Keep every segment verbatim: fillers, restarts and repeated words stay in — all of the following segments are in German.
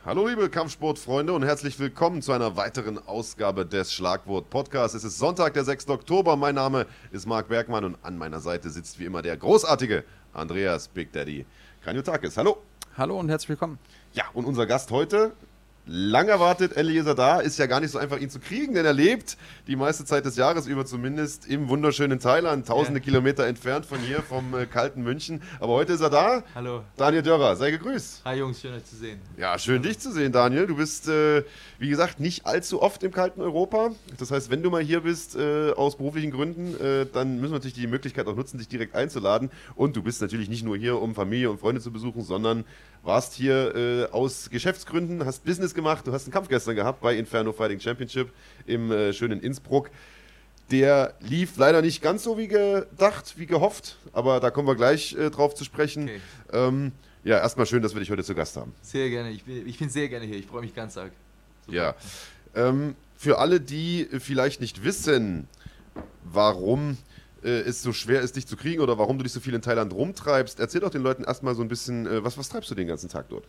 Hallo liebe Kampfsportfreunde und herzlich willkommen zu einer weiteren Ausgabe des Schlagwort-Podcasts. Es ist Sonntag, der sechster Oktober. Mein Name ist Marc Bergmann und an meiner Seite sitzt wie immer der großartige Andreas Big Daddy Kaniotakis. Hallo. Hallo und herzlich willkommen. Ja, und unser Gast heute, lang erwartet, endlich ist er da. Ist ja gar nicht so einfach, ihn zu kriegen, denn er lebt die meiste Zeit des Jahres über zumindest im wunderschönen Thailand, tausende ja. Kilometer entfernt von hier, vom äh, kalten München. Aber heute ist er da. Hallo. Daniel Dörrer, sei gegrüßt. Hi Jungs, schön euch zu sehen. Ja, schön dich zu sehen, Daniel. Du bist, äh, wie gesagt, nicht allzu oft im kalten Europa. Das heißt, wenn du mal hier bist, äh, aus beruflichen Gründen, äh, dann müssen wir natürlich die Möglichkeit auch nutzen, dich direkt einzuladen. Und du bist natürlich nicht nur hier, um Familie und Freunde zu besuchen, sondern warst hier äh, aus Geschäftsgründen, hast Business gemacht, du hast einen Kampf gestern gehabt bei Inferno Fighting Championship im äh, schönen Innsbruck. Der lief leider nicht ganz so wie gedacht, wie gehofft, aber da kommen wir gleich äh, drauf zu sprechen. Okay. Ähm, ja, erstmal schön, dass wir dich heute zu Gast haben. Sehr gerne, ich bin, ich bin sehr gerne hier, ich freue mich ganz arg. Super. Ja, ähm, für alle, die vielleicht nicht wissen, warum äh, es so schwer ist, dich zu kriegen oder warum du dich so viel in Thailand rumtreibst, erzähl doch den Leuten erstmal so ein bisschen, äh, was, was treibst du den ganzen Tag dort?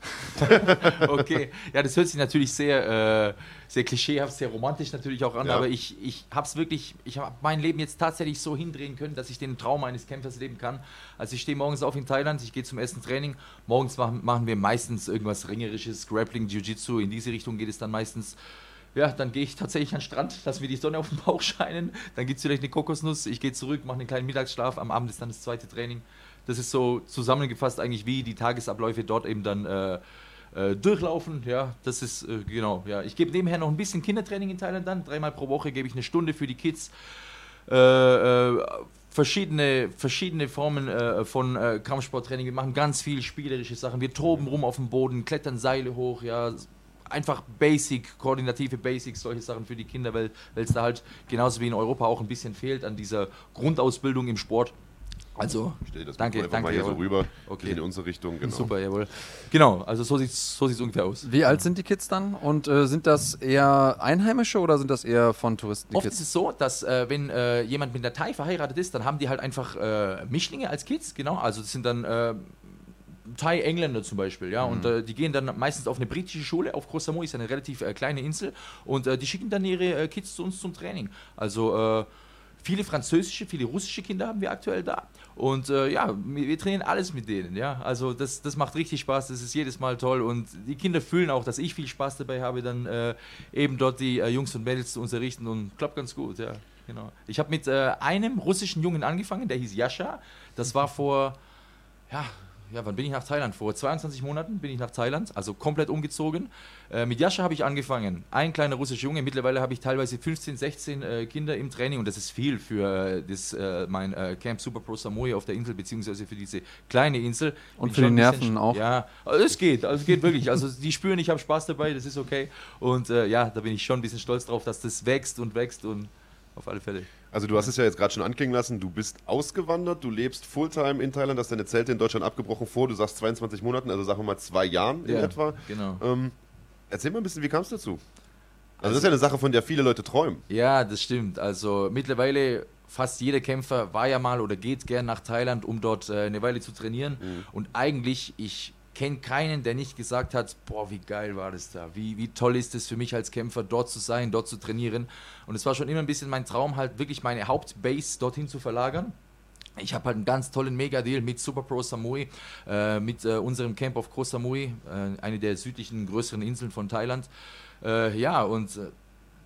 Okay, ja, das hört sich natürlich sehr, äh, sehr klischeehaft, sehr romantisch natürlich auch an, ja. aber ich, ich habe es wirklich, ich habe mein Leben jetzt tatsächlich so hindrehen können, dass ich den Traum eines Kämpfers leben kann. Also ich stehe morgens auf in Thailand, ich gehe zum ersten Training, morgens machen, machen wir meistens irgendwas Ringerisches, Grappling, Jiu-Jitsu, in diese Richtung geht es dann meistens. Ja, dann gehe ich tatsächlich an den Strand, lasse mir die Sonne auf den Bauch scheinen, dann gibt es vielleicht eine Kokosnuss, ich gehe zurück, mache einen kleinen Mittagsschlaf, am Abend ist dann das zweite Training. Das ist so zusammengefasst eigentlich, wie die Tagesabläufe dort eben dann äh, äh, durchlaufen. Ja, das ist, äh, genau, ja. Ich gebe nebenher noch ein bisschen Kindertraining in Thailand dann, dreimal pro Woche gebe ich eine Stunde für die Kids. Äh, äh, verschiedene, verschiedene Formen äh, von äh, Kampfsporttraining, wir machen ganz viel spielerische Sachen, wir toben rum auf dem Boden, klettern Seile hoch, ja, einfach Basic, koordinative Basics, solche Sachen für die Kinder, weil es da halt genauso wie in Europa auch ein bisschen fehlt an dieser Grundausbildung im Sport. Also, Stell das danke, danke. Mal hier jawohl. so rüber, okay. in unsere Richtung. Genau. Super, jawohl. Genau, also so sieht es so sieht's ungefähr aus. Wie alt sind die Kids dann? Und äh, sind das eher Einheimische oder sind das eher von Touristen? Die Oft Kids? ist es so, dass äh, wenn äh, jemand mit einer Thai verheiratet ist, dann haben die halt einfach äh, Mischlinge als Kids, genau. Also das sind dann äh, Thai-Engländer zum Beispiel, ja, mhm. und äh, die gehen dann meistens auf eine britische Schule, auf Koh Samui, ist eine relativ äh, kleine Insel, und äh, die schicken dann ihre äh, Kids zu uns zum Training. Also äh, viele französische, viele russische Kinder haben wir aktuell da, und äh, ja, wir, wir trainieren alles mit denen, ja, also das, das macht richtig Spaß, das ist jedes Mal toll, und die Kinder fühlen auch, dass ich viel Spaß dabei habe, dann äh, eben dort die äh, Jungs und Mädels zu unterrichten, und klappt ganz gut, ja, genau. Ich habe mit äh, einem russischen Jungen angefangen, der hieß Jascha, das war vor, ja, Ja, wann bin ich nach Thailand? Vor zweiundzwanzig Monaten bin ich nach Thailand, also komplett umgezogen. Äh, mit Jascha habe ich angefangen, ein kleiner russischer Junge. Mittlerweile habe ich teilweise fünfzehn, sechzehn äh, Kinder im Training, und das ist viel für äh, das, äh, mein äh, Camp Super Pro Samui auf der Insel, beziehungsweise für diese kleine Insel. Und für die Nerven auch? Ja, also es geht, also es geht wirklich. Also die spüren, ich habe Spaß dabei, das ist okay. Und äh, ja, da bin ich schon ein bisschen stolz drauf, dass das wächst und wächst, und auf alle Fälle. Also du hast es ja jetzt gerade schon anklingen lassen, du bist ausgewandert, du lebst Fulltime in Thailand, hast deine Zelte in Deutschland abgebrochen vor, du sagst zweiundzwanzig Monaten, also sagen wir mal zwei Jahren in ja, etwa. Genau. Ähm, erzähl mal ein bisschen, wie kam es dazu? Also, also das ist ja eine Sache, von der viele Leute träumen. Ja, das stimmt. Also mittlerweile fast jeder Kämpfer war ja mal oder geht gern nach Thailand, um dort äh, eine Weile zu trainieren. Mhm. Und eigentlich, ich kenne keinen, der nicht gesagt hat, boah, wie geil war das da, wie, wie toll ist es für mich als Kämpfer, dort zu sein, dort zu trainieren. Und es war schon immer ein bisschen mein Traum, halt wirklich meine Hauptbase dorthin zu verlagern. Ich habe halt einen ganz tollen Mega-Deal mit Super Pro Samui, äh, mit äh, unserem Camp auf Koh Samui, äh, eine der südlichen größeren Inseln von Thailand. Äh, ja, und äh,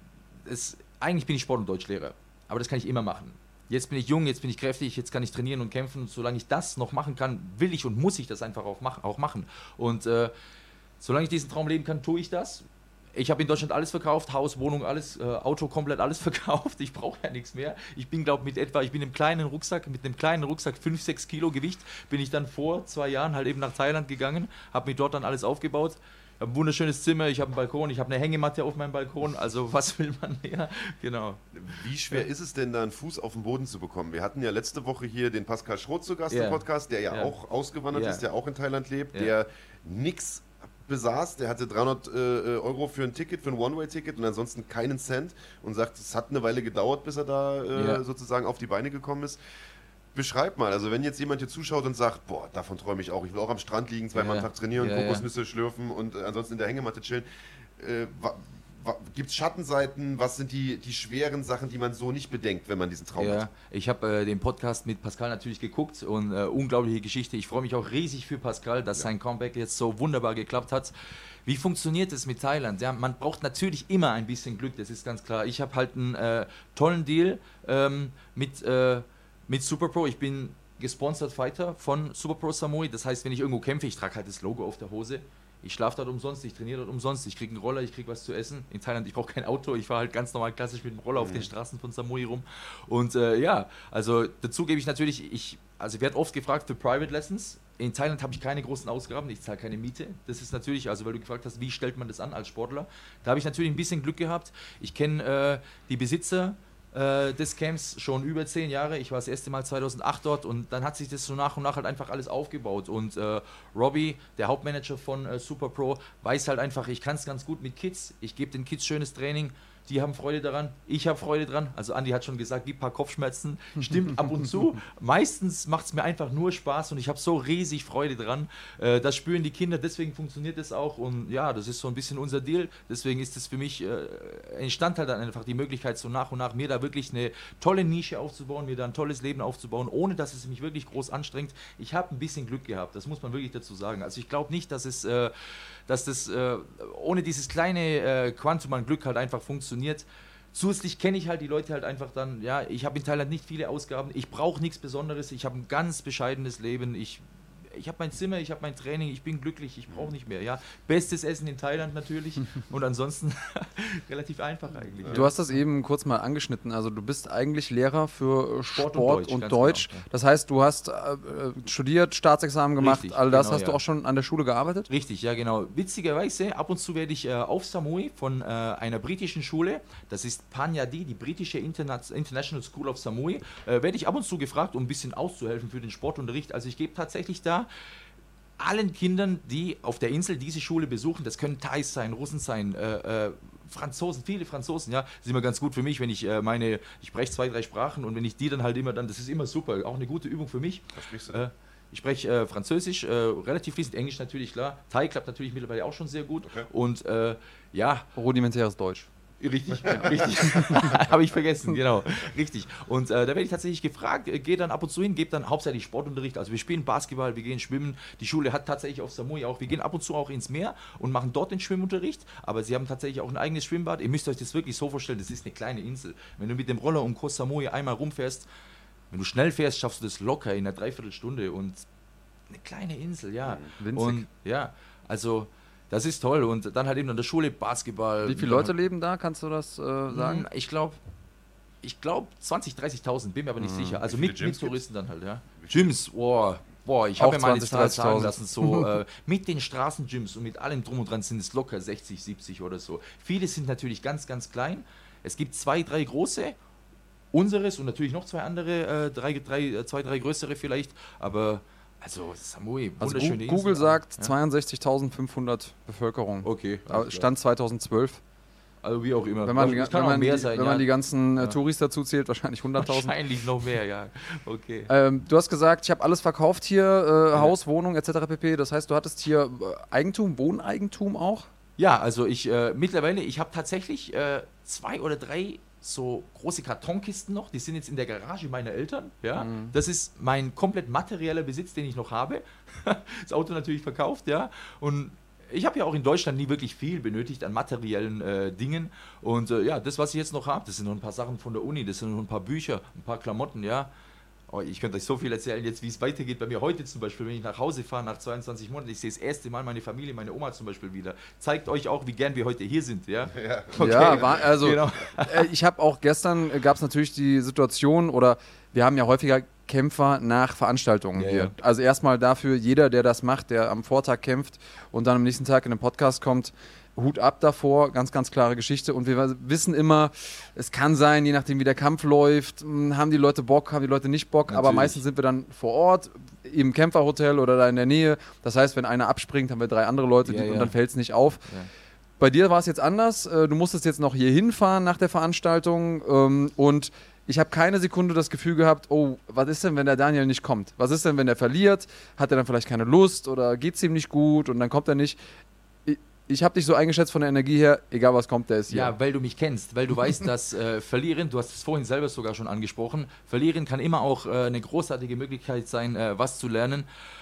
es, eigentlich bin ich Sport- und Deutschlehrer, aber das kann ich immer machen. Jetzt bin ich jung, jetzt bin ich kräftig, jetzt kann ich trainieren und kämpfen. Und solange ich das noch machen kann, will ich und muss ich das einfach auch, mach, auch machen. Und äh, solange ich diesen Traum leben kann, tue ich das. Ich habe in Deutschland alles verkauft, Haus, Wohnung, alles, äh, Auto, komplett alles verkauft. Ich brauche ja nichts mehr. Ich bin, glaube ich, mit etwa, ich bin im kleinen Rucksack, mit einem kleinen Rucksack, fünf, sechs Kilo Gewicht, bin ich dann vor zwei Jahren halt eben nach Thailand gegangen, habe mir dort dann alles aufgebaut. Ich habe ein wunderschönes Zimmer, ich habe einen Balkon, ich habe eine Hängematte auf meinem Balkon, also was will man mehr? Genau. Wie schwer ja. ist es denn, da einen Fuß auf den Boden zu bekommen? Wir hatten ja letzte Woche hier den Pascal Schroth zu Gast ja. im Podcast, der ja, ja. auch ausgewandert ja. ist, der auch in Thailand lebt, ja. der nichts besaß, der hatte dreihundert äh, Euro für ein Ticket, für ein One-Way-Ticket und ansonsten keinen Cent und sagt, es hat eine Weile gedauert, bis er da äh, ja. sozusagen auf die Beine gekommen ist. beschreib mal, also wenn jetzt jemand hier zuschaut und sagt, boah, davon träume ich auch, ich will auch am Strand liegen, zweimal Ja. am Tag trainieren, Ja, Kokosnüsse schlürfen und äh, ansonsten in der Hängematte chillen. Äh, Gibt es Schattenseiten? Was sind die, die schweren Sachen, die man so nicht bedenkt, wenn man diesen Traum Ja, hat? ich habe äh, den Podcast mit Pascal natürlich geguckt und äh, unglaubliche Geschichte. Ich freue mich auch riesig für Pascal, dass ja. sein Comeback jetzt so wunderbar geklappt hat. Wie funktioniert es mit Thailand? Ja, man braucht natürlich immer ein bisschen Glück, das ist ganz klar. Ich habe halt einen äh, tollen Deal ähm, mit, äh, mit Superpro. Ich bin Gesponsored Fighter von Superpro Samui. Das heißt, wenn ich irgendwo kämpfe, ich trage halt das Logo auf der Hose. Ich schlafe dort umsonst, ich trainiere dort umsonst, ich kriege einen Roller, ich kriege was zu essen. In Thailand, ich brauche kein Auto, ich fahre halt ganz normal klassisch mit dem Roller auf den Straßen von Samui rum. Und äh, ja, also dazu gebe ich natürlich, ich, also ich werde oft gefragt für Private Lessons. In Thailand habe ich keine großen Ausgaben, ich zahle keine Miete. Das ist natürlich, also weil du gefragt hast, wie stellt man das an als Sportler? Da habe ich natürlich ein bisschen Glück gehabt. Ich kenne äh, die Besitzer äh, des Camps schon über zehn Jahre. Ich war das erste Mal zweitausendacht dort und dann hat sich das so nach und nach halt einfach alles aufgebaut. Und äh, Robbie, der Hauptmanager von äh, Superpro, weiß halt einfach, ich kann es ganz gut mit Kids. Ich gebe den Kids schönes Training. Die haben Freude daran, ich habe Freude dran. Also Andi hat schon gesagt, gibt ein paar Kopfschmerzen. Stimmt ab und zu. Meistens macht es mir einfach nur Spaß und ich habe so riesig Freude dran. Äh, das spüren die Kinder, deswegen funktioniert das auch. Und ja, das ist so ein bisschen unser Deal. Deswegen ist es für mich, äh, entstand halt dann einfach die Möglichkeit, so nach und nach mir da wirklich eine tolle Nische aufzubauen, mir da ein tolles Leben aufzubauen, ohne dass es mich wirklich groß anstrengt. Ich habe ein bisschen Glück gehabt, das muss man wirklich dazu sagen. Also ich glaube nicht, dass es... Äh, dass das äh, ohne dieses kleine äh, Quantum an Glück halt einfach funktioniert. Zusätzlich kenne ich halt die Leute halt einfach dann, ja, ich habe in Thailand nicht viele Ausgaben, ich brauche nichts Besonderes, ich habe ein ganz bescheidenes Leben, ich, ich habe mein Zimmer, ich habe mein Training, ich bin glücklich, ich brauche nicht mehr, ja. Bestes Essen in Thailand natürlich und ansonsten relativ einfach eigentlich. Du ja. hast das eben kurz mal angeschnitten, also du bist eigentlich Lehrer für Sport, Sport und Deutsch. und Und Deutsch, Deutsch. genau, ja. Das heißt, du hast äh, studiert, Staatsexamen gemacht, Richtig, all das. genau, Hast du ja. auch schon an der Schule gearbeitet? Richtig, ja genau. Witzigerweise, ab und zu werde ich äh, auf Samui von äh, einer britischen Schule, das ist Panyadi, die britische Interna International School of Samui, äh, werde ich ab und zu gefragt, um ein bisschen auszuhelfen für den Sportunterricht. Also ich gebe tatsächlich da allen Kindern, die auf der Insel diese Schule besuchen, das können Thais sein, Russen sein, äh, äh, Franzosen, viele Franzosen, ja, das ist immer ganz gut für mich, wenn ich äh, meine, ich spreche zwei, drei Sprachen und wenn ich die dann halt immer dann, das ist immer super, auch eine gute Übung für mich. Was sprichst du Äh, ich spreche äh, Französisch, äh, relativ fließend, Englisch natürlich, klar. Thai klappt natürlich mittlerweile auch schon sehr gut. Okay. Und äh, ja, Rudimentäres Deutsch. richtig, richtig. Habe ich vergessen, genau. Richtig. Und äh, da werde ich tatsächlich gefragt, äh, gehe dann ab und zu hin, gebe dann hauptsächlich Sportunterricht. Also wir spielen Basketball, wir gehen schwimmen. Die Schule hat tatsächlich auf Samui auch, wir gehen ab und zu auch ins Meer und machen dort den Schwimmunterricht. Aber sie haben tatsächlich auch ein eigenes Schwimmbad. Ihr müsst euch das wirklich so vorstellen, das ist eine kleine Insel. Wenn du mit dem Roller um Koh Samui einmal rumfährst, wenn du schnell fährst, schaffst du das locker in einer Dreiviertelstunde und eine kleine Insel, ja. Winzig. Und ja, also das ist toll. Und dann halt eben an der Schule Basketball. Wie viele Leute leben da? Kannst du das äh, sagen? Hm, Ich glaube, ich glaube zwanzigtausend, dreißigtausend, bin mir aber nicht sicher. Also Wie viele mit, Gyms mit Touristen dann halt, ja. Wie viele? Gyms, boah, boah, ich Auch habe mir meine zwanzigtausend, Zahl sagen dreißigtausend. lassen, so äh, mit den Straßengyms und mit allem drum und dran sind es locker sechzig, siebzig oder so. Viele sind natürlich ganz, ganz klein. Es gibt zwei, drei große, unseres und natürlich noch zwei andere, äh, drei, drei, äh, zwei, drei größere vielleicht, aber also Samui, Also wunderschöne Gu- Google Insel. sagt Ja. zweiundsechzigtausendfünfhundert Bevölkerung. Okay, Aber alles klar. Stand zweitausendzwölf. Also wie auch immer. Wenn man, das wenn kann auch man, mehr die, sein, wenn ja. man die ganzen äh, Ja. Touris dazu zählt, wahrscheinlich hunderttausend. Wahrscheinlich noch mehr, ja. Okay. Ähm, du hast gesagt, ich habe alles verkauft hier, äh, Haus, Wohnung et cetera pp. Das heißt, du hattest hier äh, Eigentum, Wohneigentum auch? Ja, also ich äh, mittlerweile, ich habe tatsächlich äh, zwei oder drei so große Kartonkisten noch, die sind jetzt in der Garage meiner Eltern. Ja? Mhm. Das ist mein komplett materieller Besitz, den ich noch habe. Das Auto natürlich verkauft, ja. Und ich habe ja auch in Deutschland nie wirklich viel benötigt an materiellen äh, Dingen. Und äh, ja, das, was ich jetzt noch habe, das sind noch ein paar Sachen von der Uni, das sind noch ein paar Bücher, ein paar Klamotten, ja. Oh, ich könnte euch so viel erzählen, jetzt wie es weitergeht bei mir heute zum Beispiel, wenn ich nach Hause fahre nach zweiundzwanzig Monaten, ich sehe das erste Mal meine Familie, meine Oma zum Beispiel wieder. Zeigt euch auch, wie gern wir heute hier sind, ja? Ja. Okay. Ja, war, also Genau. äh, ich habe auch gestern, äh, gab es natürlich die Situation, oder wir haben ja häufiger Kämpfer nach Veranstaltungen Ja, hier. ja. Also erstmal dafür, jeder, der das macht, der am Vortag kämpft und dann am nächsten Tag in den Podcast kommt, Hut ab davor, ganz, ganz klare Geschichte. Und wir wissen immer, es kann sein, je nachdem wie der Kampf läuft, mh, haben die Leute Bock, haben die Leute nicht Bock, aber Natürlich. meistens sind wir dann vor Ort, im Kämpferhotel oder da in der Nähe. Das heißt, wenn einer abspringt, haben wir drei andere Leute Ja, die, und ja. dann fällt es nicht auf. Ja. Bei dir war es jetzt anders. Äh, Du musstest jetzt noch hier hinfahren nach der Veranstaltung ähm, und ich habe keine Sekunde das Gefühl gehabt, oh, was ist denn, wenn der Daniel nicht kommt? Was ist denn, wenn er verliert? Hat er dann vielleicht keine Lust oder geht es ihm nicht gut und dann kommt er nicht? Ich, ich habe dich so eingeschätzt von der Energie her, egal was kommt, der ist hier. Ja, weil du mich kennst, weil du weißt, dass äh, Verlieren, du hast es vorhin selber sogar schon angesprochen, Verlieren kann immer auch äh, eine großartige Möglichkeit sein, äh, was zu lernen.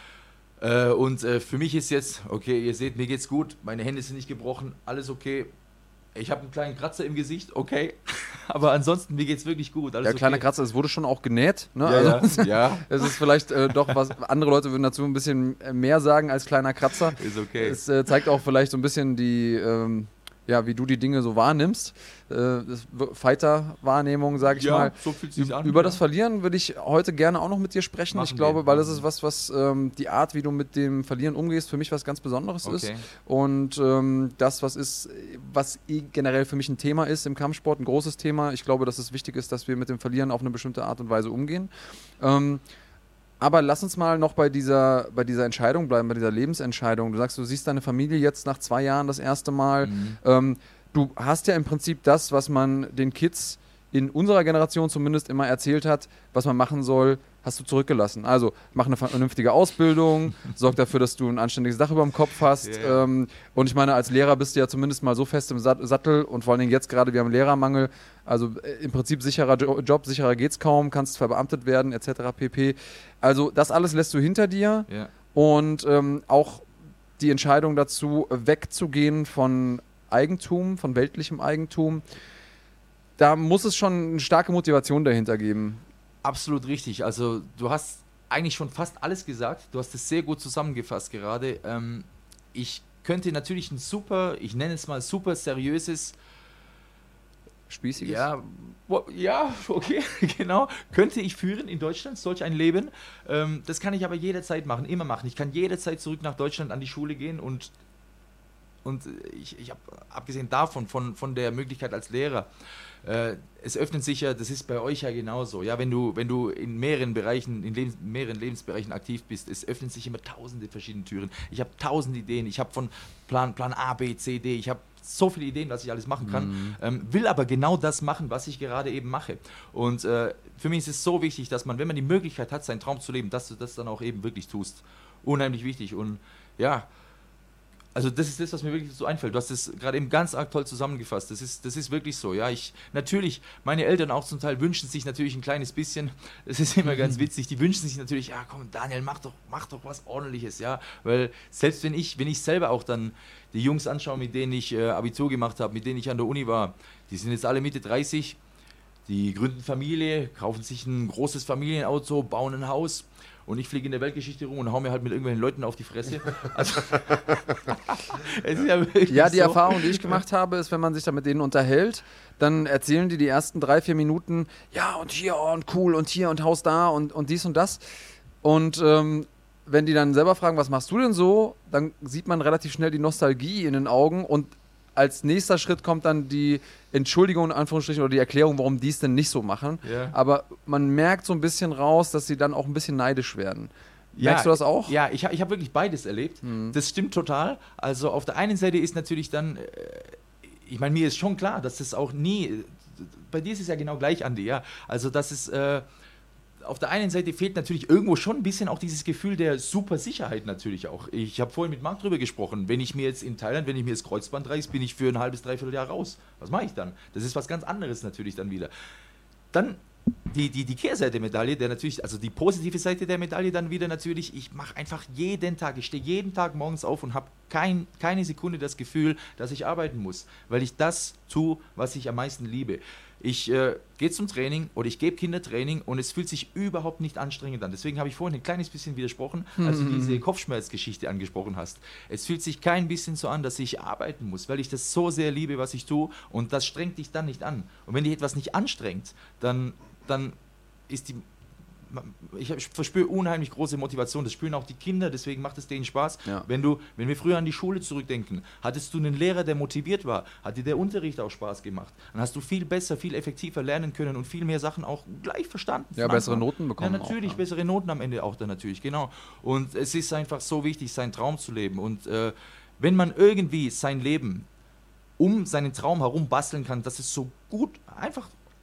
Äh, und äh, für mich ist jetzt, okay, ihr seht, mir geht's gut, meine Hände sind nicht gebrochen, alles okay. Ich habe einen kleinen Kratzer im Gesicht, okay. Aber ansonsten, mir geht's wirklich gut. Alles ja, kleiner okay. Kratzer, es wurde schon auch genäht. Ne? Ja, also, ja. ja. Es ist vielleicht äh, doch was, andere Leute würden dazu ein bisschen mehr sagen als kleiner Kratzer. Ist okay. Es äh, zeigt auch vielleicht so ein bisschen die, ähm, ja, wie du die Dinge so wahrnimmst. Äh, Fighter-Wahrnehmung, sage ich ja, mal. So fühlt sich Ü- an, Über ja. das Verlieren würde ich heute gerne auch noch mit dir sprechen. Machen ich glaube, wir. weil das ist was, was ähm, die Art, wie du mit dem Verlieren umgehst, für mich was ganz Besonderes ist. Okay. Und ähm, das, was ist, was eh generell für mich ein Thema ist im Kampfsport, ein großes Thema. Ich glaube, dass es wichtig ist, dass wir mit dem Verlieren auf eine bestimmte Art und Weise umgehen. Ähm, aber lass uns mal noch bei dieser, bei dieser Entscheidung bleiben, bei dieser Lebensentscheidung. Du sagst, du siehst deine Familie jetzt nach zwei Jahren das erste Mal. Mhm. Ähm, du hast ja im Prinzip das, was man den Kids in unserer Generation zumindest immer erzählt hat, was man machen soll, hast du zurückgelassen. Also mach eine vernünftige Ausbildung, sorg dafür, dass du ein anständiges Dach über dem Kopf hast. Yeah. Ähm, und ich meine, als Lehrer bist du ja zumindest mal so fest im Sat- Sattel und vor allen Dingen jetzt gerade, wir haben Lehrermangel, also äh, im Prinzip sicherer jo- Job, sicherer geht's kaum, kannst verbeamtet werden et cetera pp. Also das alles lässt du hinter dir Ja. und ähm, auch die Entscheidung dazu, wegzugehen von Eigentum, von weltlichem Eigentum, da muss es schon eine starke Motivation dahinter geben. Absolut richtig. Also du hast eigentlich schon fast alles gesagt. Du hast es sehr gut zusammengefasst gerade. Ähm, ich könnte natürlich ein super, ich nenne es mal super seriöses, Spießiges? ja, wo- ja, okay, genau, könnte ich führen in Deutschland, solch ein Leben. Ähm, das kann ich aber jederzeit machen, immer machen. Ich kann jederzeit zurück nach Deutschland an die Schule gehen und Und ich, ich habe, abgesehen davon, von, von der Möglichkeit als Lehrer, äh, es öffnet sich ja, das ist bei euch ja genauso, ja, wenn du, wenn du in mehreren Bereichen, in Lebens, mehreren Lebensbereichen aktiv bist, es öffnen sich immer tausende verschiedene Türen. Ich habe tausend Ideen, ich habe von Plan, Plan A, B, C, D, ich habe so viele Ideen, was ich alles machen kann, Mhm. ähm, will aber genau das machen, was ich gerade eben mache. Und äh, für mich ist es so wichtig, dass man, wenn man die Möglichkeit hat, seinen Traum zu leben, dass du das dann auch eben wirklich tust. Unheimlich wichtig und ja, also das ist das, was mir wirklich so einfällt. Du hast es gerade eben ganz arg toll zusammengefasst. Das ist, das ist wirklich so. Ja, ich natürlich, meine Eltern auch zum Teil wünschen sich natürlich ein kleines bisschen. Das ist immer ganz witzig. Die wünschen sich natürlich, ja komm Daniel, mach doch, mach doch was Ordentliches, ja. Weil selbst wenn ich, wenn ich selber auch dann die Jungs anschaue, mit denen ich äh, Abitur gemacht habe, mit denen ich an der Uni war, die sind jetzt alle Mitte dreißig, die gründen Familie, kaufen sich ein großes Familienauto, bauen ein Haus. Und ich fliege in der Weltgeschichte rum und hau mir halt mit irgendwelchen Leuten auf die Fresse. Also, es ist ja wirklich Ja, die so. Erfahrung, die ich gemacht habe, ist, wenn man sich da mit denen unterhält, dann erzählen die die ersten drei, vier Minuten, ja und hier oh, und cool und hier und Haus da und, und dies und das. Und ähm, wenn die dann selber fragen, was machst du denn so, dann sieht man relativ schnell die Nostalgie in den Augen und als nächster Schritt kommt dann die Entschuldigung in Anführungsstrichen oder die Erklärung, warum die es denn nicht so machen. Ja. Aber man merkt so ein bisschen raus, dass sie dann auch ein bisschen neidisch werden. Ja, Merkst du das auch? Ja, ich, ha- ich habe wirklich beides erlebt. Mhm. Das stimmt total. Also auf der einen Seite ist natürlich dann, äh, ich meine, mir ist schon klar, dass das auch nie, bei dir ist es ja genau gleich, Andi, ja. Also dass es, äh, auf der einen Seite fehlt natürlich irgendwo schon ein bisschen auch dieses Gefühl der Supersicherheit natürlich auch. Ich habe vorhin mit Marc drüber gesprochen. Wenn ich mir jetzt in Thailand, wenn ich mir das Kreuzband reiß, bin ich für ein halbes, dreiviertel Jahr raus. Was mache ich dann? Das ist was ganz anderes natürlich dann wieder. Dann die, die, die Kehrseite der Medaille, der natürlich, also die positive Seite der Medaille dann wieder natürlich, ich mache einfach jeden Tag, ich stehe jeden Tag morgens auf und habe kein, keine Sekunde das Gefühl, dass ich arbeiten muss, weil ich das tue, was ich am meisten liebe. Ich äh, gehe zum Training oder ich gebe Kindertraining und es fühlt sich überhaupt nicht anstrengend an. Deswegen habe ich vorhin ein kleines bisschen widersprochen, als du diese Kopfschmerzgeschichte angesprochen hast. Es fühlt sich kein bisschen so an, dass ich arbeiten muss, weil ich das so sehr liebe, was ich tue und das strengt dich dann nicht an. Und wenn dich etwas nicht anstrengt, dann, dann ist die... Ich verspüre unheimlich große Motivation, das spüren auch die Kinder, deswegen macht es denen Spaß. Ja. Wenn du, wenn wir früher an die Schule zurückdenken, hattest du einen Lehrer, der motiviert war, hat dir der Unterricht auch Spaß gemacht, dann hast du viel besser, viel effektiver lernen können und viel mehr Sachen auch gleich verstanden. Ja, von bessere Anfang. Noten bekommen Ja, natürlich, auch, ja. bessere Noten am Ende auch dann natürlich, genau. Und es ist einfach so wichtig, seinen Traum zu leben und äh, wenn man irgendwie sein Leben um seinen Traum herum basteln kann, dass es so gut, einfach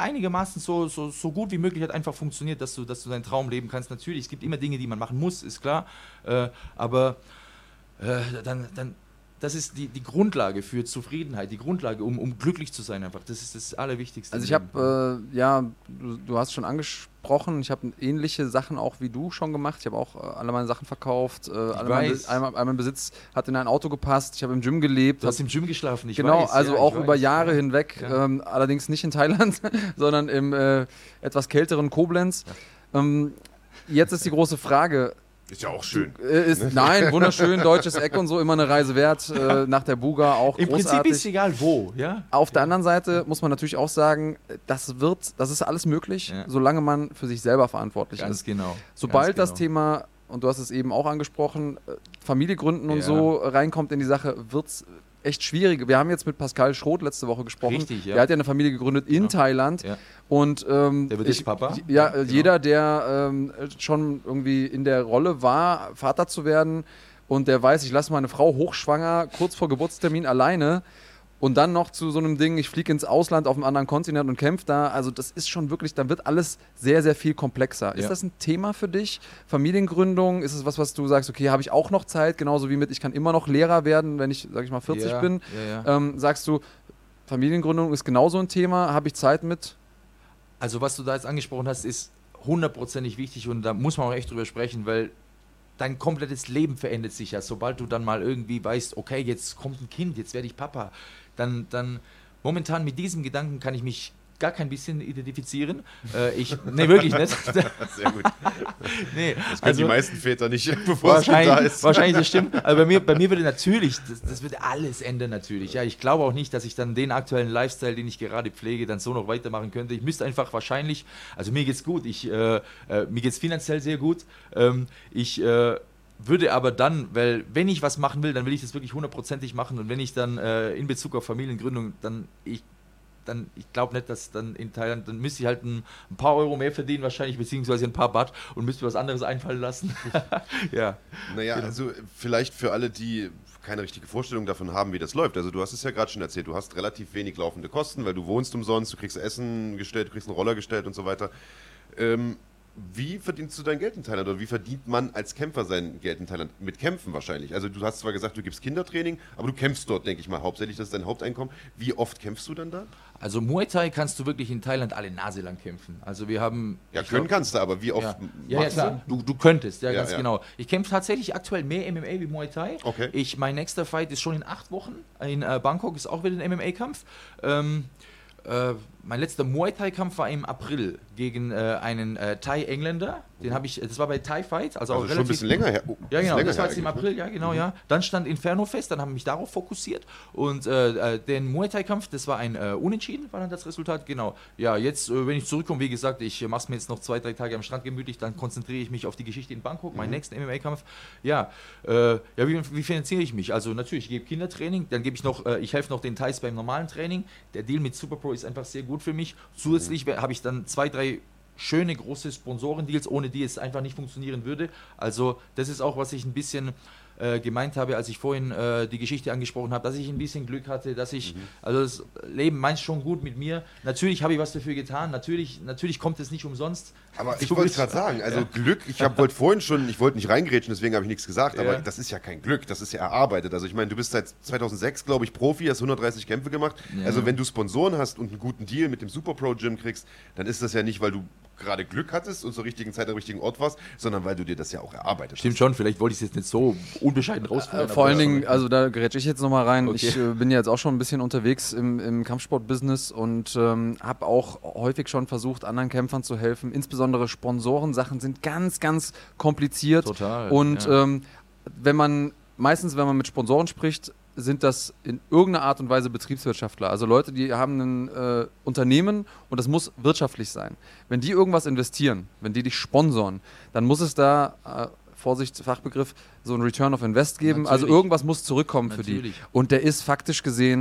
einigermaßen so, so, so gut wie möglich hat einfach funktioniert, dass du, dass du deinen Traum leben kannst. Natürlich, es gibt immer Dinge, die man machen muss, ist klar, äh, aber äh, dann, dann das ist die, die Grundlage für Zufriedenheit, die Grundlage, um, um glücklich zu sein einfach. Das ist das Allerwichtigste. Also ich habe, äh, ja, du, du hast schon angesprochen, ich habe ähnliche Sachen auch wie du schon gemacht. Ich habe auch äh, alle meine Sachen verkauft. Äh, alle mein, einmal, einmal mein Besitz hat in ein Auto gepasst. Ich habe im Gym gelebt. Du hast im Gym geschlafen, ich Genau, weiß. also ja, auch weiß. über Jahre ja. hinweg. Ja. Ähm, allerdings nicht in Thailand, sondern im äh, etwas kälteren Koblenz. Ja. Ähm, jetzt ist die große Frage. Ist ja auch schön. Äh, ist, nein, wunderschön, deutsches Eck und so, immer eine Reise wert. Äh, nach der Buga auch Im großartig. Prinzip ist es egal wo, ja. Auf der anderen Seite muss man natürlich auch sagen, das wird, das ist alles möglich, Ja. solange man für sich selber verantwortlich Ganz ist. genau. Sobald Ganz das genau. Thema, und du hast es eben auch angesprochen, äh, Familie gründen und Ja. so reinkommt in die Sache, wird es echt schwierig. Wir haben jetzt mit Pascal Schroth letzte Woche gesprochen. Richtig, ja. Der hat ja eine Familie gegründet in Ja. Thailand. Ja. Und ähm, Der wird jetzt Papa. Ja, Ja, genau. jeder, der ähm, schon irgendwie in der Rolle war, Vater zu werden und der weiß, ich lasse meine Frau hochschwanger, kurz vor Geburtstermin alleine und dann noch zu so einem Ding, ich fliege ins Ausland auf einem anderen Kontinent und kämpfe da. Also das ist schon wirklich, dann wird alles sehr, sehr viel komplexer. Ist Ja. das ein Thema für dich? Familiengründung? Ist es was, was du sagst, okay, habe ich auch noch Zeit? Genauso wie mit, ich kann immer noch Lehrer werden, wenn ich, sag ich mal, vierzig Ja, bin. ja, ja. Ähm, sagst du, Familiengründung ist genauso ein Thema? Habe ich Zeit mit? Also was du da jetzt angesprochen hast, ist hundertprozentig wichtig und da muss man auch echt drüber sprechen, weil dein komplettes Leben verändert sich ja. Sobald du dann mal irgendwie weißt, okay, jetzt kommt ein Kind, jetzt werde ich Papa, dann, dann momentan mit diesem Gedanken kann ich mich gar kein bisschen identifizieren. Äh, ich, nee, wirklich nicht. Sehr gut. nee, Das können also, die meisten Väter nicht, bevor es da wahrscheinlich, ist. wahrscheinlich, das stimmt. Aber bei mir, bei mir würde natürlich, das, das würde alles ändern natürlich. Ja, ich glaube auch nicht, dass ich dann den aktuellen Lifestyle, den ich gerade pflege, dann so noch weitermachen könnte. Ich müsste einfach wahrscheinlich, also mir geht's gut, ich, äh, äh, mir geht's finanziell sehr gut. Ähm, ich äh, würde aber dann, weil wenn ich was machen will, dann will ich das wirklich hundertprozentig machen und wenn ich dann äh, in Bezug auf Familiengründung, dann ich dann, ich glaube nicht, dass dann in Thailand, dann müsste ich halt ein, ein paar Euro mehr verdienen wahrscheinlich, beziehungsweise ein paar Baht und müsste mir was anderes einfallen lassen. ja. Naja, Genau. also vielleicht für alle, die keine richtige Vorstellung davon haben, wie das läuft. Also du hast es ja gerade schon erzählt, du hast relativ wenig laufende Kosten, weil du wohnst umsonst, du kriegst Essen gestellt, du kriegst einen Roller gestellt und so weiter. Ähm, Wie verdienst du dein Geld in Thailand oder wie verdient man als Kämpfer sein Geld in Thailand? Mit Kämpfen wahrscheinlich. Also du hast zwar gesagt, du gibst Kindertraining, aber du kämpfst dort, denke ich mal, hauptsächlich, das ist dein Haupteinkommen. Wie oft kämpfst du dann da? Also Muay Thai kannst du wirklich in Thailand alle Nase lang kämpfen. Also wir haben... Ja, ich können glaub- kannst du, aber wie oft Ja, ja, ja machst klar. Du, du könntest, ja, Ja, ganz ja. genau. Ich kämpfe tatsächlich aktuell mehr M M A wie Muay Thai. Okay. Ich, mein nächster Fight ist schon in acht Wochen. In äh, Bangkok ist auch wieder ein M M A-Kampf. Ähm, äh, mein letzter Muay Thai-Kampf war im April gegen äh, einen äh, Thai-Engländer. Den habe ich, das war bei Thai Fight, also, Also auch schon ein relativ bisschen länger her. Oh, Ja, bisschen genau, länger das war her jetzt im eigentlich, April, ja, genau, ja. Dann stand Inferno fest, dann haben wir mich darauf fokussiert und äh, äh, den Muay Thai-Kampf, das war ein äh, Unentschieden, war dann das Resultat, genau. Ja, jetzt, äh, wenn ich zurückkomme, wie gesagt, ich äh, mache es mir jetzt noch zwei, drei Tage am Strand gemütlich, dann konzentriere ich mich auf die Geschichte in Bangkok, meinen nächsten M M A-Kampf. Ja, äh, ja wie, wie finanziere ich mich? Also natürlich, ich gebe Kindertraining, dann gebe ich noch, äh, ich helfe noch den Thais beim normalen Training. Der Deal mit Superpro ist einfach sehr gut für mich. Zusätzlich habe ich dann zwei, drei schöne große Sponsorendeals, ohne die es einfach nicht funktionieren würde. Also das ist auch, was ich ein bisschen äh, gemeint habe, als ich vorhin äh, die Geschichte angesprochen habe, dass ich ein bisschen Glück hatte, dass ich, mhm. also das Leben meint schon gut mit mir. Natürlich habe ich was dafür getan, natürlich, natürlich kommt es nicht umsonst. Aber ich wollte gerade sagen, also Ja. Glück, ich wollte vorhin schon, ich wollte nicht reingrätschen, deswegen habe ich nichts gesagt, aber Ja. das ist ja kein Glück, das ist ja erarbeitet. Also ich meine, du bist seit zweitausendsechs, glaube ich, Profi, hast hundertdreißig Kämpfe gemacht. Ja. Also wenn du Sponsoren hast und einen guten Deal mit dem Superpro-Gym kriegst, dann ist das ja nicht, weil du gerade Glück hattest und zur richtigen Zeit am richtigen Ort warst, sondern weil du dir das ja auch erarbeitet Stimmt schon, vielleicht wollte ich es jetzt nicht so unbescheiden rausführen. Äh, vor allen aber- Dingen, also da grätsche ich jetzt nochmal rein. Okay. Ich äh, bin ja jetzt auch schon ein bisschen unterwegs im, im Kampfsport-Business und ähm, habe auch häufig schon versucht, anderen Kämpfern zu helfen. Insbesondere Sponsorensachen sind ganz, ganz kompliziert. Total, Und ja. ähm, wenn man, meistens, wenn man mit Sponsoren spricht, sind das in irgendeiner Art und Weise Betriebswirtschaftler. Also Leute, die haben ein äh, Unternehmen und das muss wirtschaftlich sein. Wenn die irgendwas investieren, wenn die dich sponsoren, dann muss es da, äh, Vorsicht, Fachbegriff, so ein Return of Invest geben. Also Natürlich. irgendwas muss zurückkommen für die. Natürlich. Und der ist faktisch gesehen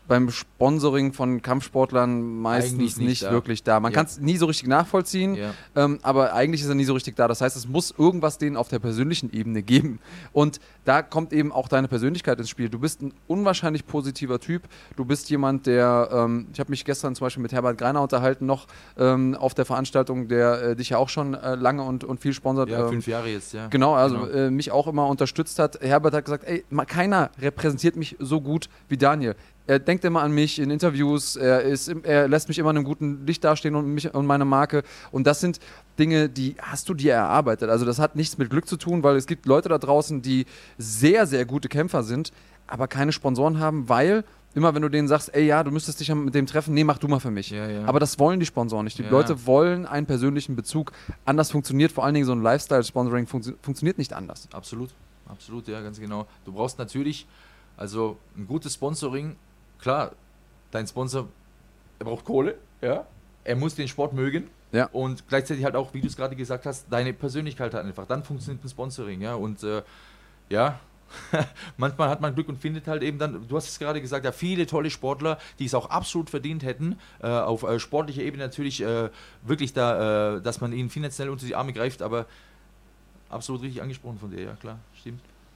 beim Sponsoring von Kampfsportlern meistens Eigentlich nicht, nicht da. wirklich da. Man Ja. kann es nie so richtig nachvollziehen, Ja. ähm, aber eigentlich ist er nie so richtig da. Das heißt, es muss irgendwas denen auf der persönlichen Ebene geben. Und da kommt eben auch deine Persönlichkeit ins Spiel. Du bist ein unwahrscheinlich positiver Typ. Du bist jemand, der, ähm, ich habe mich gestern zum Beispiel mit Herbert Greiner unterhalten, noch ähm, auf der Veranstaltung, der äh, dich ja auch schon äh, lange und, und viel sponsert. Ja, ähm, fünf Jahre jetzt, ja. Genau, also Genau. Äh, mich auch immer unterstützt hat. Herbert hat gesagt, ey, ma- keiner repräsentiert mich so gut wie Daniel. Er denkt immer an mich in Interviews, er, ist, im- er lässt mich immer in einem guten Licht dastehen und mich und meine Marke. Und das sind Dinge, die hast du dir erarbeitet. Also das hat nichts mit Glück zu tun, weil es gibt Leute da draußen, die sehr, sehr gute Kämpfer sind, aber keine Sponsoren haben, weil immer wenn du denen sagst, ey ja, du müsstest dich ja mit dem treffen, nee, mach du mal für mich. Ja, ja. Aber das wollen die Sponsoren nicht. Die Ja. Leute wollen einen persönlichen Bezug. Anders funktioniert vor allen Dingen so ein Lifestyle-Sponsoring funktio- funktioniert nicht anders. Absolut, absolut, ja, ganz genau. Du brauchst natürlich, also ein gutes Sponsoring, klar, dein Sponsor, er braucht Kohle, ja, er muss den Sport mögen. Ja. Und gleichzeitig halt auch, wie du es gerade gesagt hast, deine Persönlichkeit halt einfach. Dann funktioniert ein Sponsoring, ja. Und äh, ja, manchmal hat man Glück und findet halt eben dann, du hast es gerade gesagt, ja, viele tolle Sportler, die es auch absolut verdient hätten, äh, auf äh, sportlicher Ebene natürlich äh, wirklich da, äh, dass man ihnen finanziell unter die Arme greift, aber absolut richtig angesprochen von dir, ja klar, stimmt.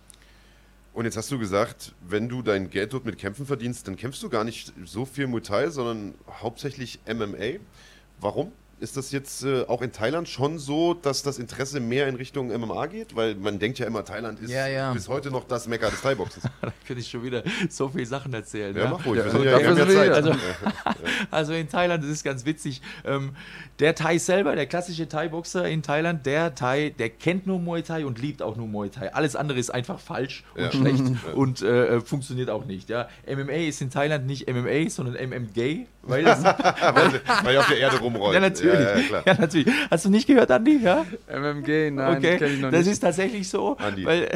Und jetzt hast du gesagt, wenn du dein Geld dort mit Kämpfen verdienst, dann kämpfst du gar nicht so viel Muay Thai, sondern hauptsächlich M M A. Warum? Ist das jetzt äh, auch in Thailand schon so, dass das Interesse mehr in Richtung M M A geht? Weil man denkt ja immer, Thailand ist Ja, ja. bis heute noch das Mekka des Thai-Boxens. Da könnte ich schon wieder so viele Sachen erzählen. Ja, Ja, mach ruhig. Ja, wir sind ja, dafür wir haben sind ja wir Zeit. hier. Also- Also in Thailand, das ist ganz witzig. Ähm, der Thai selber, der klassische Thai-Boxer in Thailand, der Thai, der kennt nur Muay Thai und liebt auch nur Muay Thai. Alles andere ist einfach falsch und Ja. schlecht und äh, funktioniert auch nicht. Ja. M M A ist in Thailand nicht M M A, sondern M M Gay, weil das weil, sie- weil er auf der Erde rumrollt. ja, natürlich. Ja, ja, klar. Ja, natürlich. Hast du nicht gehört, Andi? Ja? M M G, nein, Okay, kenn ich noch das nicht. ist tatsächlich so, Andi. weil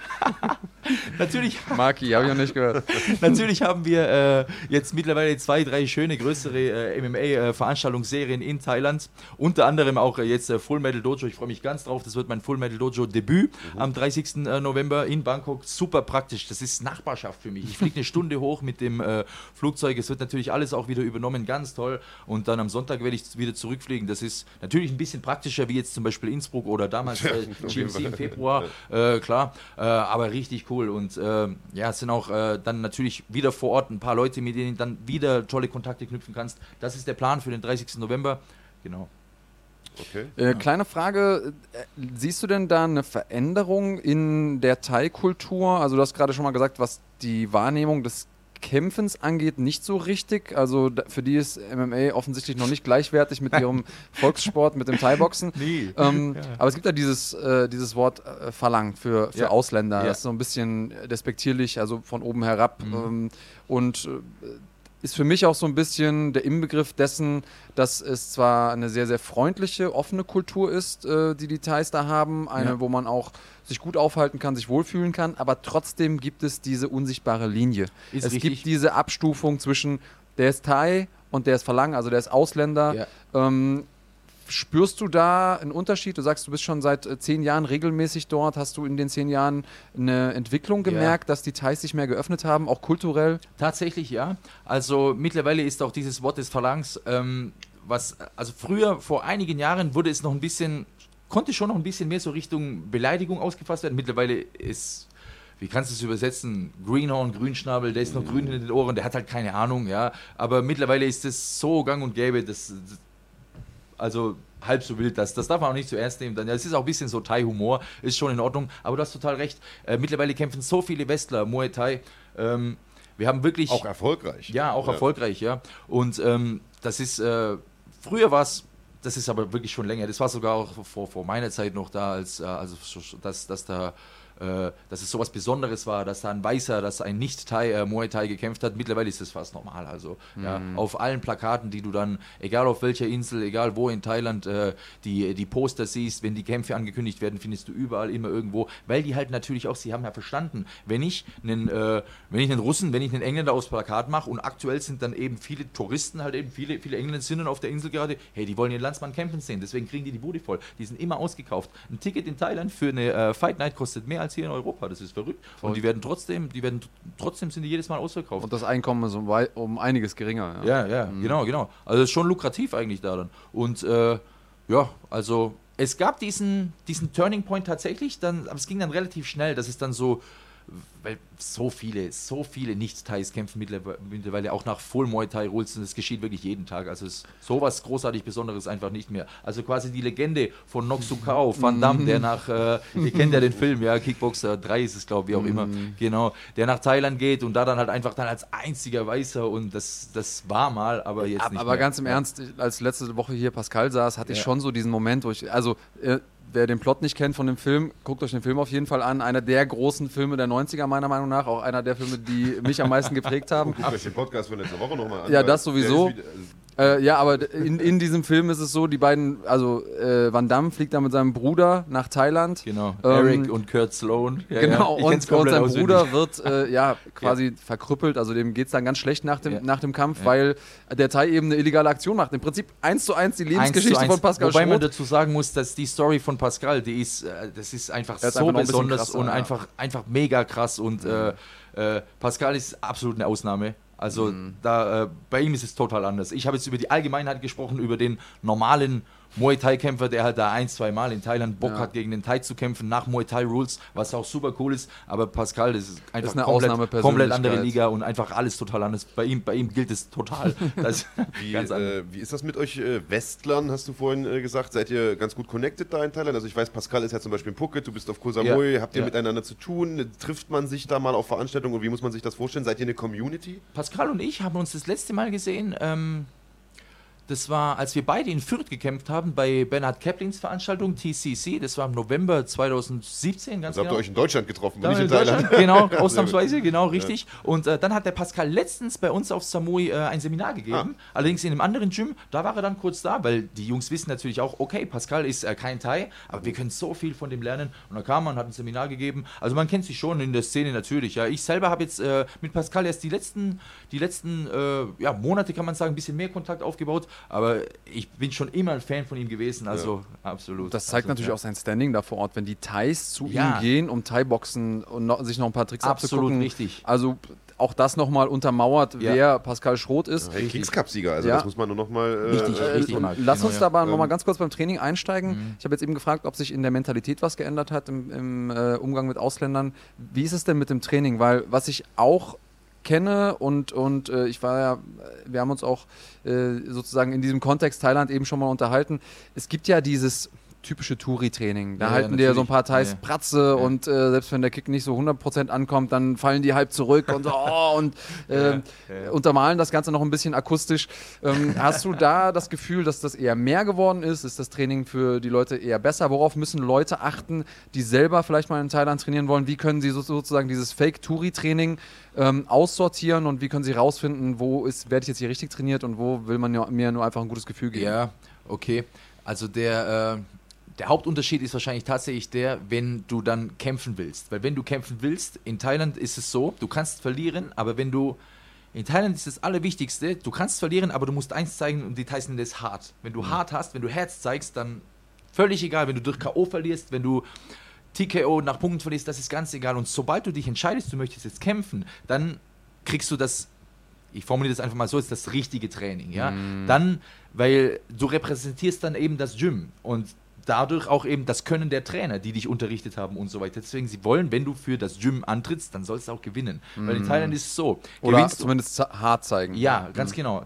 natürlich, Maki, habe ich noch nicht gehört. natürlich haben wir äh, jetzt mittlerweile zwei, drei schöne größere äh, M M A-Veranstaltungsserien in Thailand. Unter anderem auch äh, jetzt äh, Full Metal Dojo. Ich freue mich ganz drauf. Das wird mein Full Metal Dojo Debüt Mhm. am dreißigsten November in Bangkok. Super praktisch. Das ist Nachbarschaft für mich. Ich fliege eine Stunde hoch mit dem äh, Flugzeug. Es wird natürlich alles auch wieder übernommen. Ganz toll. Und dann am Sonntag werde ich wieder zurückfliegen. Das ist natürlich ein bisschen praktischer wie jetzt zum Beispiel Innsbruck oder damals äh, auf G jeden M C im Fall. Februar. Äh, klar. Äh, aber richtig cool. Und äh, ja, es sind auch äh, dann natürlich wieder vor Ort ein paar Leute, mit denen du dann wieder tolle Kontakte knüpfen kannst. Das ist der Plan für den dreißigsten November. Genau. Okay. Äh, kleine Frage, äh, siehst du denn da eine Veränderung in der Thai-Kultur? Also du hast gerade schon mal gesagt, was die Wahrnehmung des Kämpfens angeht, nicht so richtig. Also da, für die ist M M A offensichtlich noch nicht gleichwertig mit ihrem Volkssport, mit dem Thai-Boxen. Nee. Ähm, Ja. Aber es gibt ja dieses, äh, dieses Wort äh, Verlangen für, für Ja. Ausländer. Ja. Das ist so ein bisschen despektierlich, also von oben herab. Mhm. Ähm, und äh, ist für mich auch so ein bisschen der Inbegriff dessen, dass es zwar eine sehr, sehr freundliche, offene Kultur ist, äh, die die Thais da haben, eine, Ja. wo man auch sich gut aufhalten kann, sich wohlfühlen kann, aber trotzdem gibt es diese unsichtbare Linie. Ist es richtig. gibt diese Abstufung zwischen der ist Thai und der ist Verlangen, also der ist Ausländer. Ja. Ähm, spürst du da einen Unterschied? Du sagst, du bist schon seit äh, zehn Jahren regelmäßig dort. Hast du in den zehn Jahren eine Entwicklung Ja. gemerkt, dass die Thais sich mehr geöffnet haben, auch kulturell? Tatsächlich, ja. Also mittlerweile ist auch dieses Wort des Verlangens, ähm, was, also früher, vor einigen Jahren, wurde es noch ein bisschen, konnte schon noch ein bisschen mehr so Richtung Beleidigung ausgefasst werden. Mittlerweile ist, wie kannst du es übersetzen? Greenhorn, Grünschnabel, der ist noch grün in den Ohren, der hat halt keine Ahnung, ja. Aber mittlerweile ist es so gang und gäbe, dass, also halb so wild, das, das darf man auch nicht zu ernst nehmen. Dann, ja, es ist auch ein bisschen so Thai-Humor, ist schon in Ordnung, aber du hast total recht. Äh, mittlerweile kämpfen so viele Wrestler, Muay Thai. Ähm, wir haben wirklich. Auch erfolgreich. Ja, auch Ja. erfolgreich, ja. Und ähm, das ist, äh, früher war es, das ist aber wirklich schon länger, das war sogar auch vor, vor meiner Zeit noch da, als, äh, also so- dass, dass da, äh, dass es sowas Besonderes war, dass da ein Weißer, dass ein Nicht-Thai, äh, Muay Thai gekämpft hat. Mittlerweile ist das fast normal. Also ja, auf allen Plakaten, die du dann, egal auf welcher Insel, egal wo in Thailand, äh, die, die Poster siehst, wenn die Kämpfe angekündigt werden, findest du überall immer irgendwo, weil die halt natürlich auch, sie haben ja verstanden, wenn ich einen, äh, wenn ich einen Russen, wenn ich einen Engländer aufs Plakat mache und aktuell sind dann eben viele Touristen, halt eben viele, viele Engländer sind dann auf der Insel gerade, hey, die wollen ihren Landsmann kämpfen sehen, deswegen kriegen die die Bude voll. Die sind immer ausgekauft. Ein Ticket in Thailand für eine äh, Fight Night kostet mehr als als hier in Europa. Das ist verrückt. Und die werden trotzdem, die werden trotzdem sind die jedes Mal ausverkauft. Und das Einkommen ist um, wei- um einiges geringer. Ja, ja, mhm. genau, genau. Also das ist schon lukrativ eigentlich da dann. Und äh, ja, also es gab diesen, diesen Turning Point tatsächlich, dann, aber es ging dann relativ schnell, dass es dann so, weil so viele, so viele Nicht-Thais kämpfen mittlerweile, mittlerweile auch nach Full Muay Thai Rules und das geschieht wirklich jeden Tag. Also es ist sowas großartig Besonderes einfach nicht mehr. Also quasi die Legende von Noxukao, Van Damme, der nach, äh, ihr kennt ja den Film, ja, Kickboxer drei ist es, glaube ich, wie auch immer, genau, der nach Thailand geht und da dann halt einfach dann als einziger Weißer und das, das war mal, aber jetzt aber, nicht aber mehr. ganz im ja. Ernst, als letzte Woche hier Pascal saß, hatte ich Ja. schon so diesen Moment, wo ich, also äh, wer den Plot nicht kennt von dem Film, guckt euch den Film auf jeden Fall an. Einer der großen Filme der neunziger meiner Meinung nach, auch einer der Filme, die mich am meisten geprägt haben. Guckt euch den Podcast von letzter Woche nochmal an. Ja, weil das sowieso. der ist wieder- also Äh, ja, aber in, in diesem Film ist es so, die beiden, also äh, Van Damme fliegt da mit seinem Bruder nach Thailand. Genau, Ähm, Eric und Kurt Sloan. Ja, Genau, ja. Ich und, kenn's und komplett sein auswendig. Bruder wird äh, ja quasi verkrüppelt, also dem geht es dann ganz schlecht nach dem, Ja. nach dem Kampf, Ja. weil der Thai eben eine illegale Aktion macht. Im Prinzip eins zu eins die Lebensgeschichte eins zu eins. von Pascal Wobei man Schroth. dazu sagen muss, dass die Story von Pascal, die ist, äh, das ist einfach Er ist so einfach noch ein bisschen besonders krasser, und ja. einfach, einfach mega krass und äh, äh, Pascal ist absolut eine Ausnahme. Also Mhm. da, äh, bei ihm ist es total anders. Ich habe jetzt über die Allgemeinheit gesprochen, über den normalen Muay Thai-Kämpfer, der halt da ein, zwei Mal in Thailand Bock Ja. hat, gegen den Thai zu kämpfen, nach Muay Thai Rules, was auch super cool ist. Aber Pascal, das ist einfach eine komplett, Ausnahmepersönlichkeit. komplett andere Liga und einfach alles total anders. Bei ihm, bei ihm gilt es total. Das ist Wie, ganz anders. äh, wie ist das mit euch äh, Westlern, hast du vorhin äh, gesagt? Seid ihr ganz gut connected da in Thailand? Also ich weiß, Pascal ist ja zum Beispiel in Phuket, du bist auf Koh Samui, Ja, habt ihr ja. miteinander zu tun? Trifft man sich da mal auf Veranstaltungen und wie muss man sich das vorstellen? Seid ihr eine Community? Pascal und ich haben uns das letzte Mal gesehen, ähm, das war, als wir beide in Fürth gekämpft haben, bei Bernhard Keplins Veranstaltung T C C, das war im November zweitausendsiebzehn, ganz Also habt genau. ihr euch in Deutschland getroffen, Da nicht in in Thailand? Deutschland, genau, ausnahmsweise, genau, richtig. Und äh, dann hat der Pascal letztens bei uns auf Samui äh, ein Seminar gegeben, Ah. allerdings in einem anderen Gym, da war er dann kurz da, weil die Jungs wissen natürlich auch, okay, Pascal ist äh, kein Thai, aber wir können so viel von dem lernen. Und da kam man, hat ein Seminar gegeben, also man kennt sich schon in der Szene natürlich, ja. Ich selber habe jetzt äh, mit Pascal erst die letzten, die letzten äh, ja, Monate, kann man sagen, ein bisschen mehr Kontakt aufgebaut, aber ich bin schon immer ein Fan von ihm gewesen, also absolut. Das zeigt absolut, natürlich ja. auch sein Standing da vor Ort, wenn die Thais zu Ja. ihm gehen, um Thai-Boxen und noch, sich noch ein paar Tricks Absolut abzugucken. richtig. Also auch das nochmal untermauert, Ja. wer Pascal Schroth ist. Hey, Kriegscup-Sieger, also Ja. das muss man nur noch mal... Äh, Richtig, äh, richtig. und- Marc. Lass Genau, uns ja. da aber Ähm, nochmal ganz kurz beim Training einsteigen. Ich habe jetzt eben gefragt, ob sich in der Mentalität was geändert hat im, im äh, Umgang mit Ausländern. Wie ist es denn mit dem Training? Weil was ich auch kenne und, und äh, ich war ja, wir haben uns auch äh, sozusagen in diesem Kontext Thailand eben schon mal unterhalten. Es gibt ja dieses typische Touri-Training. Da Ja, halten dir so ein natürlich. paar Thais Ja. Pratze und äh, selbst wenn der Kick nicht so hundert Prozent ankommt, dann fallen die halb zurück und so oh, und äh, Ja, ja. untermalen das Ganze noch ein bisschen akustisch. Ähm, hast du da das Gefühl, dass das eher mehr geworden ist? Ist das Training für die Leute eher besser? Worauf müssen Leute achten, die selber vielleicht mal in Thailand trainieren wollen? Wie können sie so, sozusagen dieses Fake-Touri-Training ähm, aussortieren und wie können sie rausfinden, wo ist, werde ich jetzt hier richtig trainiert und wo will man ja- mir nur einfach ein gutes Gefühl geben? Ja, okay. Also der, äh, der Hauptunterschied ist wahrscheinlich tatsächlich der, wenn du dann kämpfen willst. Weil wenn du kämpfen willst, in Thailand ist es so, du kannst verlieren, aber wenn du, in Thailand ist das Allerwichtigste, du kannst verlieren, aber du musst eins zeigen und die Thais nennen das hart. Wenn du hart hast, wenn du Herz zeigst, dann völlig egal, wenn du durch K O verlierst, wenn du T K O nach Punkten verlierst, das ist ganz egal. Und sobald du dich entscheidest, du möchtest jetzt kämpfen, dann kriegst du das, ich formuliere das einfach mal so, ist das richtige Training, ja. Dann, weil du repräsentierst dann eben das Gym und dadurch auch eben das Können der Trainer, die dich unterrichtet haben und so weiter. Deswegen, sie wollen, wenn du für das Gym antrittst, dann sollst du auch gewinnen. Weil in Thailand ist es so. Oder gewinnst du- zumindest za- hart zeigen. ja, ganz genau.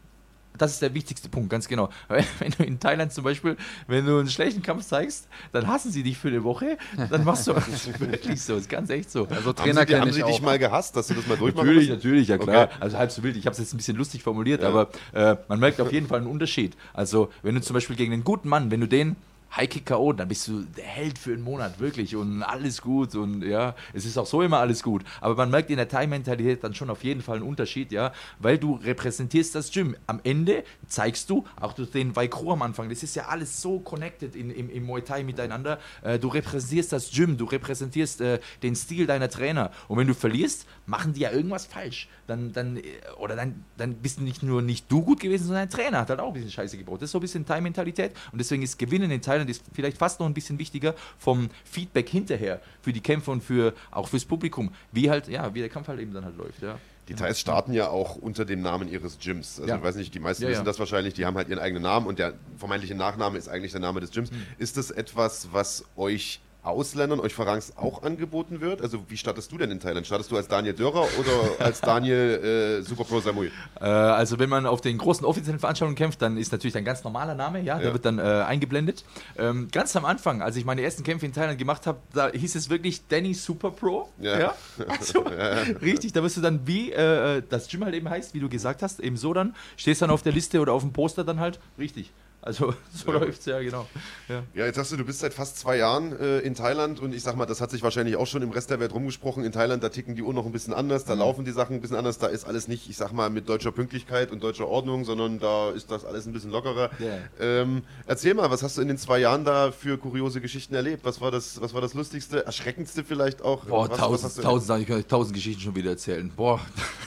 Das ist der wichtigste Punkt, ganz genau. Weil wenn du in Thailand zum Beispiel, wenn du einen schlechten Kampf zeigst, dann hassen sie dich für eine Woche, dann machst du das ist wirklich so, ist ganz echt so. Also Haben Trainer sie, kenne haben ich sie auch. dich mal gehasst, dass du das mal durchmachst? Natürlich, natürlich, ja klar. Okay. Also halb so wild. Ich habe es jetzt ein bisschen lustig formuliert, Ja. aber äh, man merkt auf jeden Fall einen Unterschied. Also wenn du zum Beispiel gegen einen guten Mann, wenn du den High-Kick K O, dann bist du der Held für einen Monat, wirklich. Und alles gut. Und ja, es ist auch so immer alles gut. Aber man merkt in der Thai-Mentalität dann schon auf jeden Fall einen Unterschied, ja, weil du repräsentierst das Gym. Am Ende zeigst du, auch durch den Vaikru am Anfang, das ist ja alles so connected in, im, im Muay Thai miteinander. Äh, du repräsentierst das Gym, du repräsentierst äh, den Stil deiner Trainer. Und wenn du verlierst, machen die ja irgendwas falsch. Dann, dann, oder dann, dann bist nicht nur nicht du gut gewesen, sondern dein Trainer hat halt auch ein bisschen Scheiße gebaut. Das ist so ein bisschen Thai-Mentalität und deswegen ist Gewinnen in Thailand ist vielleicht fast noch ein bisschen wichtiger vom Feedback hinterher für die Kämpfer und für, auch fürs Publikum, wie halt, ja, wie der Kampf halt eben dann halt läuft, ja. Die Thais starten ja auch unter dem Namen ihres Gyms. Also ja. ich weiß nicht, die meisten ja, wissen ja. das wahrscheinlich, die haben halt ihren eigenen Namen und der vermeintliche Nachname ist eigentlich der Name des Gyms. Mhm. Ist das etwas, was euch Ausländern, euch Farangs auch angeboten wird? Also wie startest du denn in Thailand? Startest du als Daniel Dörer oder als Daniel äh, Super Pro Samui? Äh, also wenn man auf den großen offiziellen Veranstaltungen kämpft, dann ist natürlich ein ganz normaler Name, ja, der ja. wird dann äh, eingeblendet. Ähm, ganz am Anfang, als ich meine ersten Kämpfe in Thailand gemacht habe, da hieß es wirklich Danny Super Pro. Ja. ja? Also, ja. Richtig, da wirst du dann wie äh, das Gym halt eben heißt, wie du gesagt hast, eben so dann, stehst dann auf der Liste oder auf dem Poster dann halt, richtig. Also so ja. läuft es ja, genau. Ja. ja, jetzt hast du, du bist seit fast zwei Jahren äh, in Thailand und ich sag mal, das hat sich wahrscheinlich auch schon im Rest der Welt rumgesprochen. In Thailand, da ticken die Uhr noch ein bisschen anders, da mhm. laufen die Sachen ein bisschen anders, da ist alles nicht, ich sag mal, mit deutscher Pünktlichkeit und deutscher Ordnung, sondern da ist das alles ein bisschen lockerer. Yeah. Ähm, erzähl mal, was hast du in den zwei Jahren da für kuriose Geschichten erlebt? Was war das, was war das Lustigste, erschreckendste vielleicht auch? Boah, was, tausend, was tausend, ich kann euch tausend Geschichten schon wieder erzählen. Boah,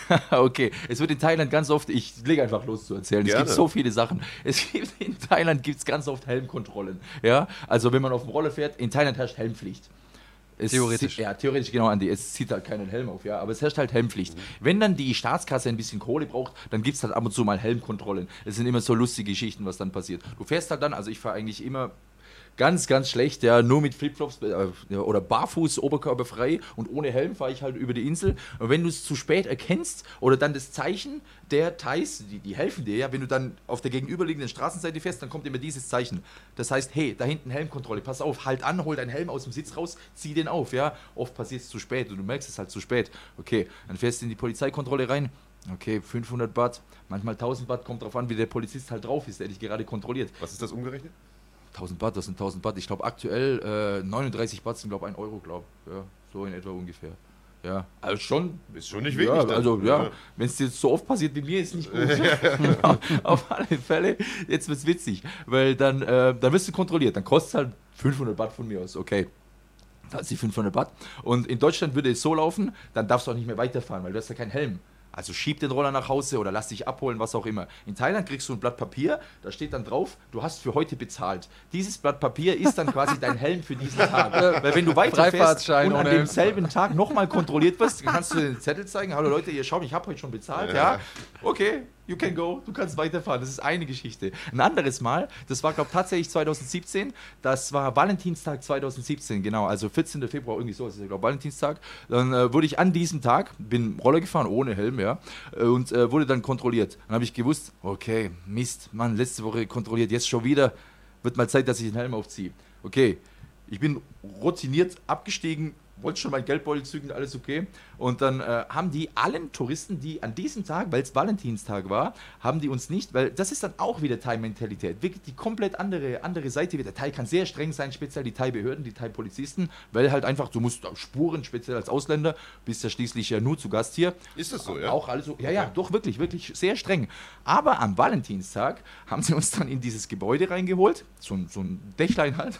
okay. Es wird in Thailand ganz oft, ich lege einfach los zu erzählen, Gerne. Es gibt so viele Sachen. Es gibt in Thailand gibt es ganz oft Helmkontrollen. Ja? Also wenn man auf dem Roller fährt, in Thailand herrscht Helmpflicht. Es theoretisch. Ja, theoretisch, genau, Andi. Es zieht halt keinen Helm auf, ja, aber es herrscht halt Helmpflicht. Mhm. Wenn dann die Staatskasse ein bisschen Kohle braucht, dann gibt es halt ab und zu mal Helmkontrollen. Es sind immer so lustige Geschichten, was dann passiert. Du fährst halt dann, also ich fahre eigentlich immer ganz, ganz schlecht, ja, nur mit Flipflops äh, oder barfuß, oberkörperfrei und ohne Helm fahre ich halt über die Insel. Und wenn du es zu spät erkennst oder dann das Zeichen der Thais, die, die helfen dir, ja, wenn du dann auf der gegenüberliegenden Straßenseite fährst, dann kommt immer dieses Zeichen. Das heißt, hey, da hinten Helmkontrolle, pass auf, halt an, hol deinen Helm aus dem Sitz raus, zieh den auf, ja. Oft passiert es zu spät und du merkst es halt zu spät. Okay, dann fährst du in die Polizeikontrolle rein. Okay, fünfhundert Baht, manchmal tausend Baht, kommt drauf an, wie der Polizist halt drauf ist, der dich gerade kontrolliert. Was ist das umgerechnet? tausend Baht, das sind tausend Baht. Ich glaube aktuell äh, neununddreißig Baht sind, glaube ich, ein Euro, glaube ich. Ja, so in etwa ungefähr. Ja, also schon. Ist schon nicht wenig. Ja, also ja, ja. Wenn es jetzt so oft passiert wie mir, ist nicht gut. Genau, auf alle Fälle, jetzt wird es witzig, weil dann, äh, dann wirst du kontrolliert. Dann kostet es halt fünfhundert Baht von mir aus, okay. Da ist die fünfhundert Baht. Und in Deutschland würde es so laufen, dann darfst du auch nicht mehr weiterfahren, weil du hast ja keinen Helm. Also schieb den Roller nach Hause oder lass dich abholen, was auch immer. In Thailand kriegst du ein Blatt Papier, da steht dann drauf, du hast für heute bezahlt. Dieses Blatt Papier ist dann quasi dein Helm für diesen Tag. Weil wenn du weiterfährst und an demselben Tag nochmal kontrolliert wirst, kannst du den Zettel zeigen, hallo Leute, ihr schaut, ich habe heute schon bezahlt, ja. ja, okay, you can go, du kannst weiterfahren. Das ist eine Geschichte. Ein anderes Mal, das war glaube ich tatsächlich zweitausendsiebzehn, das war Valentinstag zweitausendsiebzehn, genau, also vierzehnten Februar, irgendwie so, das ist ja glaube Valentinstag. Dann äh, wurde ich an diesem Tag, bin Roller gefahren, ohne Helm, ja, und äh, wurde dann kontrolliert. Dann habe ich gewusst, okay, Mist, Mann, letzte Woche kontrolliert, jetzt schon wieder, wird mal Zeit, dass ich den Helm aufziehe. Okay, ich bin routiniert abgestiegen, wollte schon mein Geldbeutel zücken, alles okay. Und dann äh, haben die allen Touristen, die an diesem Tag, weil es Valentinstag war, haben die uns nicht, weil das ist dann auch wieder Thai-Mentalität, wirklich die komplett andere, andere Seite. Der Thai kann sehr streng sein, speziell die Thai-Behörden, die Thai-Polizisten, weil halt einfach, du musst spuren, speziell als Ausländer, bist ja schließlich ja nur zu Gast hier. Ist das so, ja? Auch alles so, ja, ja, doch, wirklich, wirklich sehr streng. Aber am Valentinstag haben sie uns dann in dieses Gebäude reingeholt, so, so ein Dächlein halt,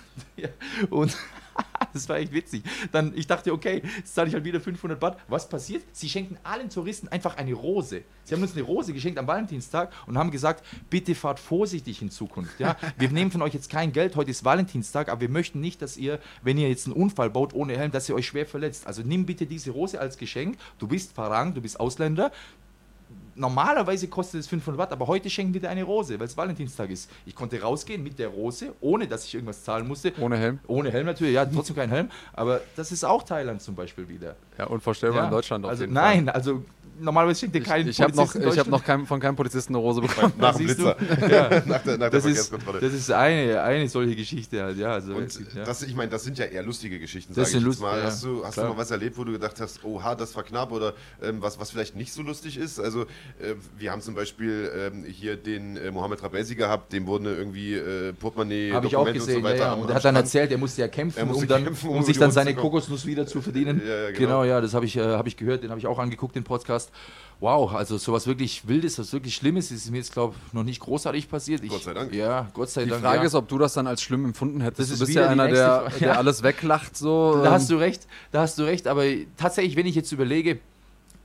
und das war echt witzig. Dann, ich dachte, okay, jetzt zahle ich halt wieder fünfhundert Baht. Was passiert? Sie schenken allen Touristen einfach eine Rose. Sie haben uns eine Rose geschenkt am Valentinstag und haben gesagt, bitte fahrt vorsichtig in Zukunft. Ja? Wir nehmen von euch jetzt kein Geld, heute ist Valentinstag, aber wir möchten nicht, dass ihr, wenn ihr jetzt einen Unfall baut ohne Helm, dass ihr euch schwer verletzt. Also nimm bitte diese Rose als Geschenk. Du bist Farang, du bist Ausländer. Normalerweise kostet es fünfhundert Baht, aber heute schenken wir dir eine Rose, weil es Valentinstag ist. Ich konnte rausgehen mit der Rose, ohne dass ich irgendwas zahlen musste. Ohne Helm? Ohne Helm natürlich, ja, trotzdem kein Helm. Aber das ist auch Thailand zum Beispiel wieder. Ja, unvorstellbar ja. in Deutschland auf also, jeden Nein, Fall. also normalerweise schenkt dir keinen Ich, ich habe noch, ich hab noch kein, von keinem Polizisten eine Rose bekommen. Nach dem Blitzer. Ja. nach der, nach das, der ist, das ist eine, eine solche Geschichte halt, ja. Also und ja. Das, ich meine, das sind ja eher lustige Geschichten, das sage ich lust- jetzt mal. Ja, hast du, hast du mal was erlebt, wo du gedacht hast, oha, das war knapp oder ähm, was, was vielleicht nicht so lustig ist? Also äh, wir haben zum Beispiel ähm, hier den äh, Mohamed Rabesi gehabt, dem wurden irgendwie äh, Portemonnaie, Habe ich auch gesehen, und so weiter. Ja, ja. Und er hat dann erzählt, er musste ja kämpfen, musste um, dann, kämpfen, um, um sich dann die seine Runde zu kommen. Kokosnuss wieder zu verdienen. Ja, ja, genau. genau, ja, das habe ich, äh, hab ich gehört, den habe ich auch angeguckt, den Podcast. Wow, also sowas wirklich Wildes, was wirklich Schlimmes ist mir jetzt, glaube ich, noch nicht großartig passiert. Ich, Gott sei Dank. Ja, Gott sei Die Dank. Frage ja. ist, ob du das dann als schlimm empfunden hättest. Das du ist bist wieder ja die einer, nächste der, Frage. der Ja. alles weglacht. So. Da hast du recht, da hast du recht, aber tatsächlich, wenn ich jetzt überlege,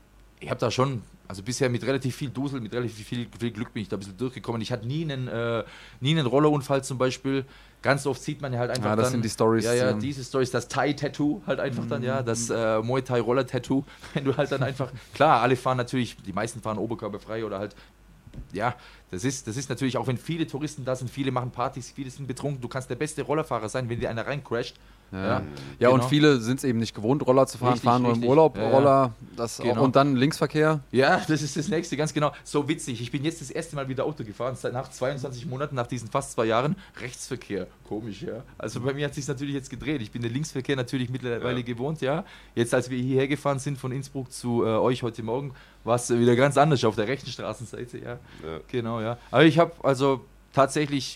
ich habe da schon, also bisher mit relativ viel Dusel, mit relativ viel, viel Glück bin ich da ein bisschen durchgekommen. Ich hatte nie einen, äh, nie einen Rollerunfall zum Beispiel. Ganz oft sieht man ja halt einfach ja, das dann, sind die Storys. ja, ja, ja. diese Storys, das Thai-Tattoo halt einfach dann, ja, das äh, Muay Thai-Roller-Tattoo, wenn du halt dann einfach, klar, alle fahren natürlich, die meisten fahren oberkörperfrei oder halt, ja, das ist, das ist natürlich auch, wenn viele Touristen da sind, viele machen Partys, viele sind betrunken, du kannst der beste Rollerfahrer sein, wenn dir einer reincrasht. Ja, Ja, ja genau. Und viele sind es eben nicht gewohnt, Roller zu fahren, Richtig, fahren nur richtig. im Urlaub Ja, ja. Roller. Das auch, Genau. und dann Linksverkehr. Ja, das ist das Nächste, ganz genau. So witzig. Ich bin jetzt das erste Mal wieder Auto gefahren, seit nach zweiundzwanzig Monaten, nach diesen fast zwei Jahren. Rechtsverkehr. Komisch, ja. Also bei mir hat sich natürlich jetzt gedreht. Ich bin den Linksverkehr natürlich mittlerweile Ja. gewohnt, ja. Jetzt, als wir hierher gefahren sind von Innsbruck zu äh, euch heute Morgen, war es wieder ganz anders auf der rechten Straßenseite, ja. Ja. Genau, ja. Aber ich habe also tatsächlich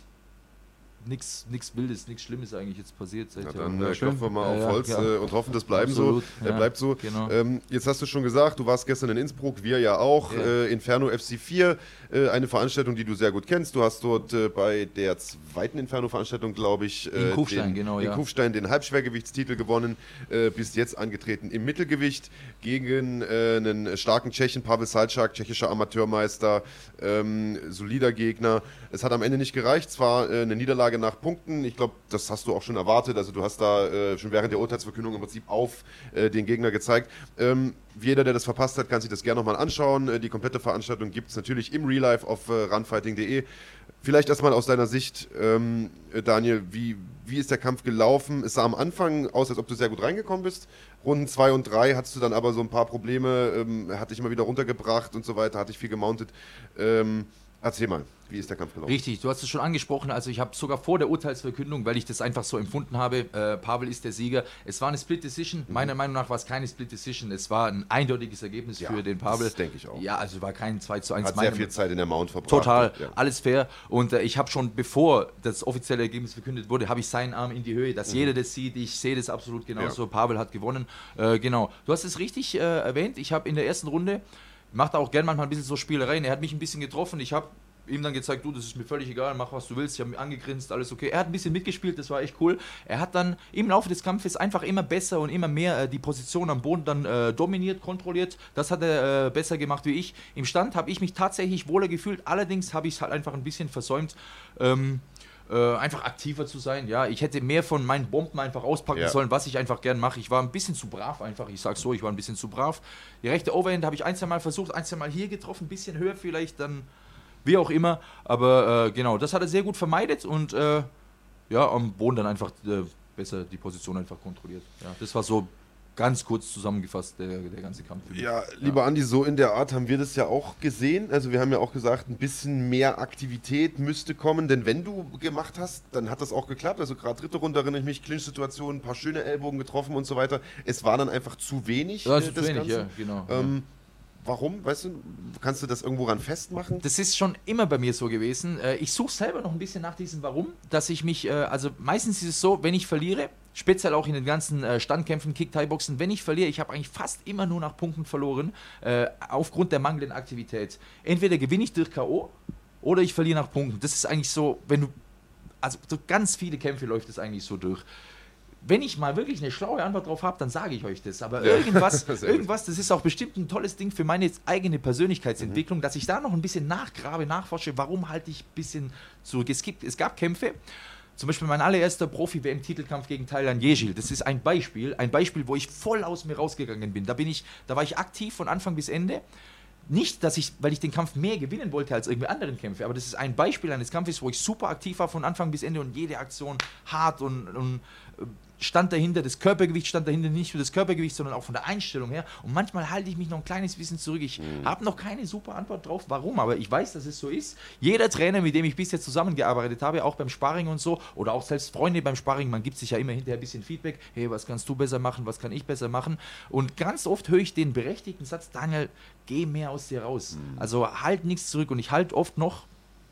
nichts Wildes, nichts Schlimmes eigentlich jetzt passiert. Seit Ja, Jahren. dann äh, klopfen wir mal Ja, auf ja, Holz ja. äh, und hoffen, das bleiben Absolut, so. Äh, ja, bleibt so. genau. Ähm, jetzt hast du schon gesagt, du warst gestern in Innsbruck, wir ja auch. Ja. Äh, Inferno F C vier, äh, eine Veranstaltung, die du sehr gut kennst. Du hast dort äh, bei der zweiten Inferno-Veranstaltung, glaube ich, äh, In Kufstein, den, genau, in ja. Kufstein den Halbschwergewichtstitel gewonnen. Äh, bist jetzt angetreten im Mittelgewicht gegen äh, einen starken Tschechen, Pavel Salčák, tschechischer Amateurmeister, ähm, solider Gegner. Es hat am Ende nicht gereicht, zwar äh, eine Niederlage nach Punkten. Ich glaube, das hast du auch schon erwartet. Also du hast da äh, schon während der Urteilsverkündung im Prinzip auf äh, den Gegner gezeigt. Ähm, jeder, der das verpasst hat, kann sich das gerne nochmal anschauen. Äh, die komplette Veranstaltung gibt es natürlich im Real Life auf äh, runfighting punkt de. Vielleicht erstmal aus deiner Sicht, ähm, Daniel, wie, wie ist der Kampf gelaufen? Es sah am Anfang aus, als ob du sehr gut reingekommen bist. Runden zwei und drei hattest du dann aber so ein paar Probleme, ähm, hat dich immer wieder runtergebracht und so weiter, hat dich viel gemountet. Ähm, erzähl mal, wie ist der Kampf gelaufen? Richtig, du hast es schon angesprochen, also ich habe sogar vor der Urteilsverkündung, weil ich das einfach so empfunden habe, äh, Pavel ist der Sieger. Es war eine Split Decision, mhm. meiner Meinung nach war es keine Split Decision, es war ein eindeutiges Ergebnis Ja, für den Pavel. das denke ich auch. Ja, also war kein zwei zu eins. Hat sehr viel Zeit in der Mount verbracht. Total, Ja. alles fair. Und äh, ich habe schon, bevor das offizielle Ergebnis verkündet wurde, habe ich seinen Arm in die Höhe, dass mhm. jeder das sieht. Ich sehe das absolut genauso. Ja. Pavel hat gewonnen. Äh, genau. Du hast es richtig äh, erwähnt. Ich habe in der ersten Runde, macht auch gerne manchmal ein bisschen so Spielereien. Er hat mich ein bisschen getroffen. Ich habe ihm dann gezeigt, du, das ist mir völlig egal, mach was du willst. Ich habe mich angegrinst, alles okay. Er hat ein bisschen mitgespielt, das war echt cool. Er hat dann im Laufe des Kampfes einfach immer besser und immer mehr äh, die Position am Boden dann äh, dominiert, kontrolliert. Das hat er äh, besser gemacht wie ich. Im Stand habe ich mich tatsächlich wohler gefühlt, allerdings habe ich es halt einfach ein bisschen versäumt, ähm, äh, einfach aktiver zu sein. Ja, ich hätte mehr von meinen Bomben einfach auspacken Ja. sollen, was ich einfach gern mache. Ich war ein bisschen zu brav einfach, ich sag so, ich war ein bisschen zu brav. Die rechte Overhand habe ich ein, zwei Mal versucht, ein, zwei Mal hier getroffen, ein bisschen höher vielleicht, dann wie auch immer, aber äh, genau, das hat er sehr gut vermeidet und äh, ja, am Boden dann einfach äh, besser die Position einfach kontrolliert. Ja, das war so ganz kurz zusammengefasst, der, der ganze Kampf. für mich. Ja, lieber Andi, so in der Art haben wir das ja auch gesehen. Also wir haben ja auch gesagt, ein bisschen mehr Aktivität müsste kommen, denn wenn du gemacht hast, dann hat das auch geklappt. Also gerade dritte Runde erinnere ich mich, Clinch-Situation, ein paar schöne Ellbogen getroffen und so weiter. Es war dann einfach zu wenig. Ja, äh, das ist das wenig, Ganze. ja, genau. Ähm, Warum? Weißt du, kannst du das irgendwo ran festmachen? Das ist schon immer bei mir so gewesen. Äh, Ich suche selber noch ein bisschen nach diesem Warum, dass ich mich, äh, also meistens ist es so, wenn ich verliere, speziell auch in den ganzen äh, Standkämpfen, Kick-Thai-Boxen, wenn ich verliere, ich habe eigentlich fast immer nur nach Punkten verloren, äh, aufgrund der mangelnden Aktivität. Entweder gewinne ich durch K O oder ich verliere nach Punkten. Das ist eigentlich so, wenn du, also so ganz viele Kämpfe läuft es eigentlich so durch. Wenn ich mal wirklich eine schlaue Antwort drauf habe, dann sage ich euch das. Aber Ja. irgendwas, Sehr gut. irgendwas, das ist auch bestimmt ein tolles Ding für meine eigene Persönlichkeitsentwicklung, Mhm. dass ich da noch ein bisschen nachgrabe, nachforsche, warum halte ich ein bisschen zurück. Es, gibt, es gab Kämpfe, zum Beispiel mein allererster Profi-W M-Titelkampf gegen Thailand Yejil. Das ist ein Beispiel, ein Beispiel, wo ich voll aus mir rausgegangen bin. Da bin ich, da war ich aktiv von Anfang bis Ende. Nicht, dass ich, weil ich den Kampf mehr gewinnen wollte als irgendwie anderen Kämpfe, aber das ist ein Beispiel eines Kampfes, wo ich super aktiv war von Anfang bis Ende und jede Aktion hart und, und äh, stand dahinter, das Körpergewicht stand dahinter, nicht nur das Körpergewicht, sondern auch von der Einstellung her. Und manchmal halte ich mich noch ein kleines bisschen zurück. Ich Mhm. habe noch keine super Antwort drauf, warum, aber ich weiß, dass es so ist. Jeder Trainer, mit dem ich bisher zusammengearbeitet habe, auch beim Sparring und so, oder auch selbst Freunde beim Sparring, man gibt sich ja immer hinterher ein bisschen Feedback, hey, was kannst du besser machen, was kann ich besser machen? Und ganz oft höre ich den berechtigten Satz, Daniel, geh mehr aus dir raus. Mhm. Also halt nichts zurück. Und ich halte oft noch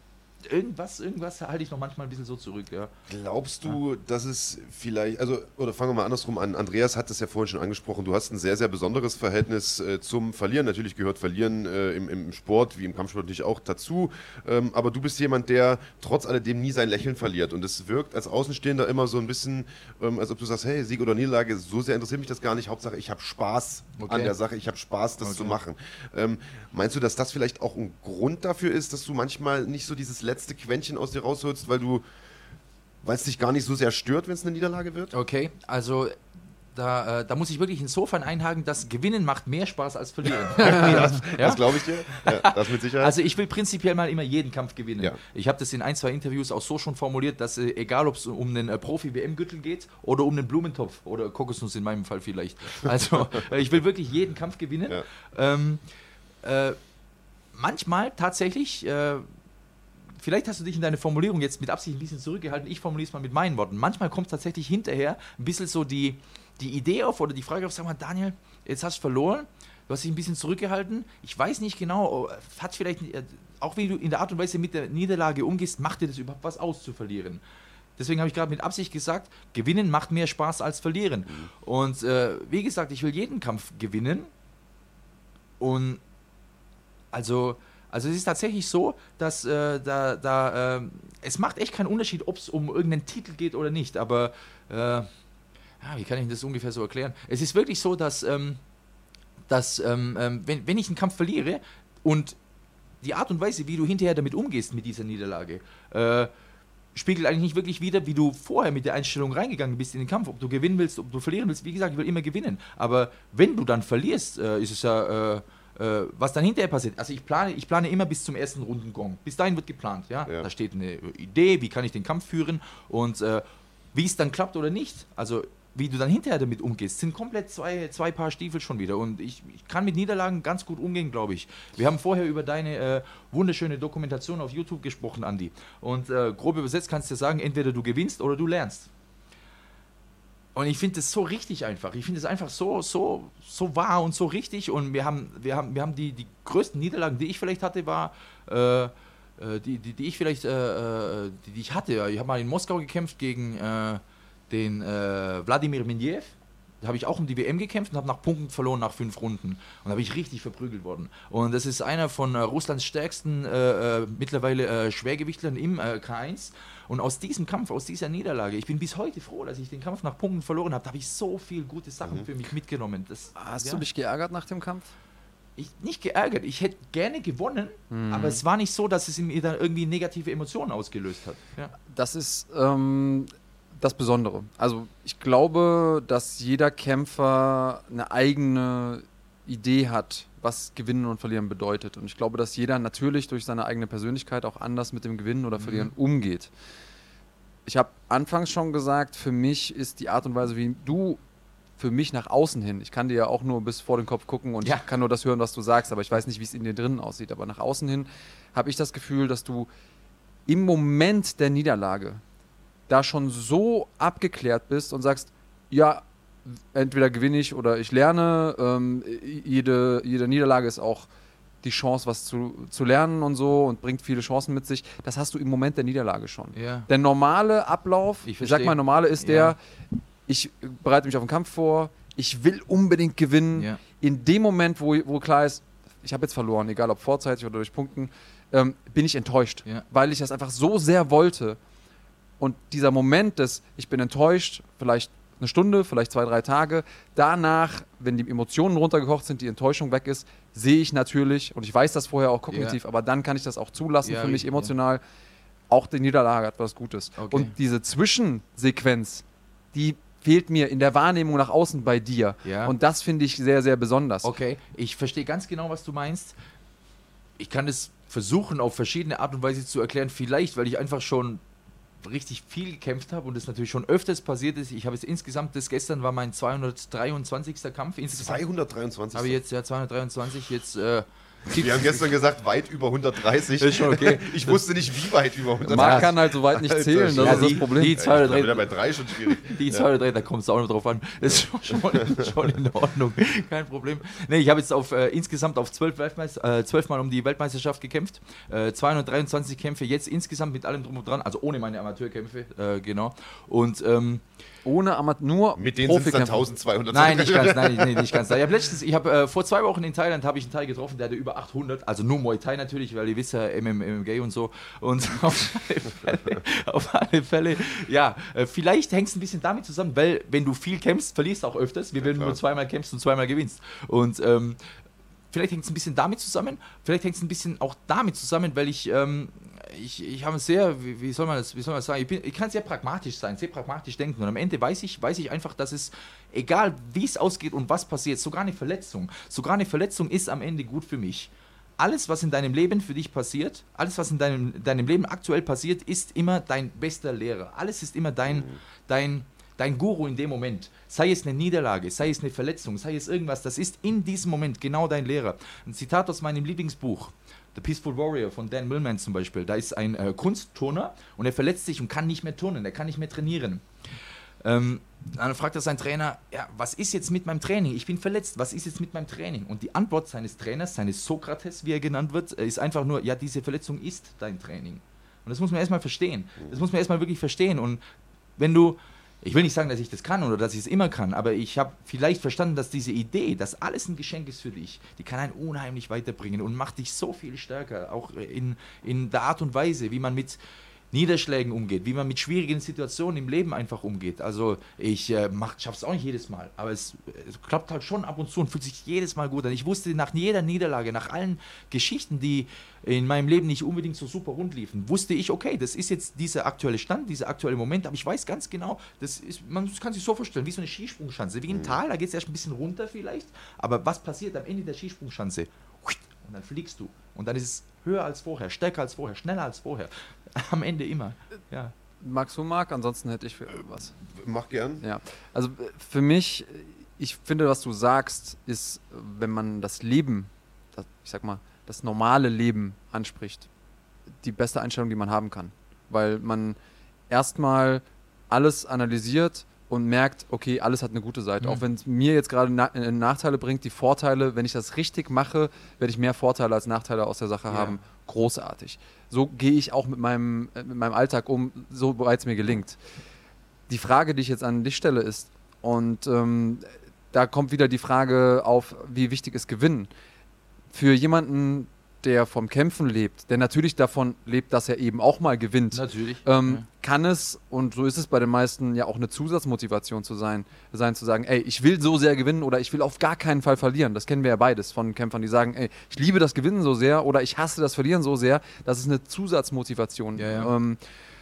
irgendwas, irgendwas halte ich noch manchmal ein bisschen so zurück, ja. Glaubst du, dass es vielleicht, also, oder fangen wir mal andersrum an. Andreas hat es ja vorhin schon angesprochen, du hast ein sehr, sehr besonderes Verhältnis äh, zum Verlieren. Natürlich gehört Verlieren äh, im, im Sport, wie im Kampfsport natürlich auch dazu. Ähm, aber du bist jemand, der trotz alledem nie sein Lächeln verliert. Und es wirkt als Außenstehender immer so ein bisschen, ähm, als ob du sagst, hey, Sieg oder Niederlage, so sehr interessiert mich das gar nicht. Hauptsache, ich habe Spaß Okay. an der Sache, ich habe Spaß, das Okay. zu machen. Ähm, meinst du, dass das vielleicht auch ein Grund dafür ist, dass du manchmal nicht so dieses letzte Quäntchen aus dir rausholst, weil du, weil es dich gar nicht so sehr stört, wenn es eine Niederlage wird? Okay, also da, äh, da muss ich wirklich insofern einhaken, dass Gewinnen macht mehr Spaß als Verlieren. das Ja? das glaube ich dir. Ja, das mit Sicherheit. Also ich will prinzipiell mal immer jeden Kampf gewinnen. Ja. Ich habe das in ein, zwei Interviews auch so schon formuliert, dass äh, egal ob es um einen äh, Profi-W M-Gürtel geht oder um einen Blumentopf oder Kokosnuss in meinem Fall vielleicht. Also äh, ich will wirklich jeden Kampf gewinnen. Ja. Ähm, äh, manchmal tatsächlich, äh, vielleicht hast du dich in deine Formulierung jetzt mit Absicht ein bisschen zurückgehalten, ich formuliere es mal mit meinen Worten. Manchmal kommt tatsächlich hinterher ein bisschen so die, die Idee auf oder die Frage auf, sag mal, Daniel, jetzt hast du verloren, du hast dich ein bisschen zurückgehalten, ich weiß nicht genau, hat vielleicht, auch wie du in der Art und Weise mit der Niederlage umgehst, macht dir das überhaupt was aus zu verlieren? Deswegen habe ich gerade mit Absicht gesagt, gewinnen macht mehr Spaß als verlieren. Mhm. Und äh, wie gesagt, ich will jeden Kampf gewinnen und also... Also es ist tatsächlich so, dass äh, da, da äh, es macht echt keinen Unterschied, ob es um irgendeinen Titel geht oder nicht, aber äh, ja, wie kann ich das ungefähr so erklären? Es ist wirklich so, dass, ähm, dass ähm, ähm, wenn, wenn ich einen Kampf verliere und die Art und Weise, wie du hinterher damit umgehst mit dieser Niederlage, äh, spiegelt eigentlich nicht wirklich wider, wie du vorher mit der Einstellung reingegangen bist in den Kampf, ob du gewinnen willst, ob du verlieren willst. Wie gesagt, ich will immer gewinnen, aber wenn du dann verlierst, äh, ist es ja... Äh, Äh, was dann hinterher passiert, also ich plane, ich plane immer bis zum ersten Rundengong. Bis dahin wird geplant, ja? Ja. Da steht eine Idee, wie kann ich den Kampf führen und äh, wie es dann klappt oder nicht. Also wie du dann hinterher damit umgehst, sind komplett zwei, zwei Paar Stiefel schon wieder. Und ich, ich kann mit Niederlagen ganz gut umgehen, glaube ich. Wir haben vorher über deine äh, wunderschöne Dokumentation auf YouTube gesprochen, Andi. Und äh, grob übersetzt kannst du sagen, entweder du gewinnst oder du lernst. Und ich finde das so richtig einfach. Ich finde es einfach so, so, so wahr und so richtig. Und wir haben, wir haben, wir haben die, die größten Niederlagen, die ich vielleicht hatte, war, äh, die, die, die ich vielleicht, äh, die, die ich hatte. Ich habe mal in Moskau gekämpft gegen äh, den äh, Wladimir Minjev. Da habe ich auch um die W M gekämpft und habe nach Punkten verloren nach fünf Runden. Und da habe ich richtig verprügelt worden. Und das ist einer von äh, Russlands stärksten äh, äh, mittlerweile äh, Schwergewichtlern im äh, K eins. Und aus diesem Kampf, aus dieser Niederlage, ich bin bis heute froh, dass ich den Kampf nach Punkten verloren habe. Da habe ich so viele gute Sachen mhm. für mich mitgenommen. Das, Hast ja, du dich geärgert nach dem Kampf? Ich, nicht geärgert. Ich hätte gerne gewonnen, Mhm. aber es war nicht so, dass es in mir dann irgendwie negative Emotionen ausgelöst hat. Ja. Das ist ähm, das Besondere. Also ich glaube, dass jeder Kämpfer eine eigene Idee hat, was Gewinnen und Verlieren bedeutet. Und ich glaube, dass jeder natürlich durch seine eigene Persönlichkeit auch anders mit dem Gewinnen oder Verlieren mhm. umgeht. Ich habe anfangs schon gesagt, für mich ist die Art und Weise, wie du für mich nach außen hin, ich kann dir ja auch nur bis vor den Kopf gucken und ja. ich kann nur das hören, was du sagst, aber ich weiß nicht, wie es in dir drinnen aussieht. Aber nach außen hin habe ich das Gefühl, dass du im Moment der Niederlage da schon so abgeklärt bist und sagst, ja, entweder gewinne ich oder ich lerne. Ähm, jede, jede Niederlage ist auch die Chance, was zu, zu lernen und so und bringt viele Chancen mit sich. Das hast du im Moment der Niederlage schon. Ja. Der normale Ablauf, ich, ich sag mal, normale ist der, ja. ich bereite mich auf den Kampf vor, ich will unbedingt gewinnen. Ja. In dem Moment, wo, wo klar ist, ich habe jetzt verloren, egal ob vorzeitig oder durch Punkten, ähm, bin ich enttäuscht, ja. weil ich das einfach so sehr wollte. Und dieser Moment des, ich bin enttäuscht, vielleicht eine Stunde, vielleicht zwei, drei Tage. Danach, wenn die Emotionen runtergekocht sind, die Enttäuschung weg ist, sehe ich natürlich, und ich weiß das vorher auch kognitiv, ja. aber dann kann ich das auch zulassen ja, für mich emotional. Ja. Auch die Niederlage hat was Gutes. Okay. Und diese Zwischensequenz, die fehlt mir in der Wahrnehmung nach außen bei dir. Ja. Und das finde ich sehr, sehr besonders. Okay, ich verstehe ganz genau, was du meinst. Ich kann es versuchen, auf verschiedene Art und Weise zu erklären. Vielleicht, weil ich einfach schon richtig viel gekämpft habe und das natürlich schon öfters passiert ist. Ich habe jetzt insgesamt, das gestern war mein zweihundertdreiundzwanzigster Kampf. Insgesamt zweihundertdreiundzwanzig? Habe ich jetzt, ja, zweihundertdreiundzwanzig, jetzt, äh, Wir haben gestern gesagt, weit über hundertdreißig. Ist schon okay. Ich wusste nicht, wie weit über hundertdreißig. Marc kann halt so weit nicht zählen, das Ja, ist die, das Problem. Die zwei oder Ich bin wieder drei, bei drei schon schwierig. die zwei oder drei, da kommt es auch noch drauf an. Das ist schon, schon, schon in Ordnung, kein Problem. Nee, ich habe jetzt auf, äh, insgesamt auf zwölf, Weltmeister, äh, zwölf Mal um die Weltmeisterschaft gekämpft. Äh, zweihundertdreiundzwanzig Kämpfe jetzt insgesamt mit allem drum und dran, also ohne meine Amateurkämpfe, äh, genau. Und ähm, Ohne Amateur, nur Mit denen sind es dann Profikämpfer. eintausendzweihundert. Nein, nicht ganz, nein, nee, nicht ganz. Ich habe letztens, ich habe äh, vor zwei Wochen in Thailand habe ich einen Thai getroffen, der hatte über achthundert, also nur Muay Thai natürlich, weil ihr wisst ja, M M A und so. Und auf alle Fälle, auf alle Fälle ja, äh, vielleicht hängt es ein bisschen damit zusammen, weil wenn du viel kämpfst, verlierst du auch öfters, wie wenn du nur zweimal kämpfst und zweimal gewinnst. Und ähm, vielleicht hängt es ein bisschen damit zusammen, vielleicht hängt es ein bisschen auch damit zusammen, weil ich, ähm, ich, ich habe sehr, wie, wie soll man das, wie soll man das sagen, ich, bin, ich kann sehr pragmatisch sein, sehr pragmatisch denken und am Ende weiß ich, weiß ich einfach, dass es, egal wie es ausgeht und was passiert, sogar eine Verletzung, sogar eine Verletzung ist am Ende gut für mich. Alles, was in deinem Leben für dich passiert, alles, was in deinem, deinem Leben aktuell passiert, ist immer dein bester Lehrer. Alles ist immer dein, mhm. dein, dein Guru in dem Moment. Sei es eine Niederlage, sei es eine Verletzung, sei es irgendwas, das ist in diesem Moment genau dein Lehrer. Ein Zitat aus meinem Lieblingsbuch, The Peaceful Warrior von Dan Millman zum Beispiel. Da ist ein äh, Kunstturner und er verletzt sich und kann nicht mehr turnen, er kann nicht mehr trainieren. Ähm, dann fragt er seinen Trainer, ja, was ist jetzt mit meinem Training? Ich bin verletzt, was ist jetzt mit meinem Training? Und die Antwort seines Trainers, seines Sokrates, wie er genannt wird, ist einfach nur, ja, diese Verletzung ist dein Training. Und das muss man erstmal verstehen. Das muss man erstmal wirklich verstehen. Und wenn du, ich will nicht sagen, dass ich das kann oder dass ich es immer kann, aber ich habe vielleicht verstanden, dass diese Idee, dass alles ein Geschenk ist für dich, die kann einen unheimlich weiterbringen und macht dich so viel stärker, auch in, in der Art und Weise, wie man mit Niederschlägen umgeht, wie man mit schwierigen Situationen im Leben einfach umgeht. Also ich äh, schaffe es auch nicht jedes Mal, aber es, es klappt halt schon ab und zu und fühlt sich jedes Mal gut an. Ich wusste nach jeder Niederlage, nach allen Geschichten, die in meinem Leben nicht unbedingt so super rund liefen, wusste ich, okay, das ist jetzt dieser aktuelle Stand, dieser aktuelle Moment, aber ich weiß ganz genau, das ist, man kann sich so vorstellen, wie so eine Skisprungschanze, wie ein Tal, da geht es erst ein bisschen runter vielleicht, aber was passiert am Ende der Skisprungschanze? Und dann fliegst du und dann ist es höher als vorher, stärker als vorher, schneller als vorher. Am Ende immer. Ja. Magst du, Marc? Ansonsten hätte ich für was. Mach gern. Ja, also für mich, ich finde, was du sagst, ist, wenn man das Leben, das, ich sag mal, das normale Leben anspricht, die beste Einstellung, die man haben kann. Weil man erstmal alles analysiert und merkt, okay, alles hat eine gute Seite. Mhm. Auch wenn es mir jetzt gerade na- Nachteile bringt, die Vorteile, wenn ich das richtig mache, werde ich mehr Vorteile als Nachteile aus der Sache ja. haben. Großartig. So gehe ich auch mit meinem, äh, mit meinem Alltag um, so bereits es mir gelingt. Die Frage, die ich jetzt an dich stelle, ist, und ähm, da kommt wieder die Frage auf, wie wichtig ist Gewinnen. Für jemanden, der vom Kämpfen lebt, der natürlich davon lebt, dass er eben auch mal gewinnt, natürlich. Ähm, ja. kann es, und so ist es bei den meisten, ja auch eine Zusatzmotivation zu sein, sein, zu sagen, ey, ich will so sehr gewinnen oder ich will auf gar keinen Fall verlieren. Das kennen wir ja beides von Kämpfern, die sagen, ey, ich liebe das Gewinnen so sehr oder ich hasse das Verlieren so sehr. Das ist eine Zusatzmotivation. Ja, ja. Ähm,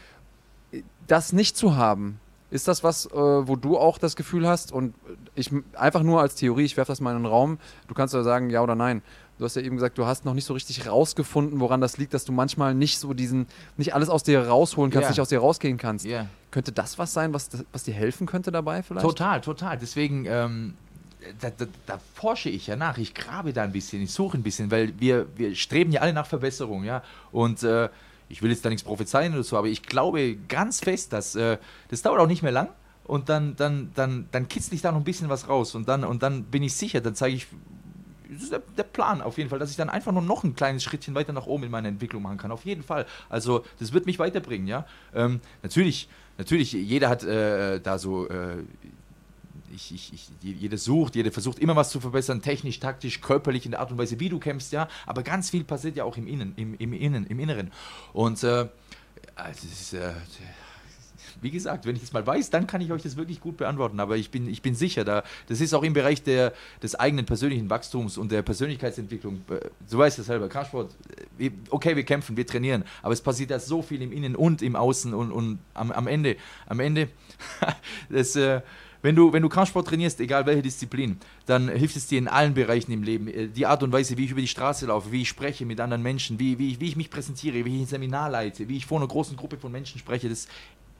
das nicht zu haben, ist das was, äh, wo du auch das Gefühl hast, und ich einfach nur als Theorie, ich werfe das mal in den Raum, du kannst ja sagen, ja oder nein. Du hast ja eben gesagt, du hast noch nicht so richtig rausgefunden, woran das liegt, dass du manchmal nicht so diesen, nicht alles aus dir rausholen kannst, yeah. nicht aus dir rausgehen kannst. Yeah. Könnte das was sein, was, was dir helfen könnte dabei vielleicht? Total, total. Deswegen, ähm, da, da, da forsche ich ja nach, ich grabe da ein bisschen, ich suche ein bisschen, weil wir, wir streben ja alle nach Verbesserung, ja. Und äh, ich will jetzt da nichts prophezeien oder so, aber ich glaube ganz fest, dass äh, das dauert auch nicht mehr lang. Und dann, dann, dann, dann kitzle ich da noch ein bisschen was raus und dann, und dann bin ich sicher, dann zeige ich, das ist der, der Plan auf jeden Fall, dass ich dann einfach nur noch ein kleines Schrittchen weiter nach oben in meiner Entwicklung machen kann, auf jeden Fall. Also das wird mich weiterbringen, ja. Ähm, natürlich, natürlich, jeder hat äh, da so, äh, ich, ich, ich, jeder sucht, jeder versucht immer was zu verbessern, technisch, taktisch, körperlich, in der Art und Weise, wie du kämpfst, ja. Aber ganz viel passiert ja auch im Innen, im, im Innen, im Inneren. Und äh, also das ist, äh, wie gesagt, wenn ich das mal weiß, dann kann ich euch das wirklich gut beantworten. Aber ich bin, ich bin sicher, da, das ist auch im Bereich der, des eigenen persönlichen Wachstums und der Persönlichkeitsentwicklung. Du weißt es selber, Kampfsport, okay, wir kämpfen, wir trainieren, aber es passiert ja so viel im Innen und im Außen und, und am, am Ende, am Ende, das, äh, wenn du, wenn du Kampfsport trainierst, egal welche Disziplin, dann hilft es dir in allen Bereichen im Leben. Die Art und Weise, wie ich über die Straße laufe, wie ich spreche mit anderen Menschen, wie, wie, wie ich mich präsentiere, wie ich ein Seminar leite, wie ich vor einer großen Gruppe von Menschen spreche, das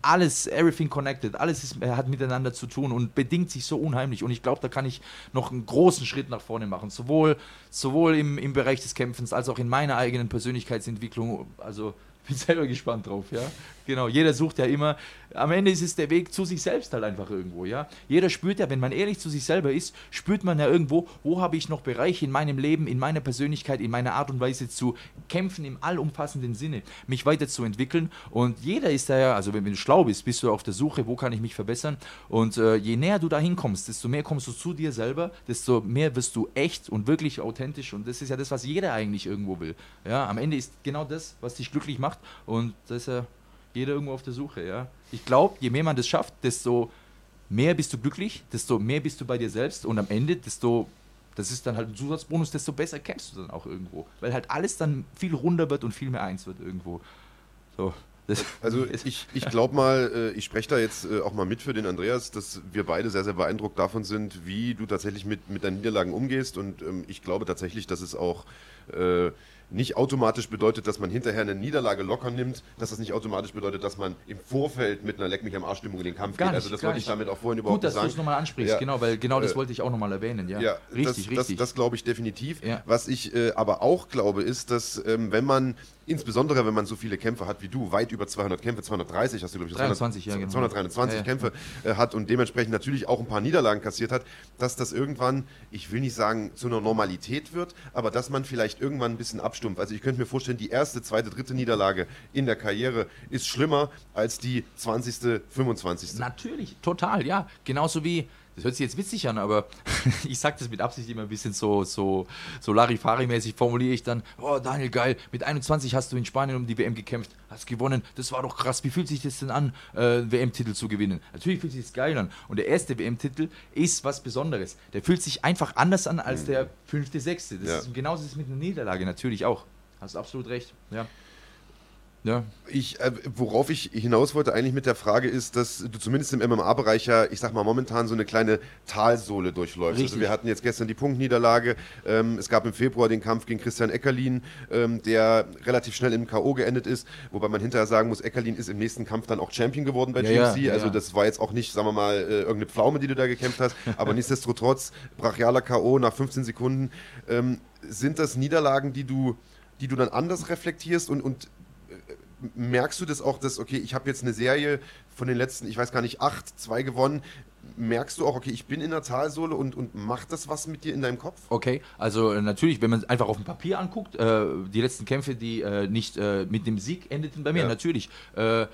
alles, everything connected, alles ist, hat miteinander zu tun und bedingt sich so unheimlich. Und ich glaube, da kann ich noch einen großen Schritt nach vorne machen. Sowohl, sowohl im, im Bereich des Kämpfens als auch in meiner eigenen Persönlichkeitsentwicklung. Also ich bin selber gespannt drauf, ja. Genau, jeder sucht ja immer, am Ende ist es der Weg zu sich selbst halt einfach irgendwo, ja. Jeder spürt ja, wenn man ehrlich zu sich selber ist, spürt man ja irgendwo, wo habe ich noch Bereiche in meinem Leben, in meiner Persönlichkeit, in meiner Art und Weise zu kämpfen, im allumfassenden Sinne, mich weiterzuentwickeln. Und jeder ist da ja, also wenn, wenn du schlau bist, bist du auf der Suche, wo kann ich mich verbessern. Und äh, je näher du da hinkommst, desto mehr kommst du zu dir selber, desto mehr wirst du echt und wirklich authentisch. Und das ist ja das, was jeder eigentlich irgendwo will. Ja, am Ende ist genau das, was dich glücklich macht. Und das ist ja jeder irgendwo auf der Suche, ja. Ich glaube, je mehr man das schafft, desto mehr bist du glücklich, desto mehr bist du bei dir selbst und am Ende, desto, das ist dann halt ein Zusatzbonus, desto besser kämpfst du dann auch irgendwo. Weil halt alles dann viel runder wird und viel mehr eins wird irgendwo. So. Das also ich, ich glaube mal, ich spreche da jetzt auch mal mit für den Andreas, dass wir beide sehr, sehr beeindruckt davon sind, wie du tatsächlich mit, mit deinen Niederlagen umgehst und ähm, ich glaube tatsächlich, dass es auch äh, nicht automatisch bedeutet, dass man hinterher eine Niederlage locker nimmt, dass das nicht automatisch bedeutet, dass man im Vorfeld mit einer Leck mich am Arsch-Stimmung in den Kampf gar geht. Nicht, also das wollte nicht. ich damit auch vorhin überhaupt Gut, dass sagen. du es nochmal ansprichst, ja. genau, weil genau das äh, wollte ich auch nochmal erwähnen. Ja, ja richtig, das, richtig. Das, das glaube ich definitiv. Ja. Was ich äh, aber auch glaube, ist, dass ähm, wenn man, insbesondere wenn man so viele Kämpfe hat wie du, weit über zweihundert Kämpfe, zweihundertdreißig hast du, glaube ich, dreiundzwanzig, ja, genau. zweihundertdreiundzwanzig ja, ja. Kämpfe äh, hat und dementsprechend natürlich auch ein paar Niederlagen kassiert hat, dass das irgendwann, ich will nicht sagen, zu einer Normalität wird, aber dass man vielleicht irgendwann ein bisschen abstumpft. Also ich könnte mir vorstellen, die erste, zweite, dritte Niederlage in der Karriere ist schlimmer als die zwanzigste, fünfundzwanzigste Natürlich, total, ja. Genauso wie, das hört sich jetzt witzig an, aber ich sage das mit Absicht immer ein bisschen so, so, so Larifari-mäßig, formuliere ich dann, oh Daniel, geil, mit einundzwanzig hast du in Spanien um die W M gekämpft, hast gewonnen, das war doch krass, wie fühlt sich das denn an, äh, W M-Titel zu gewinnen? Natürlich fühlt sich das geil an und der erste W M-Titel ist was Besonderes, der fühlt sich einfach anders an als der fünfte, sechste, das Ja. ist genauso ist es mit einer Niederlage, natürlich auch, hast du absolut recht, ja. Ja. Ich, äh, worauf ich hinaus wollte eigentlich mit der Frage ist, dass du zumindest im M M A-Bereich ja, ich sag mal, momentan so eine kleine Talsohle durchläufst. Richtig. Also wir hatten jetzt gestern die Punktniederlage, ähm, es gab im Februar den Kampf gegen Christian Eckerlin, ähm, der relativ schnell im K O geendet ist, wobei man hinterher sagen muss, Eckerlin ist im nächsten Kampf dann auch Champion geworden bei Ja, G M C, ja, ja, also ja. das war jetzt auch nicht, sagen wir mal, äh, irgendeine Pflaume, die du da gekämpft hast, aber nichtsdestotrotz, brachialer K O nach fünfzehn Sekunden. Ähm, sind das Niederlagen, die du, die du dann anders reflektierst und, und merkst du das auch, dass, okay, ich habe jetzt eine Serie von den letzten, ich weiß gar nicht, acht, zwei gewonnen, merkst du auch, okay, ich bin in der Talsohle und, und macht das was mit dir in deinem Kopf? Okay, also äh, natürlich, wenn man es einfach auf dem Papier anguckt, äh, die letzten Kämpfe, die äh, nicht äh, mit dem Sieg endeten bei mir, Ja. natürlich. Äh,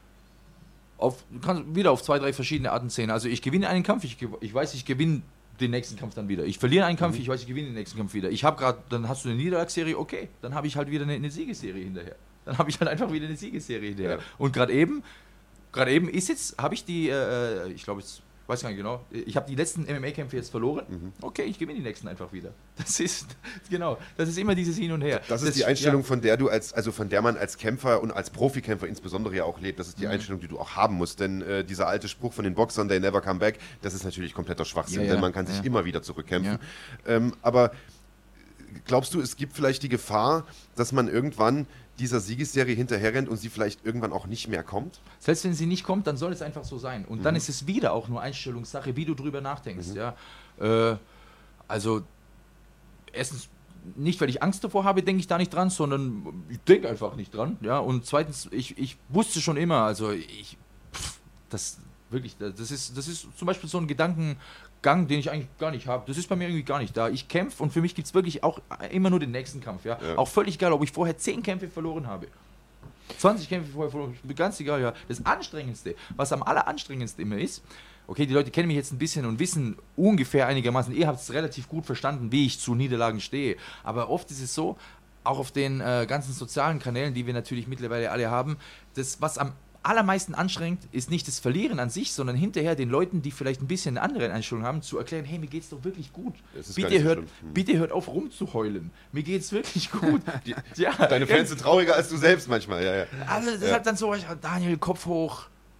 auf, du kannst wieder auf zwei, drei verschiedene Arten sehen. Also ich gewinne einen Kampf, ich, gew- ich weiß, ich gewinne den nächsten Kampf dann wieder. Ich verliere einen Kampf, Mhm. ich weiß, ich gewinne den nächsten Kampf wieder. Ich habe gerade, dann hast du eine Niederlagsserie, okay, dann habe ich halt wieder eine, eine Siegesserie hinterher. Dann habe ich halt einfach wieder eine Siegesserie hinterher. Ja. Und gerade eben, gerade eben ist jetzt, habe ich die, äh, ich glaube jetzt, weiß gar nicht genau, ich habe die letzten M M A-Kämpfe jetzt verloren. Mhm. Okay, ich gewinne die nächsten einfach wieder. Das ist, genau, das ist immer dieses Hin und Her. Das ist die Einstellung, ja. von der du als, also von der man als Kämpfer und als Profikämpfer insbesondere ja auch lebt. Das ist die Mhm. Einstellung, die du auch haben musst. Denn äh, dieser alte Spruch von den Boxern, they never come back, das ist natürlich kompletter Schwachsinn, Ja, ja, denn man kann sich ja. immer wieder zurückkämpfen. Ähm, aber glaubst du, es gibt vielleicht die Gefahr, dass man irgendwann dieser Siegesserie hinterherrennt und sie vielleicht irgendwann auch nicht mehr kommt? Selbst wenn sie nicht kommt, dann soll es einfach so sein. Und dann Mhm. ist es wieder auch nur Einstellungssache, wie du drüber nachdenkst. Mhm. Ja? Äh, also, erstens, nicht weil ich Angst davor habe, denke ich da nicht dran, sondern ich denke einfach nicht dran. Ja? Und zweitens, ich, ich wusste schon immer, also ich, pff, das wirklich, das ist, das ist zum Beispiel so ein Gedankengang, den ich eigentlich gar nicht habe. Das ist bei mir irgendwie gar nicht da. Ich kämpfe und für mich gibt es wirklich auch immer nur den nächsten Kampf. Ja? Ja. Auch völlig egal, ob ich vorher zehn Kämpfe verloren habe. zwanzig Kämpfe vorher verloren, ganz egal, ja. Das Anstrengendste, was am alleranstrengendsten immer ist, okay, die Leute kennen mich jetzt ein bisschen und wissen ungefähr einigermaßen, ihr habt es relativ gut verstanden, wie ich zu Niederlagen stehe. Aber oft ist es so, auch auf den äh, ganzen sozialen Kanälen, die wir natürlich mittlerweile alle haben, das, was am allermeisten anstrengt, ist nicht das Verlieren an sich, sondern hinterher den Leuten, die vielleicht ein bisschen eine andere Einstellung haben, zu erklären, hey, mir geht's doch wirklich gut. Das ist gar Bitte nicht so hört, schlimm. Hm. bitte hört auf rumzuheulen. Mir geht's wirklich gut. Die, ja, Deine Fans sind trauriger als du selbst manchmal, ja, ja. also das ist Ja. halt dann so, Daniel, Kopf hoch,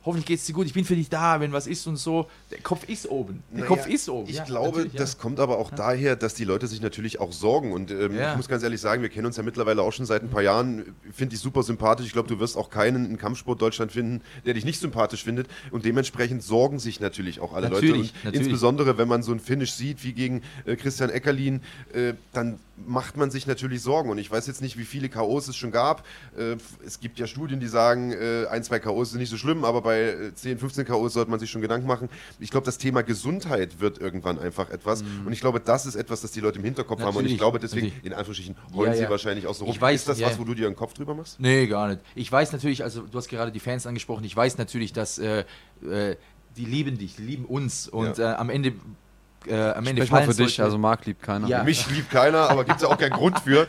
hoffentlich geht es dir gut, ich bin für dich da, wenn was ist und so. Der Kopf ist oben. Der Naja, Kopf ist oben. Ich ja, glaube, ja. das kommt aber auch ja. daher, dass die Leute sich natürlich auch sorgen. Und ähm, ja. ich muss ganz ehrlich sagen, wir kennen uns ja mittlerweile auch schon seit ein paar Jahren. Finde ich super sympathisch. Ich glaube, du wirst auch keinen in Kampfsport Deutschland finden, der dich nicht sympathisch findet. Und dementsprechend sorgen sich natürlich auch alle natürlich, Leute. Und natürlich. insbesondere, wenn man so ein Finish sieht, wie gegen äh, Christian Eckerlin, äh, dann macht man sich natürlich Sorgen. Und ich weiß jetzt nicht, wie viele K Os es schon gab. Äh, es gibt ja Studien, die sagen, äh, ein, zwei K Os sind nicht so schlimm, aber bei äh, zehn, fünfzehn K Os sollte man sich schon Gedanken machen. Ich glaube, das Thema Gesundheit wird irgendwann einfach etwas. Mhm. Und ich glaube, das ist etwas, das die Leute im Hinterkopf natürlich, haben. Und ich glaube, deswegen, natürlich. in Anführungsstrichen, heulen ja, ja. sie wahrscheinlich auch so rum. Ich weiß, ist das ja. was, wo du dir einen Kopf drüber machst? Nee, gar nicht. Ich weiß natürlich, also du hast gerade die Fans angesprochen, ich weiß natürlich, dass äh, äh, die lieben dich, die lieben uns. Und ja. äh, am Ende Äh, am Ende Sprech mal für dich, also Marc liebt keiner. Ja. Mich liebt keiner, aber gibt es ja auch keinen Grund für.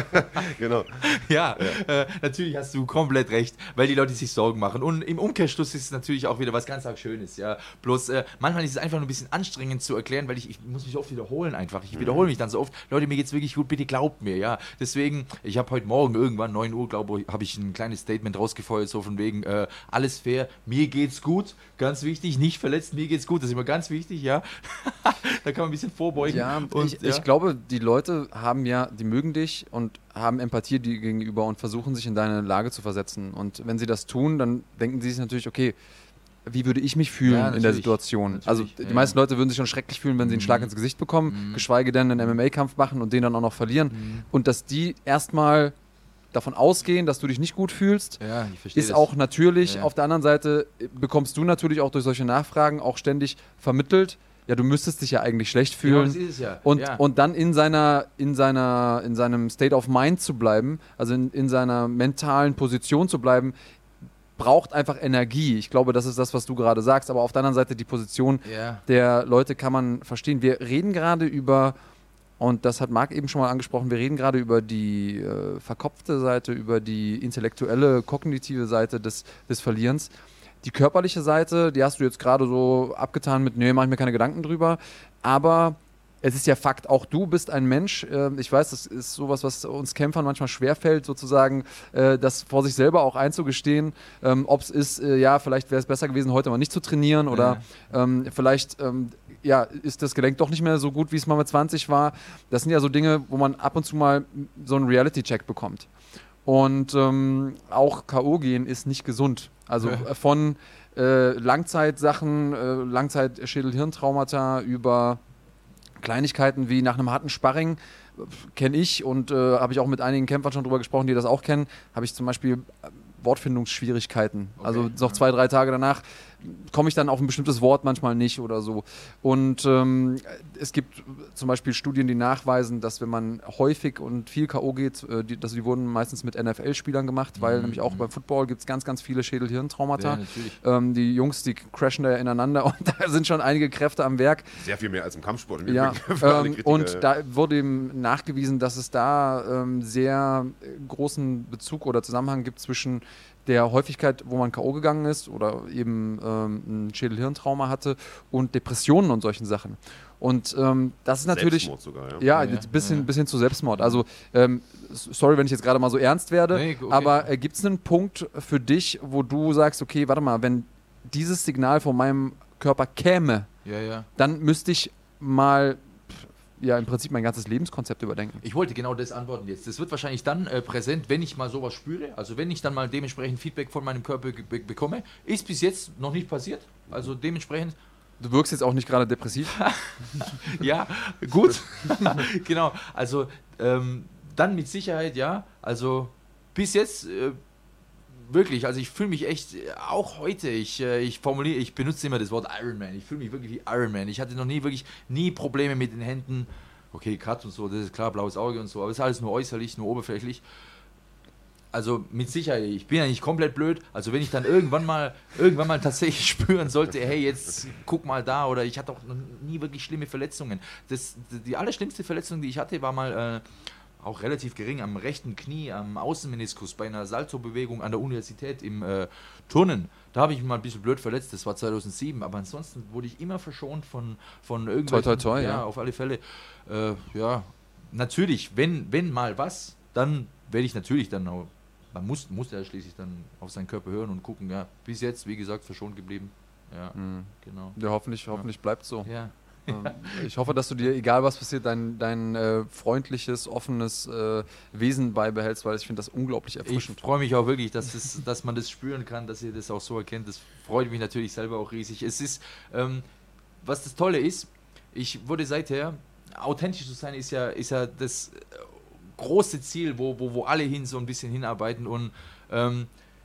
Genau. Ja, ja. Äh, natürlich hast du komplett recht, weil die Leute sich Sorgen machen. Und im Umkehrschluss ist es natürlich auch wieder was ganz arg Schönes. Ja. Bloß äh, manchmal ist es einfach nur ein bisschen anstrengend zu erklären, weil ich, ich muss mich oft wiederholen einfach. Ich wiederhole mich dann so oft. Leute, mir geht's wirklich gut, bitte glaubt mir. Ja. Deswegen, ich habe heute Morgen irgendwann, neun Uhr, glaube ich, habe ich ein kleines Statement rausgefeuert, so von wegen, äh, alles fair, mir geht's gut, ganz wichtig, nicht verletzt, mir geht's gut, das ist immer ganz wichtig, ja. Da kann man ein bisschen vorbeugen. Ja, und, ich, ja. ich glaube, die Leute haben ja, die mögen dich und haben Empathie dir gegenüber und versuchen sich in deine Lage zu versetzen. Und wenn sie das tun, dann denken sie sich natürlich, okay, wie würde ich mich fühlen ja, in der Situation? Natürlich. Also die ja, meisten ja. Leute würden sich schon schrecklich fühlen, wenn sie einen Schlag ins Gesicht bekommen, mhm. geschweige denn einen M M A-Kampf machen und den dann auch noch verlieren. Mhm. Und dass die erstmal davon ausgehen, dass du dich nicht gut fühlst, ja, ich verstehe ist das. auch natürlich. Ja. Auf der anderen Seite bekommst du natürlich auch durch solche Nachfragen auch ständig vermittelt, ja, du müsstest dich ja eigentlich schlecht fühlen. Genau, das ist es ja. Und, ja. und dann in seiner, in seiner, in seinem State of Mind zu bleiben, also in, in seiner mentalen Position zu bleiben, braucht einfach Energie. Ich glaube, das ist das, was du gerade sagst. Aber auf der anderen Seite die Position ja. der Leute kann man verstehen. Wir reden gerade über, und das hat Marc eben schon mal angesprochen, wir reden gerade über die äh, verkopfte Seite, über die intellektuelle, kognitive Seite des, des Verlierens. Die körperliche Seite, die hast du jetzt gerade so abgetan mit, nee, mach ich mir keine Gedanken drüber. Aber es ist ja Fakt, auch du bist ein Mensch. Äh, ich weiß, das ist sowas, was uns Kämpfern manchmal schwerfällt, sozusagen, äh, das vor sich selber auch einzugestehen. Ähm, Ob es ist, äh, ja, vielleicht wäre es besser gewesen, heute mal nicht zu trainieren oder ja. ähm, vielleicht ähm, ja, ist das Gelenk doch nicht mehr so gut, wie es mal mit zwanzig war. Das sind ja so Dinge, wo man ab und zu mal so einen Reality-Check bekommt. Und ähm, auch K O gehen ist nicht gesund. Also ja. von äh, Langzeitsachen, äh, Langzeit-Schädel-Hirntraumata über Kleinigkeiten wie nach einem harten Sparring, äh, kenne ich und äh, habe ich auch mit einigen Kämpfern schon drüber gesprochen, die das auch kennen, habe ich zum Beispiel äh, Wortfindungsschwierigkeiten. Okay. Also noch zwei, drei Tage danach komme ich dann auf ein bestimmtes Wort manchmal nicht oder so. Und ähm, es gibt zum Beispiel Studien, die nachweisen, dass wenn man häufig und viel K O geht, äh, die, also die wurden meistens mit N F L-Spielern gemacht, weil mhm. nämlich auch beim Football gibt es ganz, ganz viele Schädel-Hirn-Traumata. Ja, ähm, die Jungs, die crashen da ja ineinander und da sind schon einige Kräfte am Werk. Sehr viel mehr als im Kampfsport. Im ja, ähm, und da wurde eben nachgewiesen, dass es da ähm, sehr großen Bezug oder Zusammenhang gibt zwischen der Häufigkeit, wo man K O gegangen ist oder eben ähm, ein Schädel-Hirntrauma hatte und Depressionen und solchen Sachen. Und ähm, das ist natürlich Selbstmord sogar, ja. Ja, ja, ein bisschen, ja. bisschen zu Selbstmord. Also ähm, sorry, wenn ich jetzt gerade mal so ernst werde, nee, okay. aber äh, gibt es einen Punkt für dich, wo du sagst, okay, warte mal, wenn dieses Signal von meinem Körper käme, ja, ja. dann müsste ich mal ja im Prinzip mein ganzes Lebenskonzept überdenken. Ich wollte genau das antworten jetzt. Das wird wahrscheinlich dann äh, präsent, wenn ich mal sowas spüre. Also wenn ich dann mal dementsprechend Feedback von meinem Körper be- bekomme. Ist bis jetzt noch nicht passiert. Also dementsprechend... Du wirkst jetzt auch nicht gerade depressiv. Ja, gut. Genau. Also ähm, dann mit Sicherheit, ja. Also bis jetzt... Äh, Wirklich, also ich fühle mich echt, auch heute, ich, ich formuliere, ich benutze immer das Wort Iron Man, ich fühle mich wirklich wie Iron Man. Ich hatte noch nie wirklich, nie Probleme mit den Händen. Okay, Cut und so, das ist klar, blaues Auge und so, aber es ist alles nur äußerlich, nur oberflächlich. Also mit Sicherheit, ich bin ja nicht komplett blöd, also wenn ich dann irgendwann mal, irgendwann mal tatsächlich spüren sollte, hey, jetzt guck mal da, oder ich hatte auch noch nie wirklich schlimme Verletzungen. Das, die allerschlimmste Verletzung, die ich hatte, war mal... Äh, auch relativ gering, am rechten Knie, am Außenmeniskus, bei einer Salto-Bewegung an der Universität im äh, Turnen. Da habe ich mich mal ein bisschen blöd verletzt, das war zweitausendsieben, aber ansonsten wurde ich immer verschont von, von irgendwelchen... Toi, toi, toi, ja, ja. auf alle Fälle. Äh, ja, natürlich, wenn, wenn mal was, dann werde ich natürlich dann auch man muss, muss ja schließlich dann auf seinen Körper hören und gucken, ja, bis jetzt, wie gesagt, verschont geblieben. Ja, Mhm. genau. Ja, hoffentlich, hoffentlich bleibt so. Ja. Ähm, Ich hoffe, dass du dir, egal was passiert, dein, dein äh, freundliches, offenes äh, Wesen beibehältst, weil ich finde das unglaublich Ich erfrischend. freue mich auch wirklich, dass, das, dass man das spüren kann, dass ihr das auch so erkennt. Das freut mich natürlich selber auch riesig. Es ist, ähm, was das Tolle ist, ich wurde seither, authentisch zu sein, ist ja, ist ja das äh, große Ziel, wo, wo, wo alle hin so ein bisschen hinarbeiten. Und ähm,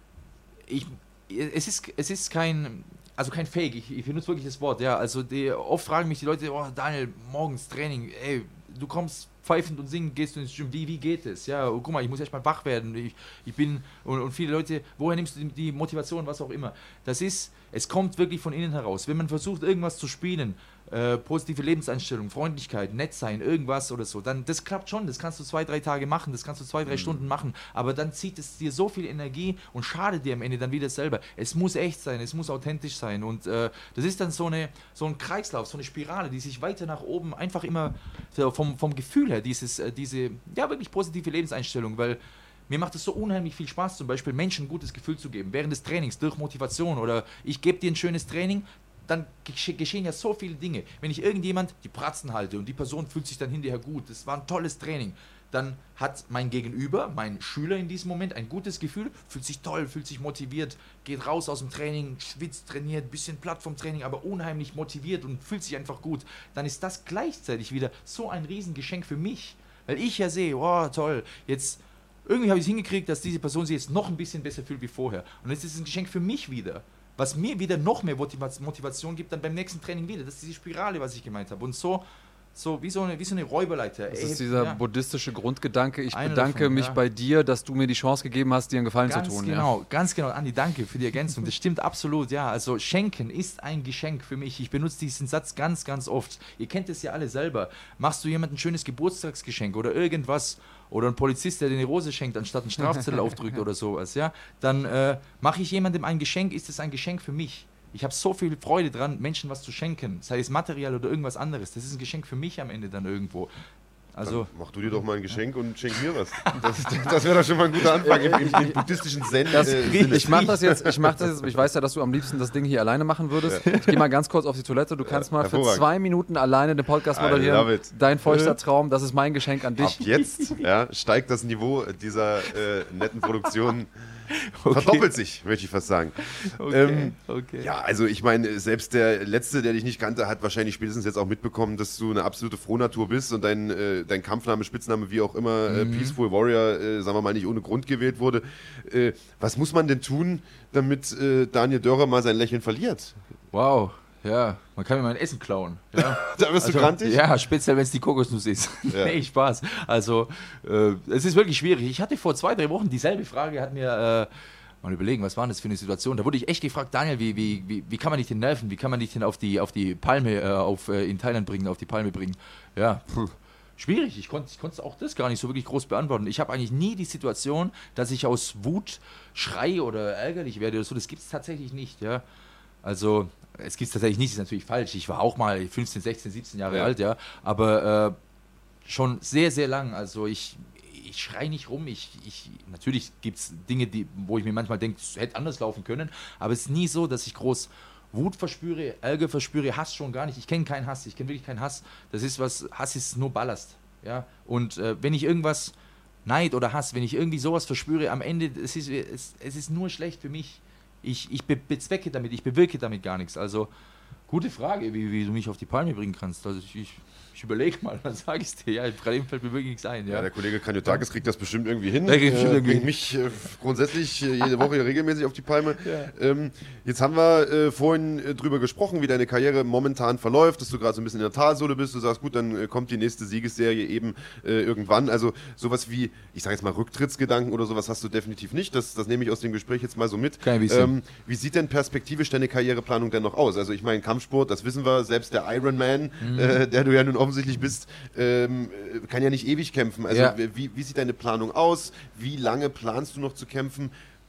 ich, es ist, es ist kein, also kein Fake, ich, ich benutze wirklich das Wort, ja. Also die, oft fragen mich die Leute, oh Daniel, morgens Training, ey, du kommst pfeifend und singend, gehst du ins Gym, wie, wie geht es? Ja, oh, guck mal, ich muss erst mal wach werden, ich, ich bin, und, und viele Leute, woher nimmst du die, die Motivation, was auch immer? Das ist, es kommt wirklich von innen heraus. Wenn man versucht, irgendwas zu spielen, äh, positive Lebenseinstellung, Freundlichkeit, nett sein, irgendwas oder so, dann, das klappt schon, das kannst du zwei, drei Tage machen, das kannst du zwei, drei mhm. Stunden machen, aber dann zieht es dir so viel Energie und schadet dir am Ende dann wieder selber. Es muss echt sein, es muss authentisch sein und äh, das ist dann so, eine, so ein Kreislauf, so eine Spirale, die sich weiter nach oben einfach immer so vom, vom Gefühl her, dieses, äh, diese, ja wirklich positive Lebenseinstellung, weil mir macht es so unheimlich viel Spaß, zum Beispiel Menschen ein gutes Gefühl zu geben, während des Trainings, durch Motivation oder ich gebe dir ein schönes Training, dann geschehen ja so viele Dinge. Wenn ich irgendjemand die Pratzen halte und die Person fühlt sich dann hinterher gut, das war ein tolles Training, dann hat mein Gegenüber, mein Schüler in diesem Moment ein gutes Gefühl, fühlt sich toll, fühlt sich motiviert, geht raus aus dem Training, schwitzt, trainiert, bisschen platt vom Training, aber unheimlich motiviert und fühlt sich einfach gut. Dann ist das gleichzeitig wieder so ein Riesengeschenk für mich, weil ich ja sehe, oh toll, jetzt irgendwie habe ich es hingekriegt, dass diese Person sich jetzt noch ein bisschen besser fühlt wie vorher. Und jetzt ist es ein Geschenk für mich wieder, was mir wieder noch mehr Motivation gibt, dann beim nächsten Training wieder. Das ist diese Spirale, was ich gemeint habe. Und so, so wie so eine, wie so eine Räuberleiter. Das Ey, ist dieser ja. buddhistische Grundgedanke. Ich Einer bedanke davon, mich ja. bei dir, dass du mir die Chance gegeben hast, dir einen Gefallen Ganz zu tun. genau, Ja. ganz genau. Andi, danke für die Ergänzung. Das stimmt absolut, ja. Also Schenken ist ein Geschenk für mich. Ich benutze diesen Satz ganz, ganz oft. Ihr kennt es ja alle selber. Machst du jemandem ein schönes Geburtstagsgeschenk oder irgendwas oder ein Polizist, der dir eine Rose schenkt, anstatt einen Strafzettel aufdrückt oder sowas, ja, dann äh, mache ich jemandem ein Geschenk, ist es ein Geschenk für mich. Ich habe so viel Freude dran, Menschen was zu schenken, sei es Material oder irgendwas anderes. Das ist ein Geschenk für mich am Ende dann irgendwo. Also, dann mach du dir doch mal ein Geschenk und schenk mir was. Das, das wäre doch schon mal ein guter Anfang im, im, im buddhistischen Zen. Das, äh, ich mache das jetzt, ich mache das jetzt, ich weiß ja, dass du am liebsten das Ding hier alleine machen würdest. Ja. Ich gehe mal ganz kurz auf die Toilette, du kannst mal für zwei Minuten alleine den Podcast moderieren. Dein feuchter Traum, das ist mein Geschenk an dich. Ab jetzt ja, steigt das Niveau dieser äh, netten Produktion. Okay. Verdoppelt sich, möchte ich fast sagen. Okay, ähm, okay. Ja, also ich meine, selbst der Letzte, der dich nicht kannte, hat wahrscheinlich spätestens jetzt auch mitbekommen, dass du eine absolute Frohnatur bist und dein, äh, dein Kampfname, Spitzname, wie auch immer, mhm. äh, Peaceful Warrior, äh, sagen wir mal, nicht ohne Grund gewählt wurde. Äh, was muss man denn tun, damit äh, Daniel Dörrer mal sein Lächeln verliert? Wow. Ja, man kann mir mein Essen klauen. Ja. Da bist also, du grantig? Ja, speziell wenn es die Kokosnuss ist. Ja. Nee, Spaß. Also, äh, es ist wirklich schwierig. Ich hatte vor zwei, drei Wochen dieselbe Frage, hat mir, äh, mal überlegen, was war das für eine Situation? Da wurde ich echt gefragt, Daniel, wie, wie, wie, wie kann man dich denn nerven? Wie kann man dich denn auf die, auf die Palme äh, auf, äh, in Thailand bringen, auf die Palme bringen? Ja, puh. Schwierig. Ich konnte ich konnte auch das gar nicht so wirklich groß beantworten. Ich habe eigentlich nie die Situation, dass ich aus Wut schreie oder ärgerlich werde oder so. Das gibt es tatsächlich nicht, ja. Also, es gibt es tatsächlich nicht, das ist natürlich falsch. Ich war auch mal fünfzehn, sechzehn, siebzehn Jahre ja. alt, ja. Aber äh, schon sehr, sehr lang. Also, ich, ich schreie nicht rum. Ich, ich, natürlich gibt es Dinge, die, wo ich mir manchmal denke, es hätte anders laufen können. Aber es ist nie so, dass ich groß Wut verspüre, Ärger verspüre, Hass schon gar nicht. Ich kenne keinen Hass. Ich kenne wirklich keinen Hass. Das ist was, Hass ist nur Ballast. Ja. Und äh, wenn ich irgendwas, Neid oder Hass, wenn ich irgendwie sowas verspüre, am Ende, es ist, es, es ist nur schlecht für mich. Ich, ich be bezwecke damit, ich bewirke damit gar nichts. Also, gute Frage, wie, wie du mich auf die Palme bringen kannst. Also, ich, ich, ich überlege mal, was sage ich dir? Ja, gerade eben fällt mir wirklich nichts ein. Ja, ja der Kollege Kanyotakis kriegt das bestimmt irgendwie hin. Der äh, irgendwie bringt mich äh, grundsätzlich äh, jede Woche regelmäßig auf die Palme. Ja. Ähm, jetzt haben wir äh, vorhin äh, drüber gesprochen, wie deine Karriere momentan verläuft, dass du gerade so ein bisschen in der Talsohle bist. Du sagst, gut, dann äh, kommt die nächste Siegesserie eben äh, irgendwann. Also sowas wie, ich sage jetzt mal Rücktrittsgedanken oder sowas hast du definitiv nicht. Das, das nehme ich aus dem Gespräch jetzt mal so mit. Kein ähm, wie sieht denn perspektivisch deine Karriereplanung denn noch aus? Also ich meine, Kampfsport, das wissen wir, selbst der Ironman, mhm. äh, der du ja nun offensichtlich bist, ähm, kann ja nicht ewig kämpfen. Also ja. wie, wie sieht deine Planung aus? Wie lange planst du noch zu kämpfen?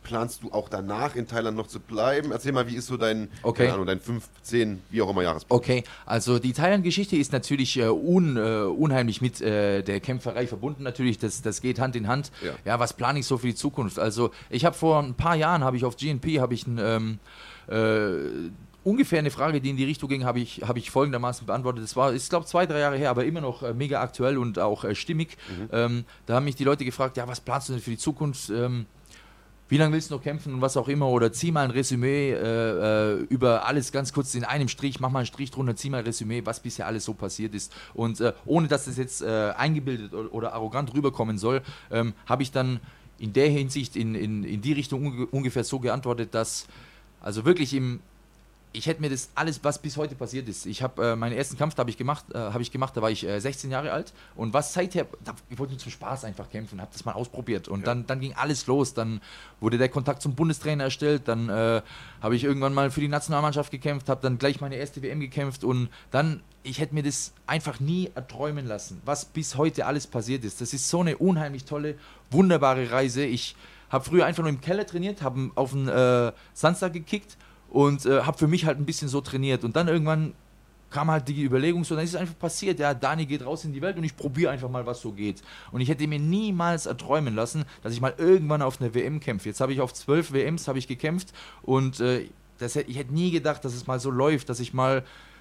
planst du auch danach in Thailand noch zu bleiben? Erzähl mal, wie ist so dein, Okay. keine Ahnung, dein fünf, zehn, wie auch immer Jahresplan? Okay, also die Thailand-Geschichte ist natürlich äh, un, äh, unheimlich mit äh, der Kämpferei verbunden. Natürlich, das, das geht Hand in Hand. Ja. Ja, was plane ich so für die Zukunft? Also ich habe vor ein paar Jahren, habe ich auf G N P, habe ich ein ähm, äh, ungefähr eine Frage, die in die Richtung ging, habe ich, habe ich folgendermaßen beantwortet. Das war, ich glaube, zwei, drei Jahre her, aber immer noch äh, mega aktuell und auch äh, stimmig. Mhm. Ähm, da haben mich die Leute gefragt, ja, was planst du denn für die Zukunft? Ähm, wie lange willst du noch kämpfen und was auch immer? Oder zieh mal ein Resümee äh, äh, über alles ganz kurz in einem Strich, mach mal einen Strich drunter, zieh mal ein Resümee, was bisher alles so passiert ist. Und äh, ohne dass das jetzt äh, eingebildet oder, oder arrogant rüberkommen soll, ähm, habe ich dann in der Hinsicht in, in, in die Richtung unge ungefähr so geantwortet, dass also wirklich im ich hätte mir das alles, was bis heute passiert ist. Ich habe äh, meinen ersten Kampf, da habe ich gemacht, äh, habe ich gemacht, da war ich äh, sechzehn Jahre alt und was seither, da, ich wollte nur zum Spaß einfach kämpfen, habe das mal ausprobiert und ja. dann, dann ging alles los. Dann wurde der Kontakt zum Bundestrainer erstellt, dann äh, habe ich irgendwann mal für die Nationalmannschaft gekämpft, habe dann gleich meine erste W M gekämpft und dann, ich hätte mir das einfach nie erträumen lassen, was bis heute alles passiert ist. Das ist so eine unheimlich tolle, wunderbare Reise. Ich habe früher einfach nur im Keller trainiert, habe auf den äh, Samstag gekickt und äh, habe für mich halt ein bisschen so trainiert. Und dann irgendwann kam halt die Überlegung so, dann ist es einfach passiert, ja, Dani geht raus in die Welt und ich probiere einfach mal, was so geht. Und ich hätte mir niemals erträumen lassen, dass ich mal irgendwann auf eine W M kämpfe. Jetzt habe ich auf zwölf W Ms habe ich gekämpft und äh, das, ich hätte nie gedacht, dass es mal so läuft, dass ich mal,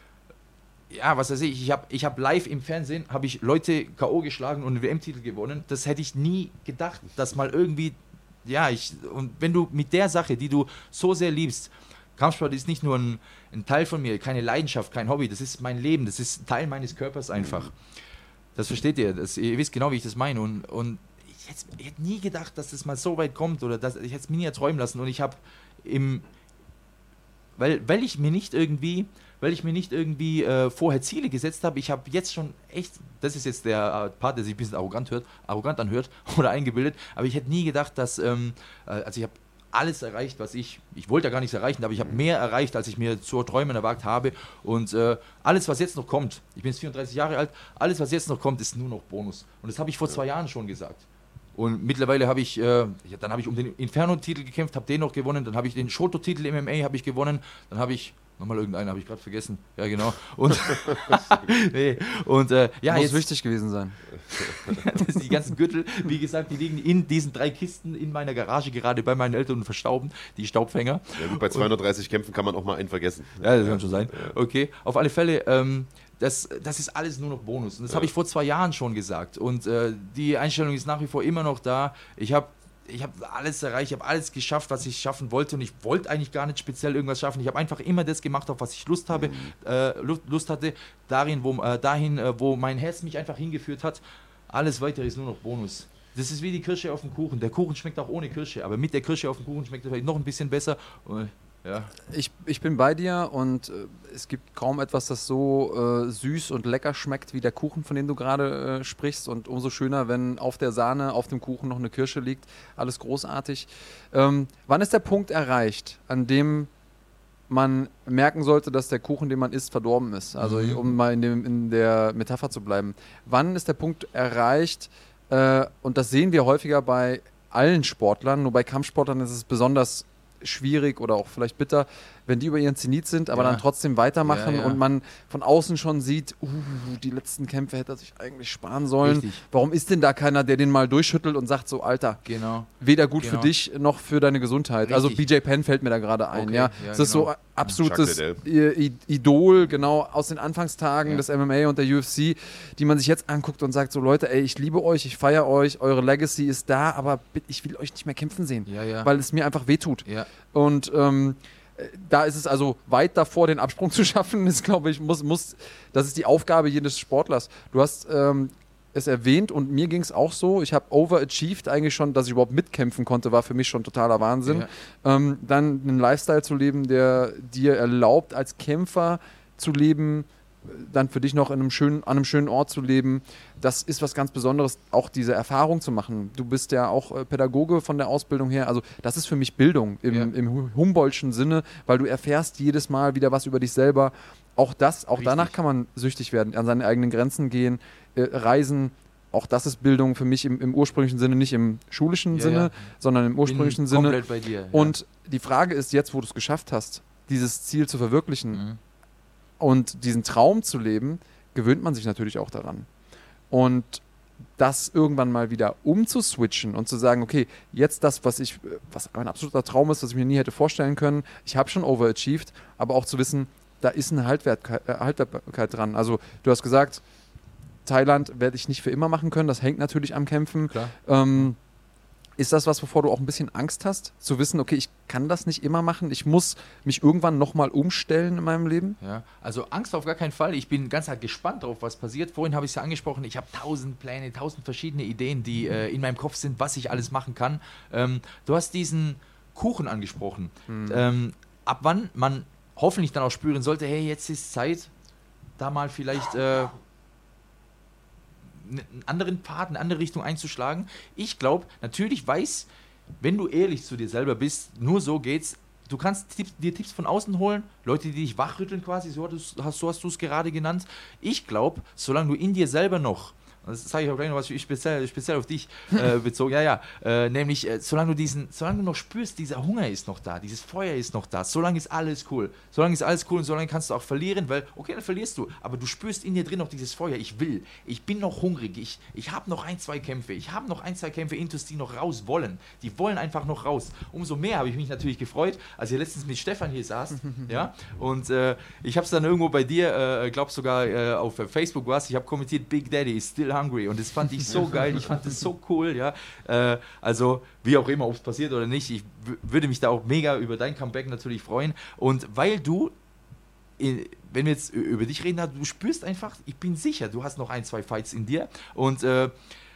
ja, was weiß ich, ich habe ich hab live im Fernsehen, habe ich Leute K O geschlagen und einen W M-Titel gewonnen. Das hätte ich nie gedacht, dass mal irgendwie, ja, ich, und wenn du mit der Sache, die du so sehr liebst, Kampfsport ist nicht nur ein, ein Teil von mir, keine Leidenschaft, kein Hobby, das ist mein Leben, das ist Teil meines Körpers einfach. Das versteht ihr, das, ihr wisst genau, wie ich das meine. Und, und ich, hätte, ich hätte nie gedacht, dass das mal so weit kommt oder dass, ich hätte es mir nie erträumen lassen. Und ich habe im, weil, weil ich mir nicht irgendwie, weil ich mir nicht irgendwie äh, vorher Ziele gesetzt habe, ich habe jetzt schon echt, das ist jetzt der äh, Part, der sich ein bisschen arrogant hört, arrogant anhört oder eingebildet, aber ich hätte nie gedacht, dass, ähm, äh, also ich habe alles erreicht, was ich, ich wollte ja gar nichts erreichen, aber ich habe mehr erreicht, als ich mir zu träumen erwagt habe und äh, alles, was jetzt noch kommt, ich bin jetzt vierunddreißig Jahre alt, alles, was jetzt noch kommt, ist nur noch Bonus und das habe ich vor zwei Jahren schon gesagt und mittlerweile habe ich, äh, dann habe ich um den Inferno-Titel gekämpft, habe den noch gewonnen, dann habe ich den Shoto-Titel M M A habe ich gewonnen, dann habe ich nochmal irgendeinen, habe ich gerade vergessen. Ja, genau. Und, nee. und äh, ja, muss jetzt wichtig gewesen sein. das die ganzen Gürtel, wie gesagt, die liegen in diesen drei Kisten in meiner Garage gerade bei meinen Eltern und verstauben, die Staubfänger. Ja gut, bei zweihundertdreißig und, Kämpfen kann man auch mal einen vergessen. Ja, das kann schon sein. Okay, auf alle Fälle, ähm, das, das ist alles nur noch Bonus. Und das ja. habe ich vor zwei Jahren schon gesagt. Und äh, die Einstellung ist nach wie vor immer noch da. Ich habe Ich habe alles erreicht, ich habe alles geschafft, was ich schaffen wollte und ich wollte eigentlich gar nicht speziell irgendwas schaffen. Ich habe einfach immer das gemacht, auf was ich Lust habe, mhm. äh, Lust, Lust hatte, darin, wo, äh, dahin, äh, wo mein Herz mich einfach hingeführt hat. Alles weitere ist nur noch Bonus. Das ist wie die Kirsche auf dem Kuchen. Der Kuchen schmeckt auch ohne Kirsche, aber mit der Kirsche auf dem Kuchen schmeckt er vielleicht noch ein bisschen besser. Und, ja. Ich, ich bin bei dir und äh, es gibt kaum etwas, das so äh, süß und lecker schmeckt wie der Kuchen, von dem du gerade äh, sprichst. Und umso schöner, wenn auf der Sahne, auf dem Kuchen noch eine Kirsche liegt. Alles großartig. Ähm, wann ist der Punkt erreicht, an dem man merken sollte, dass der Kuchen, den man isst, verdorben ist? Also mhm. um mal in, dem, in der Metapher zu bleiben. Wann ist der Punkt erreicht, äh, und das sehen wir häufiger bei allen Sportlern, nur bei Kampfsportlern ist es besonders schwierig oder auch vielleicht bitter, wenn die über ihren Zenit sind, aber ja. dann trotzdem weitermachen ja, ja. und man von außen schon sieht, uh, die letzten Kämpfe hätte er sich eigentlich sparen sollen. Richtig. Warum ist denn da keiner, der den mal durchschüttelt und sagt so, Alter, genau. weder gut genau. für dich noch für deine Gesundheit. Richtig. Also B J Penn fällt mir da gerade ein. Okay. Ja. Ja, das ist genau. so absolutes Idol, genau, aus den Anfangstagen ja. des M M A und der U F C, die man sich jetzt anguckt und sagt so, Leute, ey, ich liebe euch, ich feiere euch, eure Legacy ist da, aber ich will euch nicht mehr kämpfen sehen, ja, ja. weil es mir einfach wehtut. Ja. Und ähm, da ist es also weit davor, den Absprung zu schaffen. Das glaube ich, muss, muss, das ist die Aufgabe jedes Sportlers. Du hast ähm, es erwähnt und mir ging es auch so. Ich habe overachieved eigentlich schon, dass ich überhaupt mitkämpfen konnte, war für mich schon totaler Wahnsinn. Ja. Ähm, dann einen Lifestyle zu leben, der dir erlaubt, als Kämpfer zu leben, dann für dich noch in einem schönen, an einem schönen Ort zu leben, das ist was ganz Besonderes, auch diese Erfahrung zu machen. Du bist ja auch äh, Pädagoge von der Ausbildung her, also das ist für mich Bildung im, ja. im Humboldtschen Sinne, weil du erfährst jedes Mal wieder was über dich selber. Auch das, auch Richtig. danach kann man süchtig werden, an seine eigenen Grenzen gehen, äh, reisen, auch das ist Bildung für mich im, im ursprünglichen Sinne, nicht im schulischen Ja, Sinne, ja. sondern im ursprünglichen Bin Sinne. komplett bei dir. Ja. Und die Frage ist jetzt, wo du es geschafft hast, dieses Ziel zu verwirklichen Mhm. und diesen Traum zu leben, gewöhnt man sich natürlich auch daran. Und das irgendwann mal wieder umzuswitchen und zu sagen, okay, jetzt das, was ich, was mein absoluter Traum ist, was ich mir nie hätte vorstellen können, ich habe schon overachieved, aber auch zu wissen, da ist eine Haltwertkeit, äh, Haltbarkeit dran. Also du hast gesagt, Thailand werde ich nicht für immer machen können, das hängt natürlich am Kämpfen. Klar. Ähm, ist das was, wovor du auch ein bisschen Angst hast? Zu wissen, okay, ich kann das nicht immer machen, ich muss mich irgendwann nochmal umstellen in meinem Leben? Ja, also Angst auf gar keinen Fall. Ich bin ganz halt gespannt drauf, was passiert. Vorhin habe ich es ja angesprochen, ich habe tausend Pläne, tausend verschiedene Ideen, die äh, in meinem Kopf sind, was ich alles machen kann. Ähm, du hast diesen Kuchen angesprochen. Mhm. Ähm, ab wann man hoffentlich dann auch spüren sollte, hey, jetzt ist Zeit, da mal vielleicht äh, einen anderen Pfad, eine andere Richtung einzuschlagen. Ich glaube, natürlich weiß, wenn du ehrlich zu dir selber bist, nur so geht's. Du kannst Tipps, dir Tipps von außen holen, Leute, die dich wachrütteln quasi, so hast, so hast du es gerade genannt. Ich glaube, solange du in dir selber noch, das zeige ich auch gleich noch was speziell, speziell auf dich äh, bezogen, ja, ja, äh, nämlich, äh, solange du diesen, solange du noch spürst, dieser Hunger ist noch da, dieses Feuer ist noch da, solange ist alles cool, solange ist alles cool und solange kannst du auch verlieren, weil, okay, dann verlierst du, aber du spürst in dir drin noch dieses Feuer, ich will, ich bin noch hungrig, ich, ich habe noch ein, zwei Kämpfe, ich habe noch ein, zwei Kämpfe, Intus, die noch raus wollen, die wollen einfach noch raus. Umso mehr habe ich mich natürlich gefreut, als ihr letztens mit Stefan hier saß, ja, und äh, ich habe es dann irgendwo bei dir, äh, glaub sogar äh, auf Facebook was, ich habe kommentiert, Big Daddy is still hungry und das fand ich so geil, ich fand das so cool, ja, äh, also wie auch immer, ob es passiert oder nicht, ich w- würde mich da auch mega über dein Comeback natürlich freuen und weil du, in, wenn wir jetzt über dich reden, du spürst einfach, ich bin sicher, du hast noch ein, zwei Fights in dir und äh,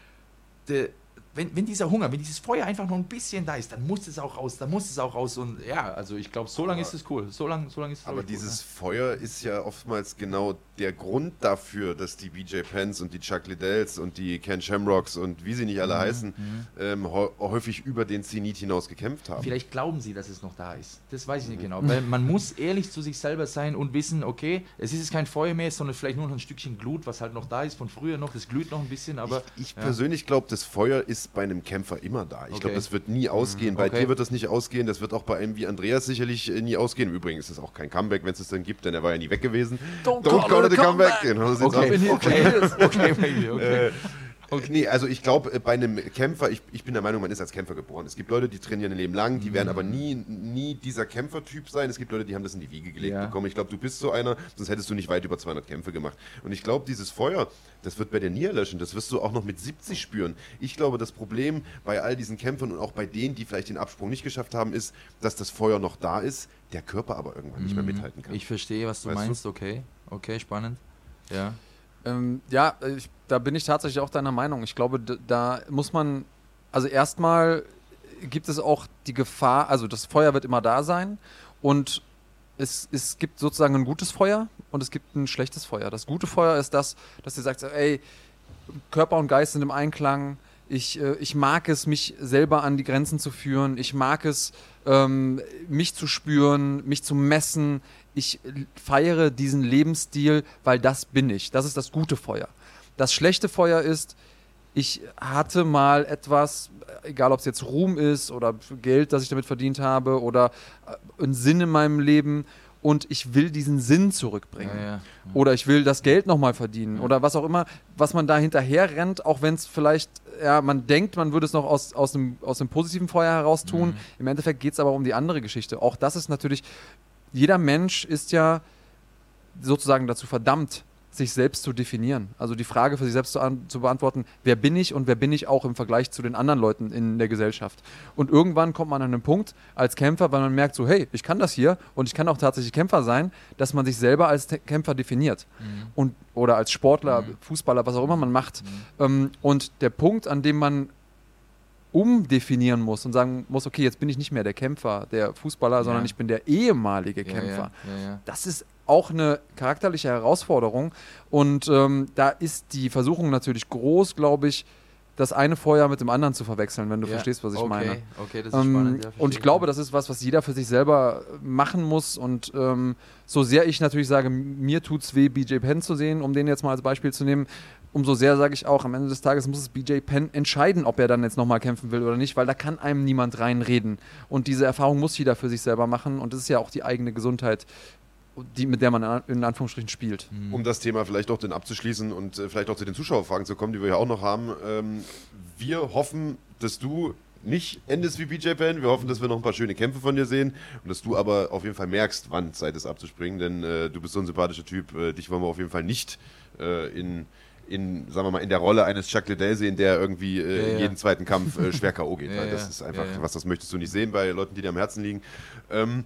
de, wenn, wenn dieser Hunger, wenn dieses Feuer einfach noch ein bisschen da ist, dann muss es auch raus, dann muss es auch raus und ja, also ich glaube, so lange ist es cool, so lange so lang ist es Aber cool, dieses ja. Feuer ist ja oftmals genau der Grund dafür, dass die B J Penns und die Chuck Liddells und die Ken Shamrocks und wie sie nicht alle Mhm, heißen, ähm, hä- häufig über den Zenit hinaus gekämpft haben. Vielleicht glauben sie, dass es noch da ist. Das weiß ich nicht genau. Weil man muss ehrlich zu sich selber sein und wissen, okay, es ist jetzt kein Feuer mehr, sondern vielleicht nur noch ein Stückchen Glut, was halt noch da ist von früher noch. Das glüht noch ein bisschen, aber... Ich, ich ja. persönlich glaube, das Feuer ist bei einem Kämpfer immer da. Ich Okay. glaube, das wird nie ausgehen. Bei okay. dir wird das nicht ausgehen. Das wird auch bei einem wie Andreas sicherlich äh, nie ausgehen. Übrigens ist es auch kein Comeback, wenn es es dann gibt, denn er war ja nie weg gewesen. Don't call it a comeback. Genau, so sieht's Okay, aus. okay, okay, okay, okay. Äh, Okay. Nee, also ich glaube, bei einem Kämpfer, ich, ich bin der Meinung, man ist als Kämpfer geboren. Es gibt Leute, die trainieren ein Leben lang, die werden aber nie, nie dieser Kämpfertyp sein. Es gibt Leute, die haben das in die Wiege gelegt Ja. bekommen. Ich glaube, du bist so einer, sonst hättest du nicht weit über zweihundert Kämpfe gemacht. Und ich glaube, dieses Feuer, das wird bei dir nie erlöschen. Das wirst du auch noch mit siebzig spüren. Ich glaube, das Problem bei all diesen Kämpfern und auch bei denen, die vielleicht den Absprung nicht geschafft haben, ist, dass das Feuer noch da ist, der Körper aber irgendwann nicht mehr mithalten kann. Ich verstehe, was du Weißt du? meinst, okay. Okay, spannend. Ja. Ähm, ja, ich, da bin ich tatsächlich auch deiner Meinung. Ich glaube, d- da muss man, also erstmal gibt es auch die Gefahr, also das Feuer wird immer da sein und es, es gibt sozusagen ein gutes Feuer und es gibt ein schlechtes Feuer. Das gute Feuer ist das, dass ihr sagt, ey, Körper und Geist sind im Einklang. Ich, äh, ich mag es, mich selber an die Grenzen zu führen. Ich mag es, ähm, mich zu spüren, mich zu messen. Ich feiere diesen Lebensstil, weil das bin ich. Das ist das gute Feuer. Das schlechte Feuer ist, ich hatte mal etwas, egal ob es jetzt Ruhm ist oder Geld, das ich damit verdient habe oder äh, einen Sinn in meinem Leben und ich will diesen Sinn zurückbringen. Ja, ja. Oder ich will das Geld nochmal verdienen oder was auch immer, was man da hinterher rennt, auch wenn es vielleicht, ja, man denkt, man würde es noch aus, aus, dem, aus dem positiven Feuer heraus tun. Mhm. Im Endeffekt geht es aber um die andere Geschichte. Auch das ist natürlich, jeder Mensch ist ja sozusagen dazu verdammt, sich selbst zu definieren. Also die Frage für sich selbst zu, an, zu beantworten, wer bin ich und wer bin ich auch im Vergleich zu den anderen Leuten in der Gesellschaft. Und irgendwann kommt man an einen Punkt als Kämpfer, weil man merkt so, hey, ich kann das hier und ich kann auch tatsächlich Kämpfer sein, dass man sich selber als Te- Kämpfer definiert. Mhm. Und, oder als Sportler, Mhm. Fußballer, was auch immer man macht. Mhm. Ähm, und der Punkt, an dem man umdefinieren muss und sagen muss, okay, jetzt bin ich nicht mehr der Kämpfer, der Fußballer, Ja. sondern ich bin der ehemalige Ja, Kämpfer. Ja, ja, ja. Das ist auch eine charakterliche Herausforderung und ähm, da ist die Versuchung natürlich groß, glaube ich, das eine Vorjahr mit dem anderen zu verwechseln, wenn du Ja. verstehst, was ich okay. meine. Okay, das ist Ähm, spannend. Ja, und ich glaube, das ist was, was jeder für sich selber machen muss. Und ähm, so sehr ich natürlich sage, mir tut's weh, B J Penn zu sehen, um den jetzt mal als Beispiel zu nehmen, umso sehr sage ich auch, am Ende des Tages muss es B J Penn entscheiden, ob er dann jetzt nochmal kämpfen will oder nicht, weil da kann einem niemand reinreden. Und diese Erfahrung muss jeder für sich selber machen. Und das ist ja auch die eigene Gesundheit, die, mit der man in Anführungsstrichen spielt. Um das Thema vielleicht auch dann abzuschließen und äh, vielleicht auch zu den Zuschauerfragen zu kommen, die wir ja auch noch haben. Ähm, wir hoffen, dass du nicht endest wie B J Penn. Wir hoffen, dass wir noch ein paar schöne Kämpfe von dir sehen und dass du aber auf jeden Fall merkst, wann Zeit ist abzuspringen, denn äh, du bist so ein sympathischer Typ. Äh, dich wollen wir auf jeden Fall nicht äh, in, in, sagen wir mal, in der Rolle eines Chuck Liddell sehen, der irgendwie äh, Ja, ja. jeden zweiten Kampf äh, schwer K O geht. Ja, weil das ja. ist einfach Ja, ja. was, das möchtest du nicht sehen bei Leuten, die dir am Herzen liegen. Ähm,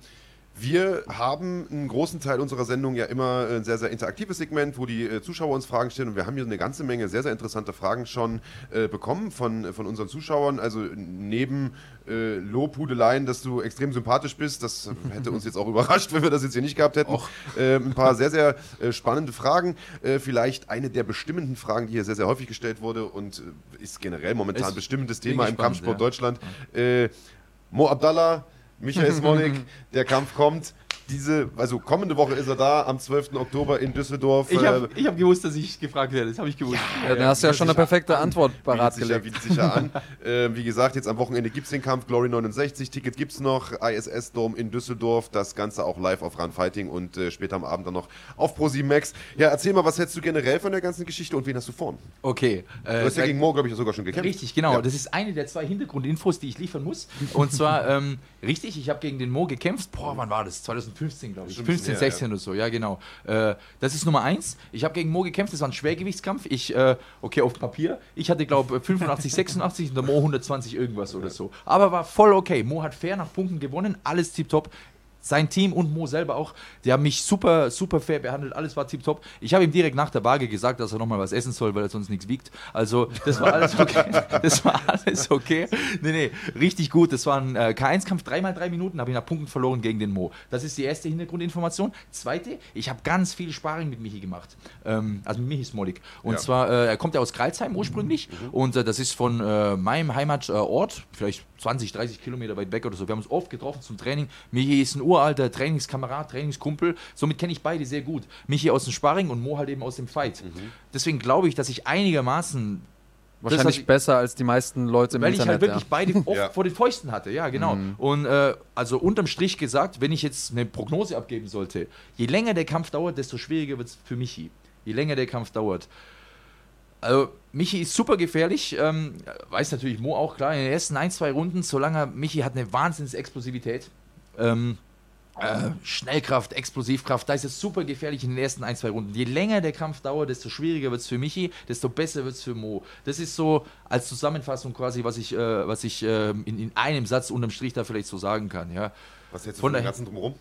Wir haben einen großen Teil unserer Sendung ja immer ein sehr, sehr interaktives Segment, wo die äh, Zuschauer uns Fragen stellen. Und wir haben hier eine ganze Menge sehr, sehr interessante Fragen schon äh, bekommen von, von unseren Zuschauern. Also neben äh, Lobhudeleien, dass du extrem sympathisch bist, das hätte uns jetzt auch überrascht, wenn wir das jetzt hier nicht gehabt hätten. Äh, ein paar sehr, sehr äh, spannende Fragen. Äh, vielleicht eine der bestimmenden Fragen, die hier sehr, sehr häufig gestellt wurde und äh, ist generell momentan ein Ist- bestimmendes bin Thema im gespannt, Kampfsport ja. Deutschland. Äh, Mo Abdallah, Michael Smolik, der Kampf kommt. Diese, also kommende Woche ist er da, am zwölften Oktober in Düsseldorf. Ich Äh, habe ich hab gewusst, dass ich gefragt werde. Das habe ich gewusst. Ja, dann hast du ja schon eine perfekte Antwort parat bietet sicher, gelegt. bietet sicher an. äh, wie gesagt, jetzt am Wochenende gibt es den Kampf, Glory neunundsechzig, Ticket gibt es noch, I S S-Dome in Düsseldorf, das Ganze auch live auf Run Fighting und äh, später am Abend dann noch auf ProSieben Max. Ja, erzähl mal, was hältst du generell von der ganzen Geschichte und wen hast du vorn? Okay. Äh, Du hast ja gegen Mo, glaube ich, sogar schon gekämpft. Richtig, genau. Ja. Das ist eine der zwei Hintergrundinfos, die ich liefern muss. Und zwar, ähm, richtig, ich habe gegen den Mo gekämpft. Boah, wann war das? zwanzig fünfzehn, glaube ich. Schon ein bisschen fünfzehn, her, sechzehn oder so, ja, genau. Äh, das ist Nummer eins. Ich habe gegen Mo gekämpft, das war ein Schwergewichtskampf. Ich, äh, okay, auf Papier. Ich hatte, glaube ich, fünfundachtzig, sechsundachtzig und der Mo hundertzwanzig irgendwas oder so. Aber war voll okay. Mo hat fair nach Punkten gewonnen, alles tipptopp. Sein Team und Mo selber auch, die haben mich super, super fair behandelt, alles war tipptopp. Ich habe ihm direkt nach der Waage gesagt, dass er nochmal was essen soll, weil er sonst nichts wiegt. Also, das war alles okay. Das war alles okay. Nee, nee, richtig gut. Das war ein äh, K eins Kampf, dreimal drei Minuten, habe ich nach Punkten verloren gegen den Mo. Das ist die erste Hintergrundinformation. Zweite, ich habe ganz viel Sparring mit Michi gemacht. Ähm, also mit Michi Smolik. Und Ja. zwar, äh, er kommt ja aus Kreilsheim ursprünglich und äh, das ist von äh, meinem Heimatort, vielleicht zwanzig, dreißig Kilometer weit weg oder so. Wir haben uns oft getroffen zum Training. Michi ist ein uralter Trainingskamerad, Trainingskumpel. Somit kenne ich beide sehr gut. Michi aus dem Sparring und Mo halt eben aus dem Fight. Deswegen glaube ich, dass ich einigermaßen Wahrscheinlich das, was ich- besser als die meisten Leute im weil ich Internet. halt wirklich beide oft Ja. vor den Fäusten hatte, ja, genau. Und äh, also unterm Strich gesagt, wenn ich jetzt eine Prognose abgeben sollte, je länger der Kampf dauert, desto schwieriger wird es für Michi. Je länger der Kampf dauert. Also, Michi ist super gefährlich, ähm, weiß natürlich Mo auch, klar, in den ersten ein, zwei Runden, solange Michi hat eine Wahnsinns-Explosivität. Ähm, äh, Schnellkraft, Explosivkraft, da ist es super gefährlich in den ersten ein, zwei Runden. Je länger der Kampf dauert, desto schwieriger wird es für Michi, desto besser wird es für Mo. Das ist so als Zusammenfassung quasi, was ich, äh, was ich äh, in, in einem Satz unterm Strich da vielleicht so sagen kann. Ja, Was hältst du Von von dem der- ganzen Drumherum?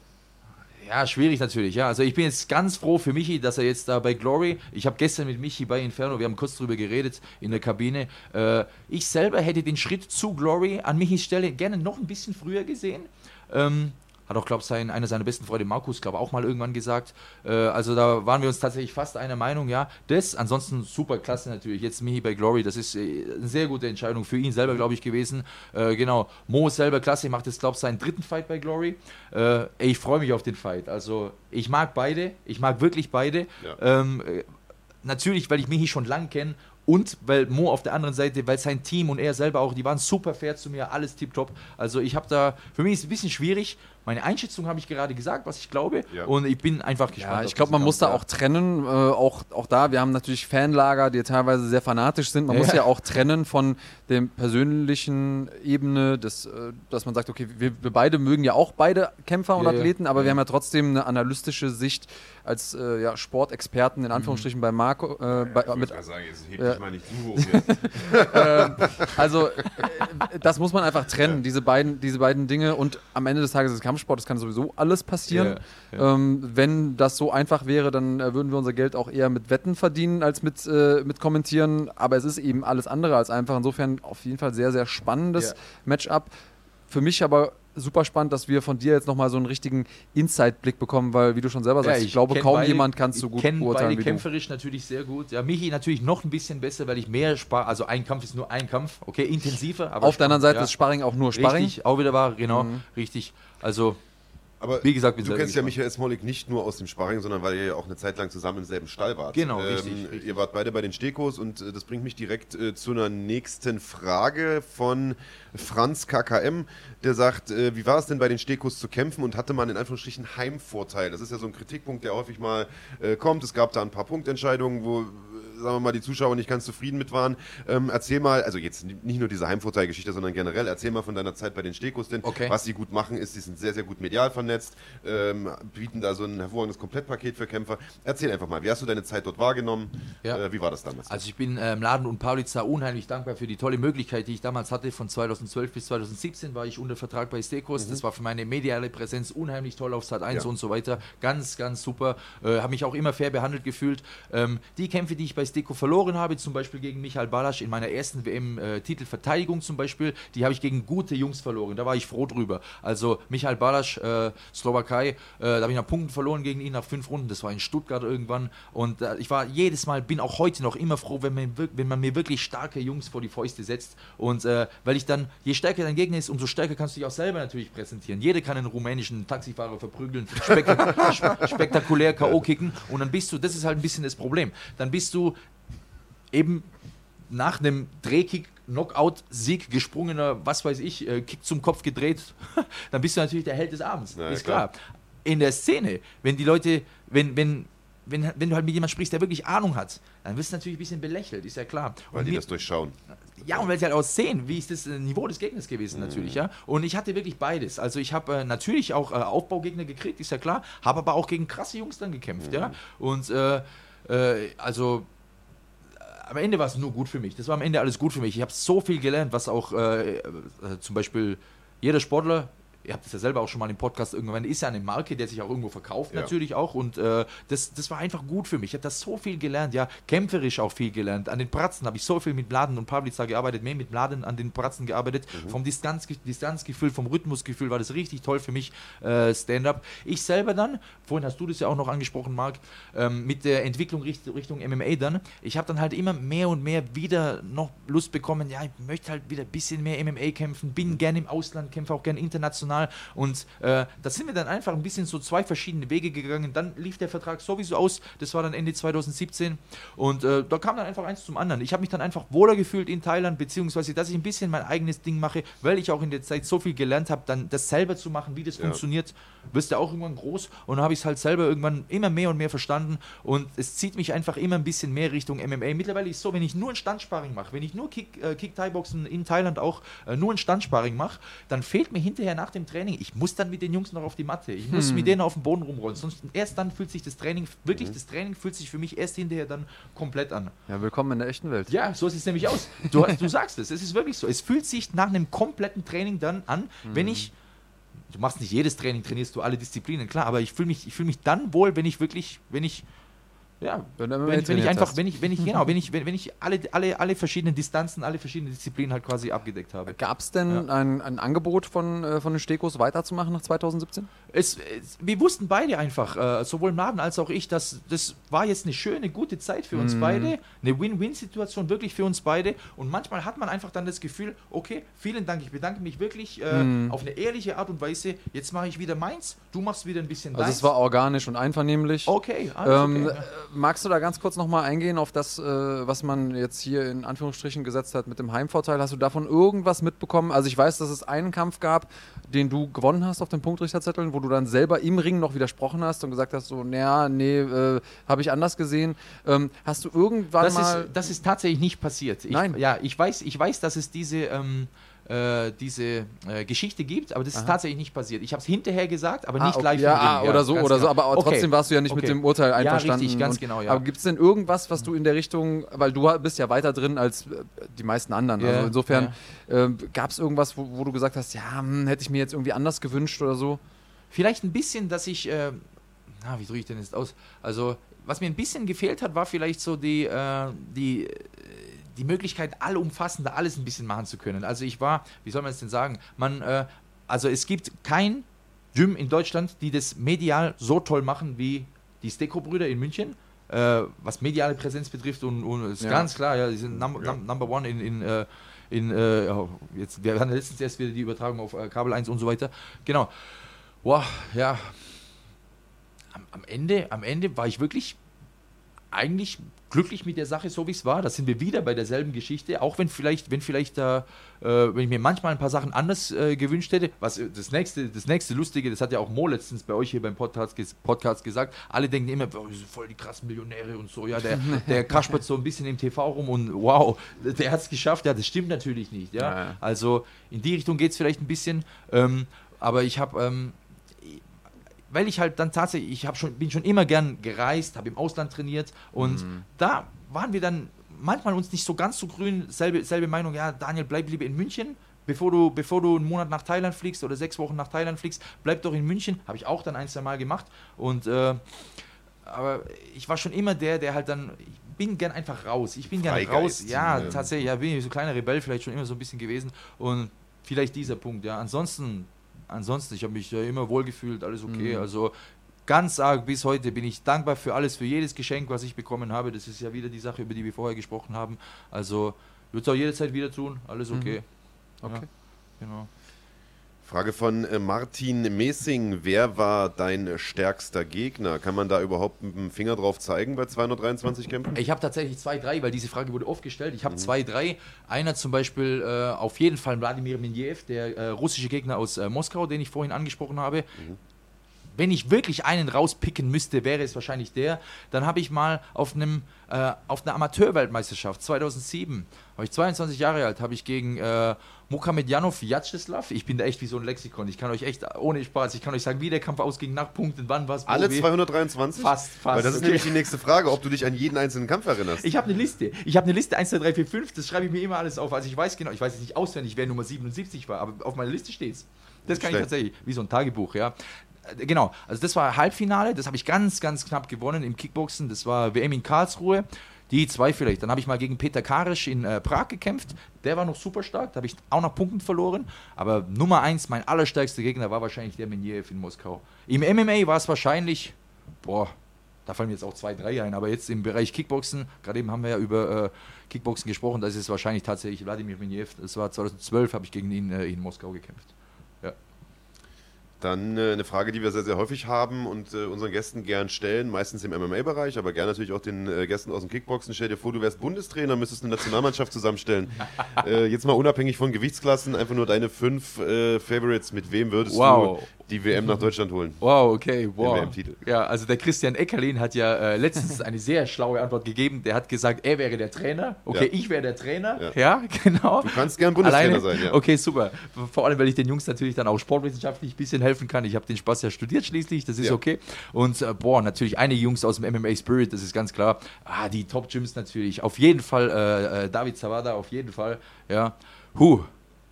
ja schwierig natürlich. Ja, also ich bin jetzt ganz froh für Michi, dass er jetzt da bei Glory, ich habe gestern mit Michi bei Inferno, wir haben kurz drüber geredet in der Kabine, äh, ich selber hätte den Schritt zu Glory an Michis Stelle gerne noch ein bisschen früher gesehen. Ähm, Hat auch, glaube ich, sein, einer seiner besten Freunde, Markus, glaube auch mal irgendwann gesagt. Äh, also da waren wir uns tatsächlich fast einer Meinung, ja. Das, ansonsten super klasse natürlich. Jetzt Michi bei Glory, das ist äh, eine sehr gute Entscheidung für ihn selber, glaube ich, gewesen. Äh, genau, Mo ist selber klasse, macht jetzt, glaube ich, seinen dritten Fight bei Glory. Äh, ich freue mich auf den Fight. Also ich mag beide, ich mag wirklich beide. Ja. Ähm, äh, natürlich, weil ich Michi schon lang kenne. Und weil Mo auf der anderen Seite, weil sein Team und er selber auch, die waren super fair zu mir, alles tipptopp. Also ich habe da, für mich ist es ein bisschen schwierig. Meine Einschätzung habe ich gerade gesagt, was ich glaube. Ja. Und ich bin einfach gespannt. Ja, auf ich glaube, diesen man muss da Kampf, auch trennen, äh, auch, auch da, wir haben natürlich Fanlager, die teilweise sehr fanatisch sind. Man Ja. muss ja auch trennen von der persönlichen Ebene, des, äh, dass man sagt, okay, wir, wir beide mögen ja auch beide Kämpfer und Ja, ja. Athleten, aber Ja. wir haben ja trotzdem eine analytische Sicht als äh, ja, Sportexperten, in Anführungsstrichen bei Marco, äh, bei, Ich mit würde sagen, jetzt heb Ja. dich mal nicht zu hoch jetzt. Also, äh, das muss man einfach trennen, diese, beiden, diese beiden Dinge. Und am Ende des Tages ist es Kampfsport, das kann sowieso alles passieren. Ja, ja. Ähm, wenn das so einfach wäre, dann äh, würden wir unser Geld auch eher mit Wetten verdienen als mit, äh, mit Kommentieren. Aber es ist eben alles andere als einfach. Insofern auf jeden Fall sehr, sehr spannendes Ja. Matchup. Für mich aber super spannend, dass wir von dir jetzt nochmal so einen richtigen Inside-Blick bekommen, weil, wie du schon selber sagst, Ja, ich, ich glaube, kaum beide, jemand kann es so gut beurteilen beide wie du. kämpferisch natürlich sehr gut. Ja, Michi natürlich noch ein bisschen besser, weil ich mehr Spaß, also ein Kampf ist nur ein Kampf, okay, intensiver. Aber auf der anderen Seite ja. ist Sparring auch nur Sparring. Richtig, auch wieder wahr, genau, mhm. richtig. Also, aber wie gesagt, du kennst ja Michael Smolik nicht nur aus dem Sparring, sondern weil ihr ja auch eine Zeit lang zusammen im selben Stall wart. Genau, ähm, richtig, richtig. Ihr wart beide bei den Stekos und äh, das bringt mich direkt äh, zu einer nächsten Frage von Franz K K M, der sagt, äh, wie war es denn bei den Stekos zu kämpfen und hatte man in Anführungsstrichen Heimvorteil? Das ist ja so ein Kritikpunkt, der häufig mal äh, kommt. Es gab da ein paar Punktentscheidungen, wo sagen wir mal, die Zuschauer nicht ganz zufrieden mit waren. Ähm, erzähl mal, also jetzt nicht nur diese Heimvorteilgeschichte, sondern generell, erzähl mal von deiner Zeit bei den Stekos, denn okay. was sie gut machen ist, sie sind sehr, sehr gut medial vernetzt, ähm, bieten da so ein hervorragendes Komplettpaket für Kämpfer. Erzähl einfach mal, wie hast du deine Zeit dort wahrgenommen? Ja. Äh, wie war das damals? Also ich bin ähm, Laden und Paulitzer unheimlich dankbar für die tolle Möglichkeit, die ich damals hatte. Von zweitausendzwölf bis zweitausendsiebzehn war ich unter Vertrag bei Stekos. Mhm. Das war für meine mediale Präsenz unheimlich toll auf Sat eins ja. und so weiter. Ganz, ganz super. Äh, habe mich auch immer fair behandelt gefühlt. Ähm, die Kämpfe, die ich bei Steko verloren habe, zum Beispiel gegen Michael Balasch in meiner ersten W M-Titelverteidigung zum Beispiel, die habe ich gegen gute Jungs verloren. Da war ich froh drüber. Also Michael Balasch, äh, Slowakei, äh, da habe ich nach Punkten verloren gegen ihn nach fünf Runden. Das war in Stuttgart irgendwann. Und äh, ich war jedes Mal, bin auch heute noch immer froh, wenn man, wenn man mir wirklich starke Jungs vor die Fäuste setzt. Und äh, weil ich dann, je stärker dein Gegner ist, umso stärker kannst du dich auch selber natürlich präsentieren. Jeder kann einen rumänischen Taxifahrer verprügeln, spektak spektakulär K O kicken. Und dann bist du, das ist halt ein bisschen das Problem, dann bist du eben nach einem Drehkick, Knockout-Sieg gesprungener, was weiß ich, äh, Kick zum Kopf gedreht, dann bist du natürlich der Held des Abends, ja, ist klar. klar. In der Szene, wenn die Leute, wenn, wenn, wenn, wenn du halt mit jemandem sprichst, der wirklich Ahnung hat, dann wirst du natürlich ein bisschen belächelt, ist ja klar. Weil und die mir, das durchschauen. Ja, und weil sie halt auch sehen, wie ist das äh, Niveau des Gegners gewesen mhm. natürlich, ja. Und ich hatte wirklich beides. Also ich habe äh, natürlich auch äh, Aufbaugegner gekriegt, ist ja klar, habe aber auch gegen krasse Jungs dann gekämpft, mhm. ja. Und äh, äh, also am Ende war es nur gut für mich. Das war am Ende alles gut für mich. Ich habe so viel gelernt, was auch äh, äh, zum Beispiel jeder Sportler, ihr habt es ja selber auch schon mal im Podcast irgendwann, ist ja eine Marke, der sich auch irgendwo verkauft, ja. natürlich auch. Und äh, das, das war einfach gut für mich. Ich habe da so viel gelernt, ja, kämpferisch auch viel gelernt. An den Pratzen habe ich so viel mit Mladen und Pavlica gearbeitet, mehr mit Mladen an den Pratzen gearbeitet. Mhm. Vom Distanz, Distanzgefühl, vom Rhythmusgefühl war das richtig toll für mich, äh, Stand-up. Ich selber dann, vorhin hast du das ja auch noch angesprochen, Marc, ähm, mit der Entwicklung Richtung, Richtung M M A dann, ich habe dann halt immer mehr und mehr wieder noch Lust bekommen, ja, ich möchte halt wieder ein bisschen mehr M M A kämpfen, bin gerne im Ausland, kämpfe auch gerne international. Und äh, da sind wir dann einfach ein bisschen so zwei verschiedene Wege gegangen. Dann lief der Vertrag sowieso aus. Das war dann Ende zweitausendsiebzehn. Und äh, da kam dann einfach eins zum anderen. Ich habe mich dann einfach wohler gefühlt in Thailand, beziehungsweise, dass ich ein bisschen mein eigenes Ding mache, weil ich auch in der Zeit so viel gelernt habe, dann das selber zu machen, wie das ja. funktioniert. Wirst du auch irgendwann groß. Und dann habe ich es halt selber irgendwann immer mehr und mehr verstanden. Und es zieht mich einfach immer ein bisschen mehr Richtung M M A. Mittlerweile ist es so, wenn ich nur ein Standsparring mache, wenn ich nur Kick, äh, Kick-Thai-Boxen in Thailand auch äh, nur ein Standsparring mache, dann fehlt mir hinterher nach dem Training, ich muss dann mit den Jungs noch auf die Matte, ich muss hm. mit denen auf den Boden rumrollen, sonst erst dann fühlt sich das Training, wirklich mhm. das Training fühlt sich für mich erst hinterher dann komplett an. Ja, willkommen in der echten Welt. Ja, so sieht es nämlich aus. Du, du sagst es, es ist wirklich so. Es fühlt sich nach einem kompletten Training dann an, mhm. wenn ich, du machst nicht jedes Training, trainierst du alle Disziplinen, klar, aber ich fühle mich, ich fühle mich dann wohl, wenn ich wirklich, wenn ich Ja, wenn, wenn, wenn ich einfach, hast. wenn ich, wenn ich, genau, wenn ich, wenn, wenn ich alle, alle, alle verschiedenen Distanzen, alle verschiedenen Disziplinen halt quasi abgedeckt habe. Gab es denn ja. ein, ein Angebot von, äh, von den Stekos weiterzumachen nach zweitausendsiebzehn? Es, es, wir wussten beide einfach, äh, sowohl Mladen als auch ich, dass das war jetzt eine schöne, gute Zeit für uns mm. beide, eine Win-Win-Situation wirklich für uns beide und manchmal hat man einfach dann das Gefühl, okay, vielen Dank, ich bedanke mich wirklich äh, mm. auf eine ehrliche Art und Weise, jetzt mache ich wieder meins, du machst wieder ein bisschen deins. Also es war organisch und einvernehmlich. Okay, alles ähm, okay. Magst du da ganz kurz nochmal eingehen auf das, äh, was man jetzt hier in Anführungsstrichen gesetzt hat mit dem Heimvorteil? Hast du davon irgendwas mitbekommen? Also ich weiß, dass es einen Kampf gab, den du gewonnen hast auf den Punktrichterzetteln, wo du dann selber im Ring noch widersprochen hast und gesagt hast, so, naja, nee, äh, habe ich anders gesehen. Ähm, hast du irgendwann das mal... Ist, das ist tatsächlich nicht passiert. Ich, Nein. Ja, ich weiß, ich weiß, dass es diese... Ähm Äh, diese äh, Geschichte gibt, aber das Aha. ist tatsächlich nicht passiert. Ich habe es hinterher gesagt, aber ah, nicht okay. live ja, im Ring. Ah, oder so, oder genau. so, aber okay. trotzdem warst du ja nicht okay. mit dem Urteil einverstanden. Ja, richtig, ganz und, genau, ja. Aber gibt es denn irgendwas, was du in der Richtung, weil du bist ja weiter drin als die meisten anderen, yeah. also insofern ja. äh, gab es irgendwas, wo, wo du gesagt hast, ja, hm, hätte ich mir jetzt irgendwie anders gewünscht oder so? Vielleicht ein bisschen, dass ich, äh, na, wie drücke ich denn jetzt aus? Also, was mir ein bisschen gefehlt hat, war vielleicht so die, äh, die die Möglichkeit, allumfassender alles ein bisschen machen zu können. Also ich war, wie soll man es denn sagen, man, äh, also es gibt kein Gym in Deutschland, die das medial so toll machen wie die Steko-Brüder in München, äh, was mediale Präsenz betrifft und, und ist Ja. ganz klar, ja, die sind num- Ja. num- Number One in, in, äh, in äh, oh, jetzt, wir hatten letztens erst wieder die Übertragung auf äh, Kabel eins und so weiter. Genau. Wow, ja. Am, am, Ende, am Ende war ich wirklich eigentlich glücklich mit der Sache, so wie es war. Da sind wir wieder bei derselben Geschichte, auch wenn vielleicht, wenn vielleicht da, äh, wenn ich mir manchmal ein paar Sachen anders äh, gewünscht hätte. Was äh, das nächste, das nächste Lustige, das hat ja auch Mo letztens bei euch hier beim Podcast, ges- Podcast gesagt. Alle denken immer, oh, die sind voll die krassen Millionäre und so. Ja, der, der kaspert so ein bisschen im T V rum und wow, der hat es geschafft. Ja, das stimmt natürlich nicht. Ja, Ja, ja. also in die Richtung geht es vielleicht ein bisschen. Ähm, aber ich habe ähm, weil ich halt dann tatsächlich, ich hab schon, bin schon immer gern gereist, habe im Ausland trainiert und Mhm. da waren wir dann manchmal uns nicht so ganz so grün, selbe, selbe Meinung, ja Daniel, bleib lieber in München, bevor du, bevor du einen Monat nach Thailand fliegst oder sechs Wochen nach Thailand fliegst, bleib doch in München, habe ich auch dann ein, zwei Mal gemacht und äh, aber ich war schon immer der, der halt dann, ich bin gern einfach raus, ich bin gern Freigeist, raus, ja, ja. tatsächlich, ja, bin ich so ein kleiner Rebell vielleicht schon immer so ein bisschen gewesen und vielleicht dieser Punkt, ja, ansonsten Ansonsten, ich habe mich ja immer wohlgefühlt, alles okay. Mhm. Also ganz arg bis heute bin ich dankbar für alles, für jedes Geschenk, was ich bekommen habe. Das ist ja wieder die Sache, über die wir vorher gesprochen haben. Also würde es auch jederzeit wieder tun, alles okay. Okay. Ja, genau. Frage von äh, Martin Messing. Wer war dein stärkster Gegner? Kann man da überhaupt mit dem Finger drauf zeigen bei zweihundertdreiundzwanzig Kämpfen? Ich habe tatsächlich zwei, drei, weil diese Frage wurde oft gestellt. Ich habe zwei, drei. Einer zum Beispiel äh, auf jeden Fall Wladimir Minjev, der äh, russische Gegner aus äh, Moskau, den ich vorhin angesprochen habe. Wenn ich wirklich einen rauspicken müsste, wäre es wahrscheinlich der. Dann habe ich mal auf einem äh, auf einer Amateurweltmeisterschaft zweitausendsieben, war ich zweiundzwanzig Jahre alt, habe ich gegen äh, Mukhamedjanov Vyacheslav, ich bin da echt wie so ein Lexikon, ich kann euch echt, ohne Spaß, ich kann euch sagen, wie der Kampf ausging, nach Punkten, wann was, wo, Alle wie. zweihundertdreiundzwanzig? Fast, fast. Weil das ist okay. nämlich die nächste Frage, ob du dich an jeden einzelnen Kampf erinnerst. Ich habe eine Liste. Ich habe eine Liste eins, zwei, drei, vier, fünf. Das schreibe ich mir immer alles auf. Also ich weiß genau, ich weiß jetzt nicht auswendig, wer Nummer siebenundsiebzig war, aber auf meiner Liste steht's. Das kann ich Schlecht. tatsächlich, wie so ein Tagebuch, ja. Äh, Genau, also das war Halbfinale, das habe ich ganz, ganz knapp gewonnen im Kickboxen. Das war W M in Karlsruhe. Die zwei vielleicht. Dann habe ich mal gegen Peter Karisch in äh, Prag gekämpft. Der war noch super stark. Da habe ich auch nach Punkten verloren. Aber Nummer eins, mein allerstärkster Gegner war wahrscheinlich der Minjev in Moskau. Im M M A war es wahrscheinlich, boah, da fallen mir jetzt auch zwei, drei ein. Aber jetzt im Bereich Kickboxen, gerade eben haben wir ja über äh, Kickboxen gesprochen, das ist wahrscheinlich tatsächlich Wladimir Minjev. Das war zweitausendzwölf, habe ich gegen ihn äh, in Moskau gekämpft. Ja. Dann äh, eine Frage, die wir sehr, sehr häufig haben und äh, unseren Gästen gern stellen, meistens im M M A-Bereich, aber gern natürlich auch den äh, Gästen aus dem Kickboxen. Stell dir vor, du wärst Bundestrainer, müsstest eine Nationalmannschaft zusammenstellen. äh, jetzt mal unabhängig von Gewichtsklassen, einfach nur deine fünf äh, Favorites. Mit wem würdest Wow. du die W M nach Deutschland holen? Wow, okay, wow. W M-Titel. Ja, also der Christian Eckerlin hat ja äh, letztens eine sehr schlaue Antwort gegeben. Der hat gesagt, er wäre der Trainer. Okay, Ja. ich wäre der Trainer. Ja. Ja, genau. Du kannst gern Bundestrainer Alleine? sein, ja. Okay, super. Vor allem, weil ich den Jungs natürlich dann auch sportwissenschaftlich ein bisschen helfen kann. Ich habe den Spaß ja studiert schließlich, das ist Ja. okay. Und äh, boah, natürlich einige Jungs aus dem M M A Spirit, das ist ganz klar. Ah, die Top-Gyms natürlich. Auf jeden Fall äh, äh, David Zawada, auf jeden Fall. Ja. Huh.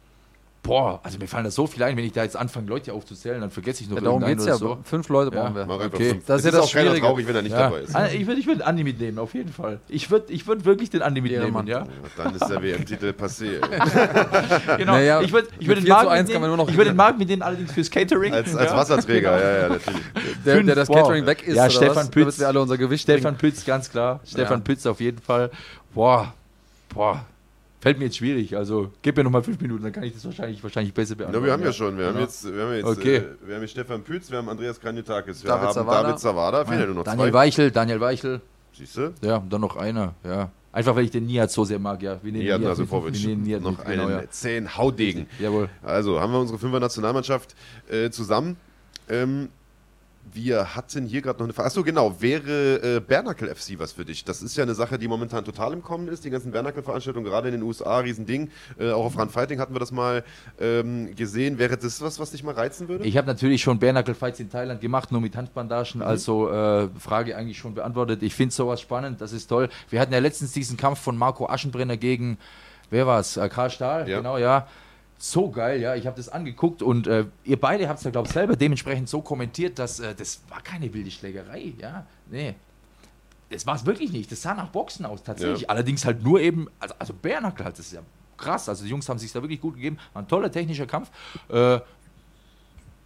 Boah, also mir fallen da so viele ein, wenn ich da jetzt anfange, Leute aufzuzählen, dann vergesse ich noch Ja, darum irgendeinen geht's ja. oder so. Fünf Leute Ja. brauchen wir. Mach einfach Okay. fünf. Das ist Es ja das auch keiner Schwierige. traurig, wenn er nicht Ja. dabei ist. Ah, Ich würde ich würd Andi mitnehmen, auf jeden Fall. Ich würde ich würd wirklich den Andi mitnehmen, Ehrenmann. ja. Ja, dann ist der W M-Titel passé. Genau. Naja, ich würde ich mit würd den vier zu Marc eins kann man mitnehmen, nur noch ich würd den Marc mitnehmen, allerdings fürs Catering. Als, als ja. Wasserträger, ja, ja, natürlich. Der, Fünf, der das wow. Catering weg ist, Ja, oder Stefan was? Pütz. Damit wir alle unser Gewicht Stefan bringen. Pütz, ganz klar. Stefan Ja. Pütz auf jeden Fall. Boah, boah. Fällt mir jetzt schwierig. Also, gib mir nochmal fünf Minuten, dann kann ich das wahrscheinlich, wahrscheinlich besser Ja, beantworten. wir haben ja schon, wir haben Ja. jetzt, wir haben jetzt, Okay. äh, wir haben jetzt Stefan Pütz, wir haben Andreas Kranjotakis, wir David haben Zawada. David Zawada, fehlen ja nur noch Daniel zwei. Weichel, Daniel Weichel. Siehst du? Ja, und dann noch einer. Ja. Einfach, weil ich den Nihat so sehr mag. Ja. Wir nehmen Nihat Nihat mit. Nasifovic, Wir nehmen Nihat noch mit, einen genau, ja. zähen Haudegen. Jawohl. Also haben wir unsere Fünfer-Nationalmannschaft äh, zusammen. Ähm, wir hatten hier gerade noch eine Frage. Achso, genau. Wäre äh, Bernacle F C was für dich? Das ist ja eine Sache, die momentan total im Kommen ist. Die ganzen Bernacle-Veranstaltungen, gerade in den U S A, Riesending. Äh, auch auf Run Fighting hatten wir das mal ähm, gesehen. Wäre das was, was dich mal reizen würde? Ich habe natürlich schon Bare-Knuckle-Fights in Thailand gemacht, nur mit Handbandagen, also äh, Frage eigentlich schon beantwortet. Ich finde sowas spannend, das ist toll. Wir hatten ja letztens diesen Kampf von Marco Aschenbrenner gegen, wer war es? Äh, Karl Stahl, Ja. genau, ja. So geil, ja, ich habe das angeguckt und äh, ihr beide habt es ja, glaube ich, selber dementsprechend so kommentiert, dass äh, das war keine wilde Schlägerei, ja, nee. Das war es wirklich nicht, das sah nach Boxen aus, tatsächlich. Ja. Allerdings Allerdings halt nur eben, also, also Bare-Knuckle halt, das ist ja krass, also die Jungs haben sich da wirklich gut gegeben, war ein toller technischer Kampf. Äh,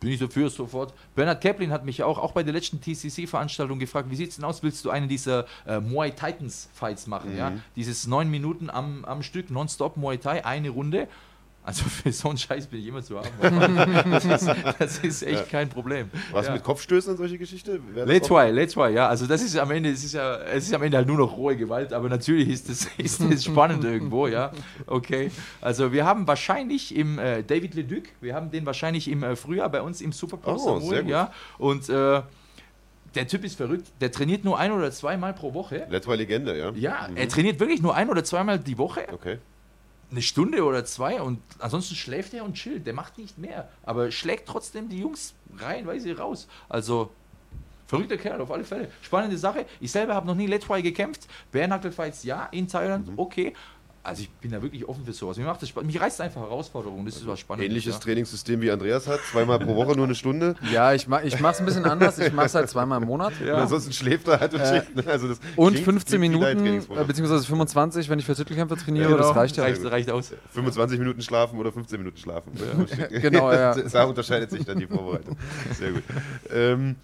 bin ich dafür, sofort. Bernhard Kaplan hat mich auch, auch bei der letzten T C C-Veranstaltung gefragt, wie sieht es denn aus, willst du einen dieser äh, Muay Titans-Fights machen? Mhm. Ja? Dieses neun Minuten am, am Stück, nonstop Muay Thai, eine Runde. Also für so einen Scheiß bin ich immer zu haben. Das ist, das ist echt ja. kein Problem. Was ja. mit Kopfstößen und solche Geschichten? Let's try, let's try, ja. Also das ist am Ende, es ist ja, es ist am Ende halt nur noch rohe Gewalt, aber natürlich ist das, ist das spannend irgendwo, ja. Okay. Also wir haben wahrscheinlich im äh, David Leduc, wir haben den wahrscheinlich im äh, Frühjahr bei uns im Superpro oh, sehr gut. ja. Und äh, der Typ ist verrückt, der trainiert nur ein oder zweimal pro Woche. Let's try Legende, ja. Ja, mhm. er trainiert wirklich nur ein oder zweimal die Woche. Okay. Eine Stunde oder zwei und ansonsten schläft er und chillt. Der macht nicht mehr, aber schlägt trotzdem die Jungs reihenweise raus. Also verrückter Kerl auf alle Fälle. Spannende Sache. Ich selber habe noch nie Let's Try gekämpft. Bare-Knuckle-Fights ja, in Thailand, mhm. okay. Also ich bin da wirklich offen für sowas. Mir macht das Spaß. Mich reißt einfach Herausforderungen. Das ist was Spannendes. Ähnliches ja. Trainingssystem wie Andreas hat. Zweimal pro Woche nur eine Stunde. Ja, ich, mach, ich mache es ein bisschen anders. Ich mache es halt zweimal im Monat. Ja. Und ansonsten schläft er halt und äh, chillt. Also das und fünfzehn Minuten, äh, beziehungsweise fünfundzwanzig, wenn ich für Titelkämpfer trainiere. Ja, genau. Das reicht ja. Reicht, reicht aus. fünfundzwanzig Minuten schlafen oder fünfzehn Minuten schlafen. Ja. Genau, ja. Da unterscheidet sich dann die Vorbereitung. Sehr gut. Ähm,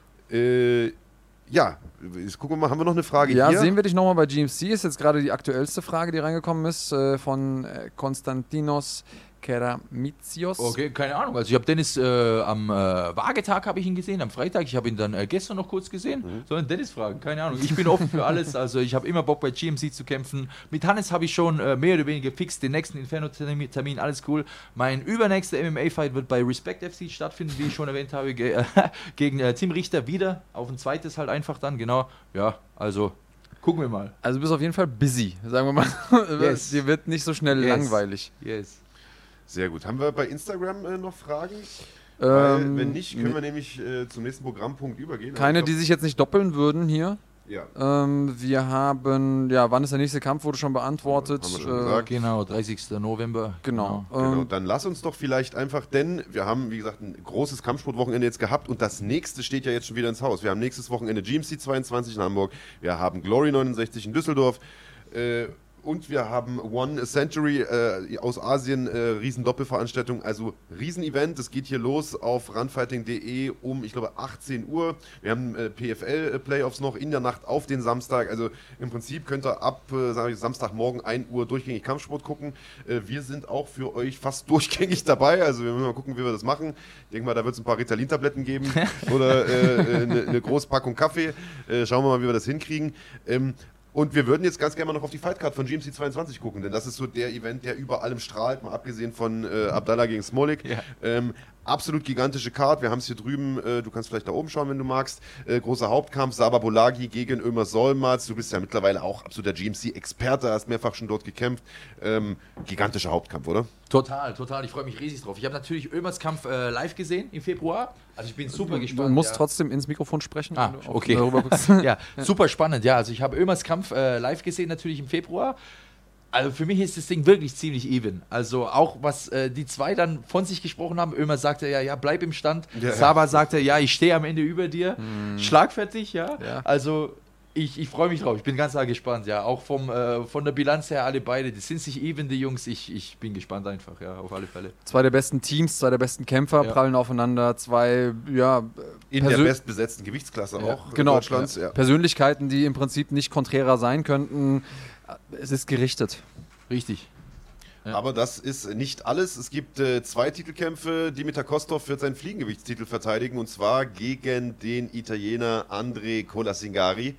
äh, Ja, jetzt gucken wir mal, haben wir noch eine Frage ja, hier? Ja, sehen wir dich nochmal bei G M C. Ist jetzt gerade die aktuellste Frage, die reingekommen ist, äh, von äh, Konstantinos Keramizios. Okay, keine Ahnung. Also ich habe Dennis äh, am äh, Waagetag habe ich ihn gesehen, am Freitag. Ich habe ihn dann äh, gestern noch kurz gesehen. Mhm. Sollen Dennis fragen? Keine Ahnung. Ich bin offen für alles. Also ich habe immer Bock bei G M C zu kämpfen. Mit Hannes habe ich schon äh, mehr oder weniger fix den nächsten Inferno-Termin. Alles cool. Mein übernächster M M A-Fight wird bei Respect F C stattfinden, wie ich schon erwähnt habe, ge äh, gegen äh, Tim Richter wieder. Auf ein zweites halt einfach dann, genau. Ja, also gucken wir mal. Also du bist auf jeden Fall busy, sagen wir mal. Yes. Dir wird nicht so schnell yes. langweilig. Yes. Sehr gut. Haben wir bei Instagram äh, noch Fragen? Ähm, Weil, wenn nicht, können wir nämlich äh, zum nächsten Programmpunkt übergehen. Keine, glaub, die sich jetzt nicht doppeln würden hier. Ja. Ähm, wir haben, ja, wann ist der nächste Kampf, wurde schon beantwortet. Haben wir schon gesagt. Genau, dreißigsten November. Genau. Genau. Ähm, Dann lass uns doch vielleicht einfach, denn wir haben, wie gesagt, ein großes Kampfsportwochenende jetzt gehabt und das nächste steht ja jetzt schon wieder ins Haus. Wir haben nächstes Wochenende G M C zweiundzwanzig in Hamburg, wir haben Glory neunundsechzig in Düsseldorf, äh, und wir haben One Century äh, aus Asien, äh, riesen Doppelveranstaltung, also Riesenevent. Es geht hier los auf runfighting punkt de um, ich glaube, achtzehn Uhr. Wir haben äh, P F L-Playoffs noch in der Nacht auf den Samstag. Also im Prinzip könnt ihr ab äh, sag ich, Samstagmorgen ein Uhr durchgängig Kampfsport gucken. Äh, wir sind auch für euch fast durchgängig dabei. Also wir müssen mal gucken, wie wir das machen. Ich denke mal, da wird es ein paar Ritalin-Tabletten geben oder eine äh, ne, ne große Packung Kaffee. Äh, schauen wir mal, wie wir das hinkriegen. Ähm, Und wir würden jetzt ganz gerne mal noch auf die Fightcard von G M C zweiundzwanzig gucken, denn das ist so der Event, der über allem strahlt, mal abgesehen von äh, Abdallah gegen Smolik. Ja. Ähm, absolut gigantische Card, wir haben es hier drüben, äh, du kannst vielleicht da oben schauen, wenn du magst. Äh, großer Hauptkampf, Saba Bolagi gegen Ömer Solmaz. Du bist ja mittlerweile auch absoluter G M C-Experte, hast mehrfach schon dort gekämpft. Ähm, gigantischer Hauptkampf, oder? Total, total. Ich freue mich riesig drauf. Ich habe natürlich Ömers Kampf äh, live gesehen im Februar. Also ich bin super du, gespannt. Du musst ja. trotzdem ins Mikrofon sprechen. Ah, okay. ja, super spannend. Ja, also ich habe Ömers Kampf äh, live gesehen natürlich im Februar. Also für mich ist das Ding wirklich ziemlich even. Also auch was äh, die zwei dann von sich gesprochen haben. Ömer sagte ja, ja, bleib im Stand. Ja, Saba ja. sagte, ja, ich stehe am Ende über dir. Hm. Schlagfertig, ja. ja. Also ich, ich freue mich drauf. Ich bin ganz arg gespannt, ja. Auch vom, äh, von der Bilanz her, alle beide, die sind sich even, die Jungs. Ich, ich bin gespannt einfach, ja, auf alle Fälle. Zwei der besten Teams, zwei der besten Kämpfer ja. prallen aufeinander. Zwei, ja... In der bestbesetzten Gewichtsklasse ja. auch genau. Deutschlands. Ja. Persönlichkeiten, die im Prinzip nicht konträrer sein könnten. Es ist gerichtet. Richtig. Ja. Aber das ist nicht alles. Es gibt äh, zwei Titelkämpfe. Dimitar Kostov wird seinen Fliegengewichtstitel verteidigen und zwar gegen den Italiener Andrei Colasingari,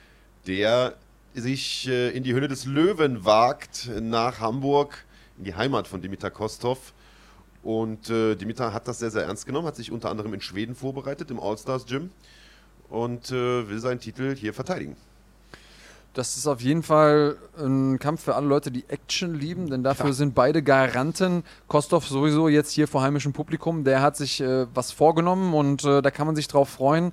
der sich äh, in die Höhle des Löwen wagt nach Hamburg, in die Heimat von Dimitar Kostov. Und äh, Dimitar hat das sehr, sehr ernst genommen, hat sich unter anderem in Schweden vorbereitet, im All-Stars Gym und äh, will seinen Titel hier verteidigen. Das ist auf jeden Fall ein Kampf für alle Leute, die Action lieben, denn dafür ja. sind beide Garanten. Kostov sowieso jetzt hier vor heimischem Publikum, der hat sich äh, was vorgenommen und äh, da kann man sich drauf freuen.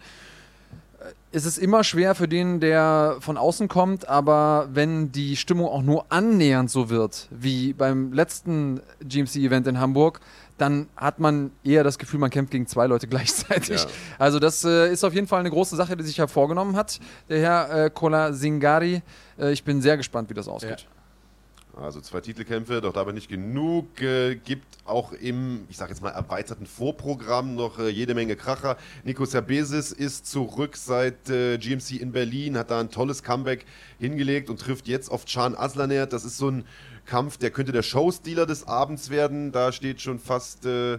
Es ist immer schwer für den, der von außen kommt, aber wenn die Stimmung auch nur annähernd so wird, wie beim letzten G M C-Event in Hamburg, dann hat man eher das Gefühl, man kämpft gegen zwei Leute gleichzeitig. Ja. Also das äh, ist auf jeden Fall eine große Sache, die sich ja vorgenommen hat, der Herr äh, Colasingari. Äh, ich bin sehr gespannt, wie das ausgeht. Also zwei Titelkämpfe, doch dabei nicht genug. Äh, gibt auch im, ich sage jetzt mal, erweiterten Vorprogramm noch äh, jede Menge Kracher. Nico Serbesis ist zurück seit äh, G M C in Berlin, hat da ein tolles Comeback hingelegt und trifft jetzt auf Can Aslaner. Das ist so ein Kampf, der könnte der Showstealer des Abends werden. Da steht schon fast... Äh,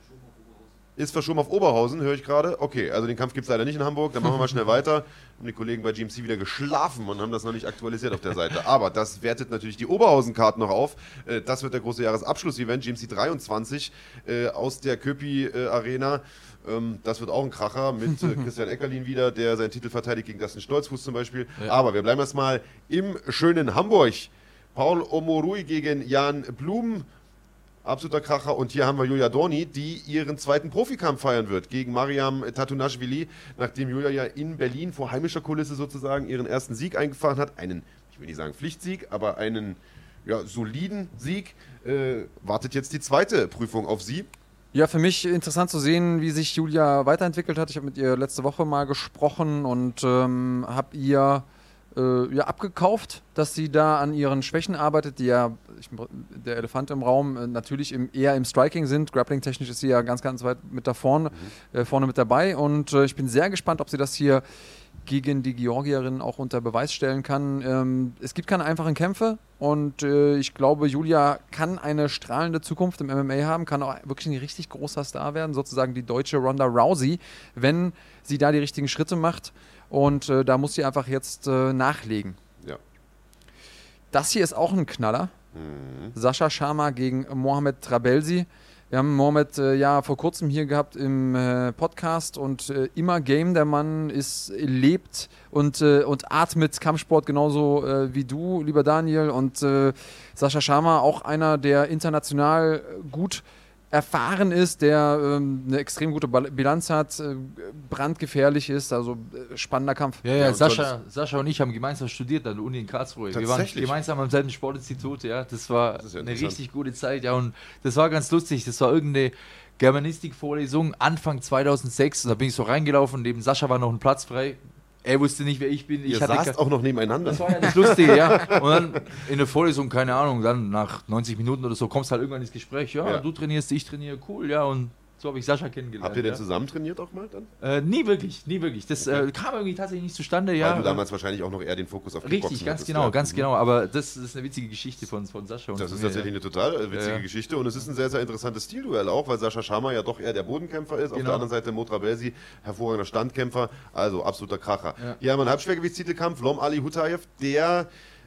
Ist verschoben auf Oberhausen, höre ich gerade. Okay, also den Kampf gibt es leider nicht in Hamburg. Dann machen wir mal schnell weiter. Haben die Kollegen bei G M C wieder geschlafen und haben das noch nicht aktualisiert auf der Seite. Aber das wertet natürlich die Oberhausen-Card noch auf. Das wird der große Jahresabschluss-Event, G M C dreiundzwanzig aus der Köpi-Arena. Das wird auch ein Kracher mit Christian Eckerlin wieder, der seinen Titel verteidigt gegen Dustin Stolzfuß zum Beispiel. Ja. Aber wir bleiben erstmal im schönen Hamburg. Paul Omorui gegen Jan Blum. Absoluter Kracher. Und hier haben wir Julia Dorni, die ihren zweiten Profikampf feiern wird gegen Mariam Tatunashvili, nachdem Julia ja in Berlin vor heimischer Kulisse sozusagen ihren ersten Sieg eingefahren hat. Einen, ich will nicht sagen Pflichtsieg, aber einen ja, soliden Sieg. Äh, wartet jetzt die zweite Prüfung auf sie. Ja, für mich interessant zu sehen, wie sich Julia weiterentwickelt hat. Ich habe mit ihr letzte Woche mal gesprochen und ähm, habe ihr Äh, ja, abgekauft, dass sie da an ihren Schwächen arbeitet, die ja, ich, der Elefant im Raum, äh, natürlich im, eher im Striking sind. Grappling-technisch ist sie ja ganz, ganz weit mit da vorne, mhm. äh, vorne mit dabei. Und äh, ich bin sehr gespannt, ob sie das hier gegen die Georgierin auch unter Beweis stellen kann. Ähm, es gibt keine einfachen Kämpfe und äh, ich glaube, Julia kann eine strahlende Zukunft im M M A haben, kann auch wirklich ein richtig großer Star werden, sozusagen die deutsche Ronda Rousey, wenn sie da die richtigen Schritte macht. Und äh, da muss sie einfach jetzt äh, nachlegen. Ja. Das hier ist auch ein Knaller. Mhm. Sascha Sharma gegen Mohamed Trabelsi. Wir haben Mohamed äh, ja vor kurzem hier gehabt im äh, Podcast und äh, immer Game. Der Mann ist, lebt und, äh, und atmet Kampfsport genauso äh, wie du, lieber Daniel. Und äh, Sascha Sharma auch einer, der international gut erfahren ist, der ähm, eine extrem gute Bilanz hat, äh, brandgefährlich ist, also äh, spannender Kampf. Ja, ja, ja Sascha, Sascha und ich haben gemeinsam studiert an der Uni in Karlsruhe. Wir waren gemeinsam am selben Sportinstitut, ja. Das war das ja eine richtig gute Zeit, ja, und das war ganz lustig. Das war irgendeine Germanistik-Vorlesung Anfang zweitausendsechs und da bin ich so reingelaufen, neben Sascha war noch ein Platz frei. Er wusste nicht, wer ich bin. Ich Ihr saßt auch noch nebeneinander. Das war ja das Lustige, ja. Und dann in der Vorlesung, keine Ahnung, dann nach neunzig Minuten oder so, kommst halt irgendwann ins Gespräch. Ja, ja. Du trainierst, ich trainiere, cool, ja. Und so habe ich Sascha kennengelernt. Habt ihr denn ja. zusammen trainiert auch mal dann? Äh, nie wirklich, nie wirklich. Das okay. äh, kam irgendwie tatsächlich nicht zustande, ja. Weil du damals wahrscheinlich auch noch eher den Fokus auf Kickboxen Richtig, ganz hattest, genau, ja. ganz genau. Aber das, das ist eine witzige Geschichte von, von Sascha. Und das von ist mir, tatsächlich ja. eine total witzige ja. Geschichte und es ist ein sehr, sehr interessantes Stilduell auch, weil Sascha Sharma ja doch eher der Bodenkämpfer ist. Genau. Auf der anderen Seite Mo Trabelsi, hervorragender Standkämpfer, also absoluter Kracher. Ja, ja mein Halbschwergewichtstitelkampf, Lom Ali Hutaev, der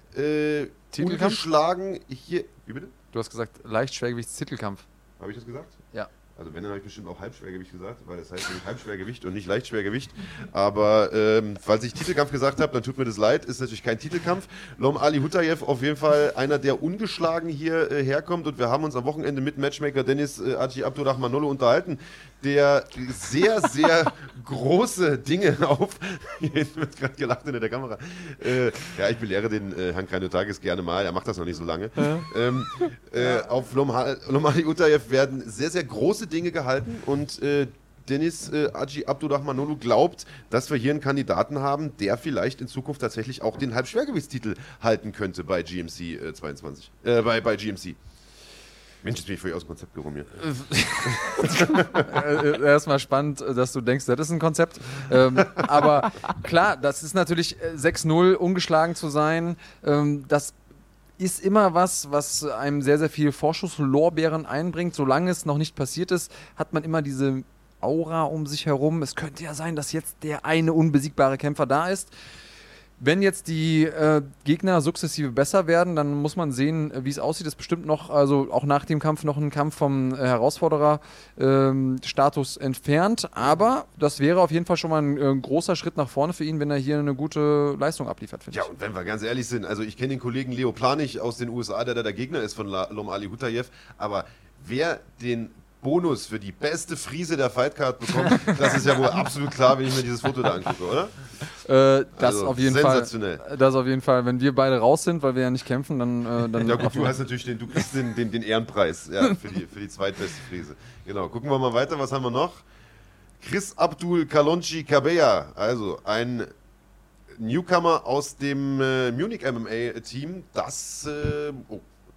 äh, ungeschlagen hier... Wie bitte? Du hast gesagt Leichtschwergewichtstitelkampf. Habe ich das gesagt? Ja. Also wenn, dann habe ich bestimmt auch Halbschwergewicht gesagt, weil das heißt nämlich Halbschwergewicht und nicht Leichtschwergewicht. Aber ähm, falls ich Titelkampf gesagt habe, dann tut mir das leid, ist natürlich kein Titelkampf. Lom Ali Hutaev auf jeden Fall einer, der ungeschlagen hier äh, herkommt und wir haben uns am Wochenende mit Matchmaker Dennis äh, Aci Abdurrahmanoglu unterhalten, der sehr, sehr große Dinge auf... Hier wird gerade gelacht hinter der Kamera. Äh, ja, ich belehre den äh, Herrn Krainotakis gerne mal, er macht das noch nicht so lange. Ja. Ähm, äh, auf Lom, Lom Ali Hutaev werden sehr, sehr große Dinge gehalten und äh, Dennis äh, Aci Abdurrahmanoglu glaubt, dass wir hier einen Kandidaten haben, der vielleicht in Zukunft tatsächlich auch den Halbschwergewichtstitel halten könnte bei G M C äh, zweiundzwanzig. Äh, bei, bei G M C. Mensch, jetzt bin ich völlig aus dem Konzept gekommen hier. Erstmal spannend, dass du denkst, das ist ein Konzept. Ähm, aber klar, das ist natürlich sechs null, ungeschlagen zu sein. Ähm, das ist immer was, was einem sehr, sehr viel Vorschusslorbeeren einbringt. Solange es noch nicht passiert ist, hat man immer diese Aura um sich herum. Es könnte ja sein, dass jetzt der eine unbesiegbare Kämpfer da ist. Wenn jetzt die äh, Gegner sukzessive besser werden, dann muss man sehen, wie es aussieht. Es ist bestimmt noch, also auch nach dem Kampf, noch ein Kampf vom äh, Herausforderer-Status ähm, entfernt. Aber das wäre auf jeden Fall schon mal ein äh, großer Schritt nach vorne für ihn, wenn er hier eine gute Leistung abliefert, finde ich. Ja, und wenn wir ganz ehrlich sind, also ich kenne den Kollegen Leo Planich aus den U S A, der da der Gegner ist von Lom Ali Hutaev, aber wer den Bonus für die beste Frise der Fightcard bekommt, das ist ja wohl absolut klar, wenn ich mir dieses Foto da angucke, oder? Äh, das also auf jeden sensationell. Fall. Das auf jeden Fall. Wenn wir beide raus sind, weil wir ja nicht kämpfen, dann... Äh, dann ja gut, du hast natürlich den, du kriegst den, den, den Ehrenpreis ja, für, die, für die zweitbeste Frise. Genau, gucken wir mal weiter, was haben wir noch? Chris Abdul Kalonji Kabeya, also ein Newcomer aus dem äh, Munich M M A-Team, das... Äh, oh,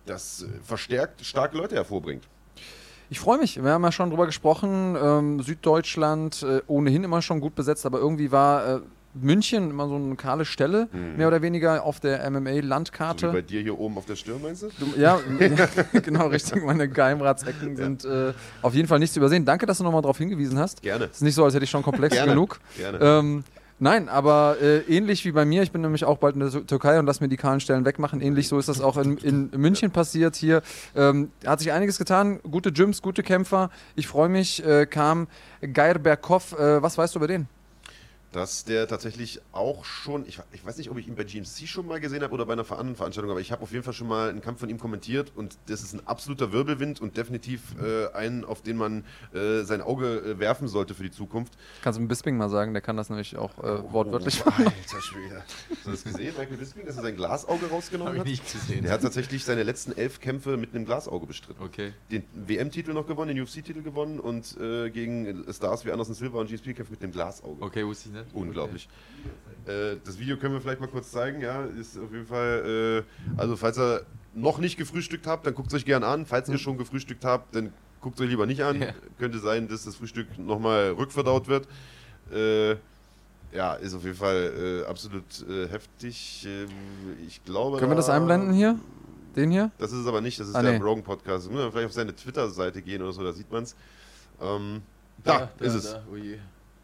das äh, verstärkt starke Leute hervorbringt. Ich freue mich. Wir haben ja schon drüber gesprochen. Ähm, Süddeutschland äh, ohnehin immer schon gut besetzt, aber irgendwie war äh, München immer so eine kahle Stelle, mhm. mehr oder weniger auf der M M A-Landkarte. So wie bei dir hier oben auf der Stirn, meinst du? du ja, genau, richtig. Meine Geheimratsecken ja. sind äh, auf jeden Fall nicht zu übersehen. Danke, dass du nochmal darauf hingewiesen hast. Gerne. Es ist nicht so, als hätte ich schon komplex Gerne. genug. Gerne. Ähm, Nein, aber äh, ähnlich wie bei mir, ich bin nämlich auch bald in der Türkei und lass mir die kahlen Stellen wegmachen. Ähnlich so ist das auch in, in München passiert hier. Ähm, hat sich einiges getan, gute Gyms, gute Kämpfer. Ich freue mich, äh, kam Geirberkov. Äh, was weißt du über den? Dass der tatsächlich auch schon, ich, ich weiß nicht, ob ich ihn bei G M C schon mal gesehen habe oder bei einer anderen Veranstaltung, aber ich habe auf jeden Fall schon mal einen Kampf von ihm kommentiert und das ist ein absoluter Wirbelwind und definitiv äh, einen, auf den man äh, sein Auge äh, werfen sollte für die Zukunft. Kannst du mit Bisping mal sagen, der kann das nämlich auch äh, oh, wortwörtlich oh, Alter Schwede. Hast du das gesehen, Michael Bisping, dass er sein Glasauge rausgenommen Hab ich hat? nicht gesehen. Der hat tatsächlich seine letzten elf Kämpfe mit einem Glasauge bestritten. Okay. Den W M-Titel noch gewonnen, den U F C-Titel gewonnen und äh, gegen Stars wie Anderson Silva und G S P kämpft mit dem Glasauge. Okay, wusste ich nicht. Unglaublich. Okay. Äh, das Video können wir vielleicht mal kurz zeigen, ja, ist auf jeden Fall, äh, also falls ihr noch nicht gefrühstückt habt, dann guckt es euch gerne an. Falls ihr schon gefrühstückt habt, dann guckt es euch lieber nicht an. Ja. Könnte sein, dass das Frühstück nochmal rückverdaut wird. Äh, ja, ist auf jeden Fall äh, absolut äh, heftig. Äh, ich glaube. Können wir das einblenden hier? Den hier? Das ist es aber nicht, das ist ah, der nee. Rogan-Podcast. Müssen wir vielleicht auf seine Twitter-Seite gehen oder so, da sieht man es. Ähm, da, da, ist da, es. Da, oh je.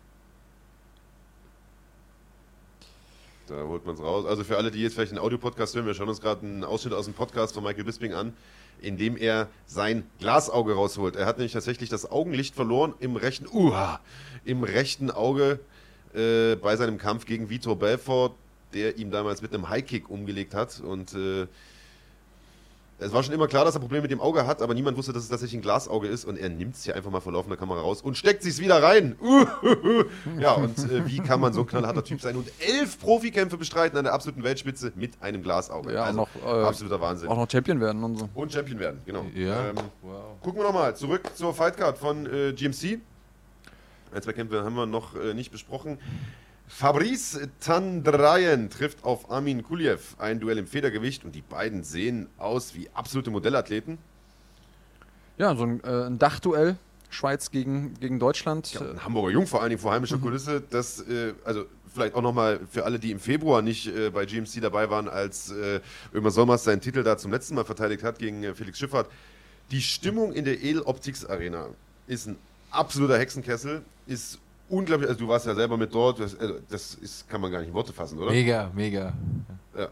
Da holt man es raus. Also für alle, die jetzt vielleicht einen Audiopodcast hören, wir schauen uns gerade einen Ausschnitt aus dem Podcast von Michael Bisping an, in dem er sein Glasauge rausholt. Er hat nämlich tatsächlich das Augenlicht verloren im rechten, uha, im rechten Auge äh, bei seinem Kampf gegen Vitor Belfort, der ihm damals mit einem Highkick umgelegt hat. Und äh, es war schon immer klar, dass er Probleme mit dem Auge hat, aber niemand wusste, dass es tatsächlich ein Glasauge ist. Und er nimmt es hier einfach mal vor laufender Kamera raus und steckt sich wieder rein. Uh, uh, uh. Ja, und äh, wie kann man so ein knallharter Typ sein und elf Profikämpfe bestreiten an der absoluten Weltspitze mit einem Glasauge? Ja, also, noch, äh, absoluter Wahnsinn. Auch noch Champion werden und so. Und Champion werden, genau. Ja. Ähm, Wow. Gucken wir nochmal zurück zur Fightcard von äh, G M C. Ein, zwei Kämpfe haben wir noch äh, nicht besprochen. Fabrice Tandrayen trifft auf Armin Kuliev, ein Duell im Federgewicht und die beiden sehen aus wie absolute Modellathleten. Ja, so ein, äh, ein Dachduell, Schweiz gegen, gegen Deutschland. Ja, ein Hamburger Jung vor allen Dingen vor heimischer Kulisse, das, äh, also vielleicht auch nochmal für alle, die im Februar nicht äh, bei G M C dabei waren, als äh, Ömer Solmers seinen Titel da zum letzten Mal verteidigt hat gegen äh, Felix Schifffahrt. Die Stimmung in der Edel Optics Arena ist ein absoluter Hexenkessel, ist unglaublich, also du warst ja selber mit dort, das, also das ist, kann man gar nicht in Worte fassen, oder? Mega, mega. Ja.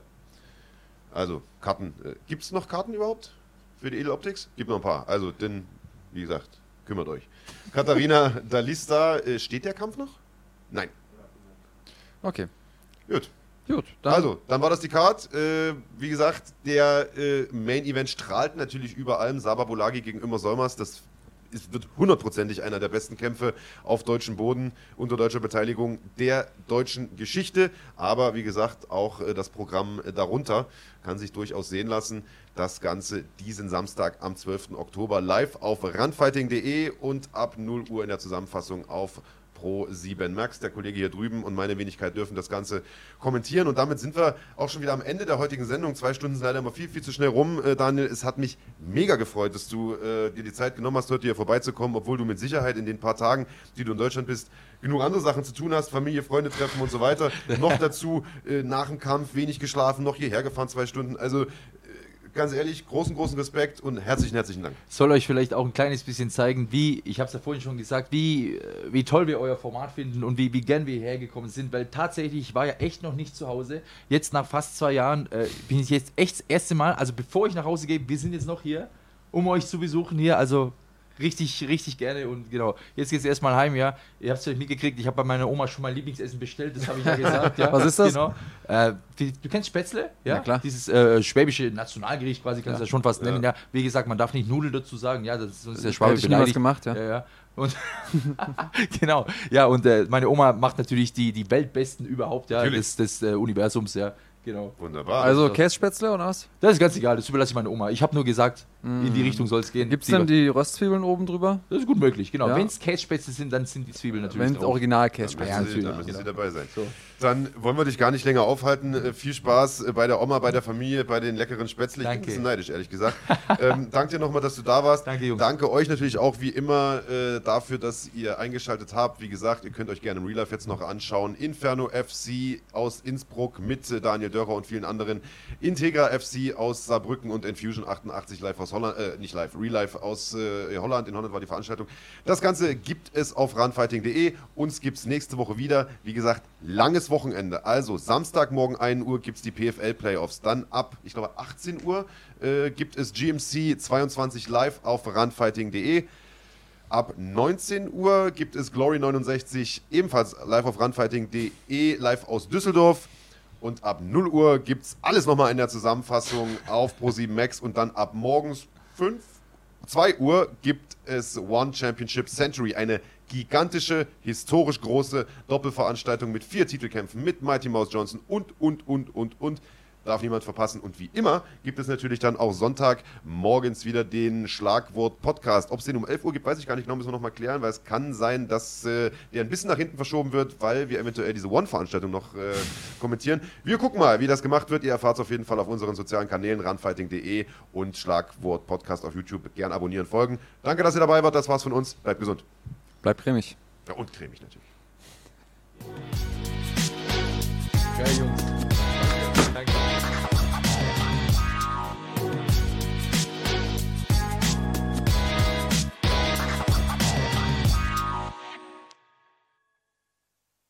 Also, Karten. Äh, Gibt es noch Karten überhaupt für die Edel Optics? Gibt noch ein paar. Also, denn, wie gesagt, kümmert euch. Katharina Dalista, äh, steht der Kampf noch? Nein. Okay. Gut. Gut. Dann Also, dann war das die Card. Äh, wie gesagt, der äh, Main Event strahlt natürlich über allem. Saba Bolagi gegen Ömer Solmers, das es wird hundertprozentig einer der besten Kämpfe auf deutschem Boden unter deutscher Beteiligung der deutschen Geschichte. Aber wie gesagt, auch äh, das Programm äh, darunter kann sich durchaus sehen lassen. Das Ganze diesen Samstag am zwölften Oktober live auf runfighting punkt de und ab null Uhr in der Zusammenfassung auf Pro sieben. Max, der Kollege hier drüben und meine Wenigkeit dürfen das Ganze kommentieren. Und damit sind wir auch schon wieder am Ende der heutigen Sendung. Zwei Stunden sind leider immer viel, viel zu schnell rum. Äh, Daniel, es hat mich mega gefreut, dass du äh, dir die Zeit genommen hast, heute hier vorbeizukommen, obwohl du mit Sicherheit in den paar Tagen, die du in Deutschland bist, genug andere Sachen zu tun hast, Familie, Freunde treffen und so weiter. Noch dazu äh, nach dem Kampf wenig geschlafen, noch hierher gefahren, zwei Stunden. Also ganz ehrlich, großen, großen Respekt und herzlichen, herzlichen Dank. Soll euch vielleicht auch ein kleines bisschen zeigen, wie, ich habe es ja vorhin schon gesagt, wie, wie toll wir euer Format finden und wie, wie gern wir hergekommen sind, weil tatsächlich, ich war ja echt noch nicht zu Hause. Jetzt nach fast zwei Jahren äh, bin ich jetzt echt das erste Mal, also bevor ich nach Hause gehe, wir sind jetzt noch hier, um euch zu besuchen hier, also richtig, richtig gerne und genau, jetzt geht es erstmal heim, ja. Ihr habt es vielleicht mitgekriegt, ich habe bei meiner Oma schon mein Lieblingsessen bestellt, das habe ich ja gesagt. Ja. Was ist das? Genau. Äh, die, du kennst Spätzle? Ja, ja klar. Dieses äh, schwäbische Nationalgericht quasi, kannst du ja. ja schon fast nennen. Ja. Ja. Wie gesagt, man darf nicht Nudeln dazu sagen, ja, das ist sonst der Schwabe Hätte ich nie was gemacht, ja. ja, ja. Und genau, ja, und äh, meine Oma macht natürlich die, die Weltbesten überhaupt, ja, des, des äh, Universums, ja. Genau. Wunderbar. Also Kässpätzle oder was? Das ist ganz egal, das überlasse ich meiner Oma. Ich habe nur gesagt, In die Richtung soll es gehen. Gibt es denn die Röstzwiebeln oben drüber? Das ist gut möglich, genau. Ja. Wenn es Kässpätzle sind, dann sind die Zwiebeln natürlich Wenn es drauf. original Dann Kässpätzle müssen, Ja, Sie, natürlich, dann müssen genau. Sie dabei sein. So. Dann wollen wir dich gar nicht länger aufhalten. Äh, viel Spaß äh, bei der Oma, bei der Familie, bei den leckeren Spätzle. Ich bin ein Danke. bisschen neidisch, ehrlich gesagt. ähm, danke dir nochmal, dass du da warst. Danke, Jungs. Danke euch natürlich auch wie immer äh, dafür, dass ihr eingeschaltet habt. Wie gesagt, ihr könnt euch gerne im Real Life jetzt noch anschauen. Inferno F C aus Innsbruck mit äh, Daniel Dörrer und vielen anderen. Integra F C aus Saarbrücken und Infusion achtundachtzig live aus Holland, äh, nicht live, Real Life aus äh, Holland. In Holland war die Veranstaltung. Das Ganze gibt es auf runfighting punkt de. Uns gibt es nächste Woche wieder. Wie gesagt, langes Wochenende. Also Samstagmorgen ein Uhr gibt es die P F L-Playoffs. Dann ab, ich glaube, achtzehn Uhr äh, gibt es G M C zweiundzwanzig live auf runfighting punkt de. Ab neunzehn Uhr gibt es Glory neunundsechzig, ebenfalls live auf runfighting punkt de, live aus Düsseldorf. Und ab null Uhr gibt es alles nochmal in der Zusammenfassung auf ProSieben Max. Und dann ab morgens fünf, zwei Uhr gibt es One Championship Century, eine gigantische, historisch große Doppelveranstaltung mit vier Titelkämpfen, mit Mighty Mouse Johnson und, und, und, und, und. Darf niemand verpassen. Und wie immer gibt es natürlich dann auch Sonntag morgens wieder den Schlagwort-Podcast. Ob es den um elf Uhr gibt, weiß ich gar nicht genau, müssen wir nochmal klären, weil es kann sein, dass äh, der ein bisschen nach hinten verschoben wird, weil wir eventuell diese One-Veranstaltung noch äh, kommentieren. Wir gucken mal, wie das gemacht wird. Ihr erfahrt es auf jeden Fall auf unseren sozialen Kanälen runfighting punkt de und Schlagwort-Podcast auf YouTube. Gern abonnieren, folgen. Danke, dass ihr dabei wart. Das war's von uns. Bleibt gesund. Bleibt cremig. Ja, und cremig natürlich. Geil, Jungs.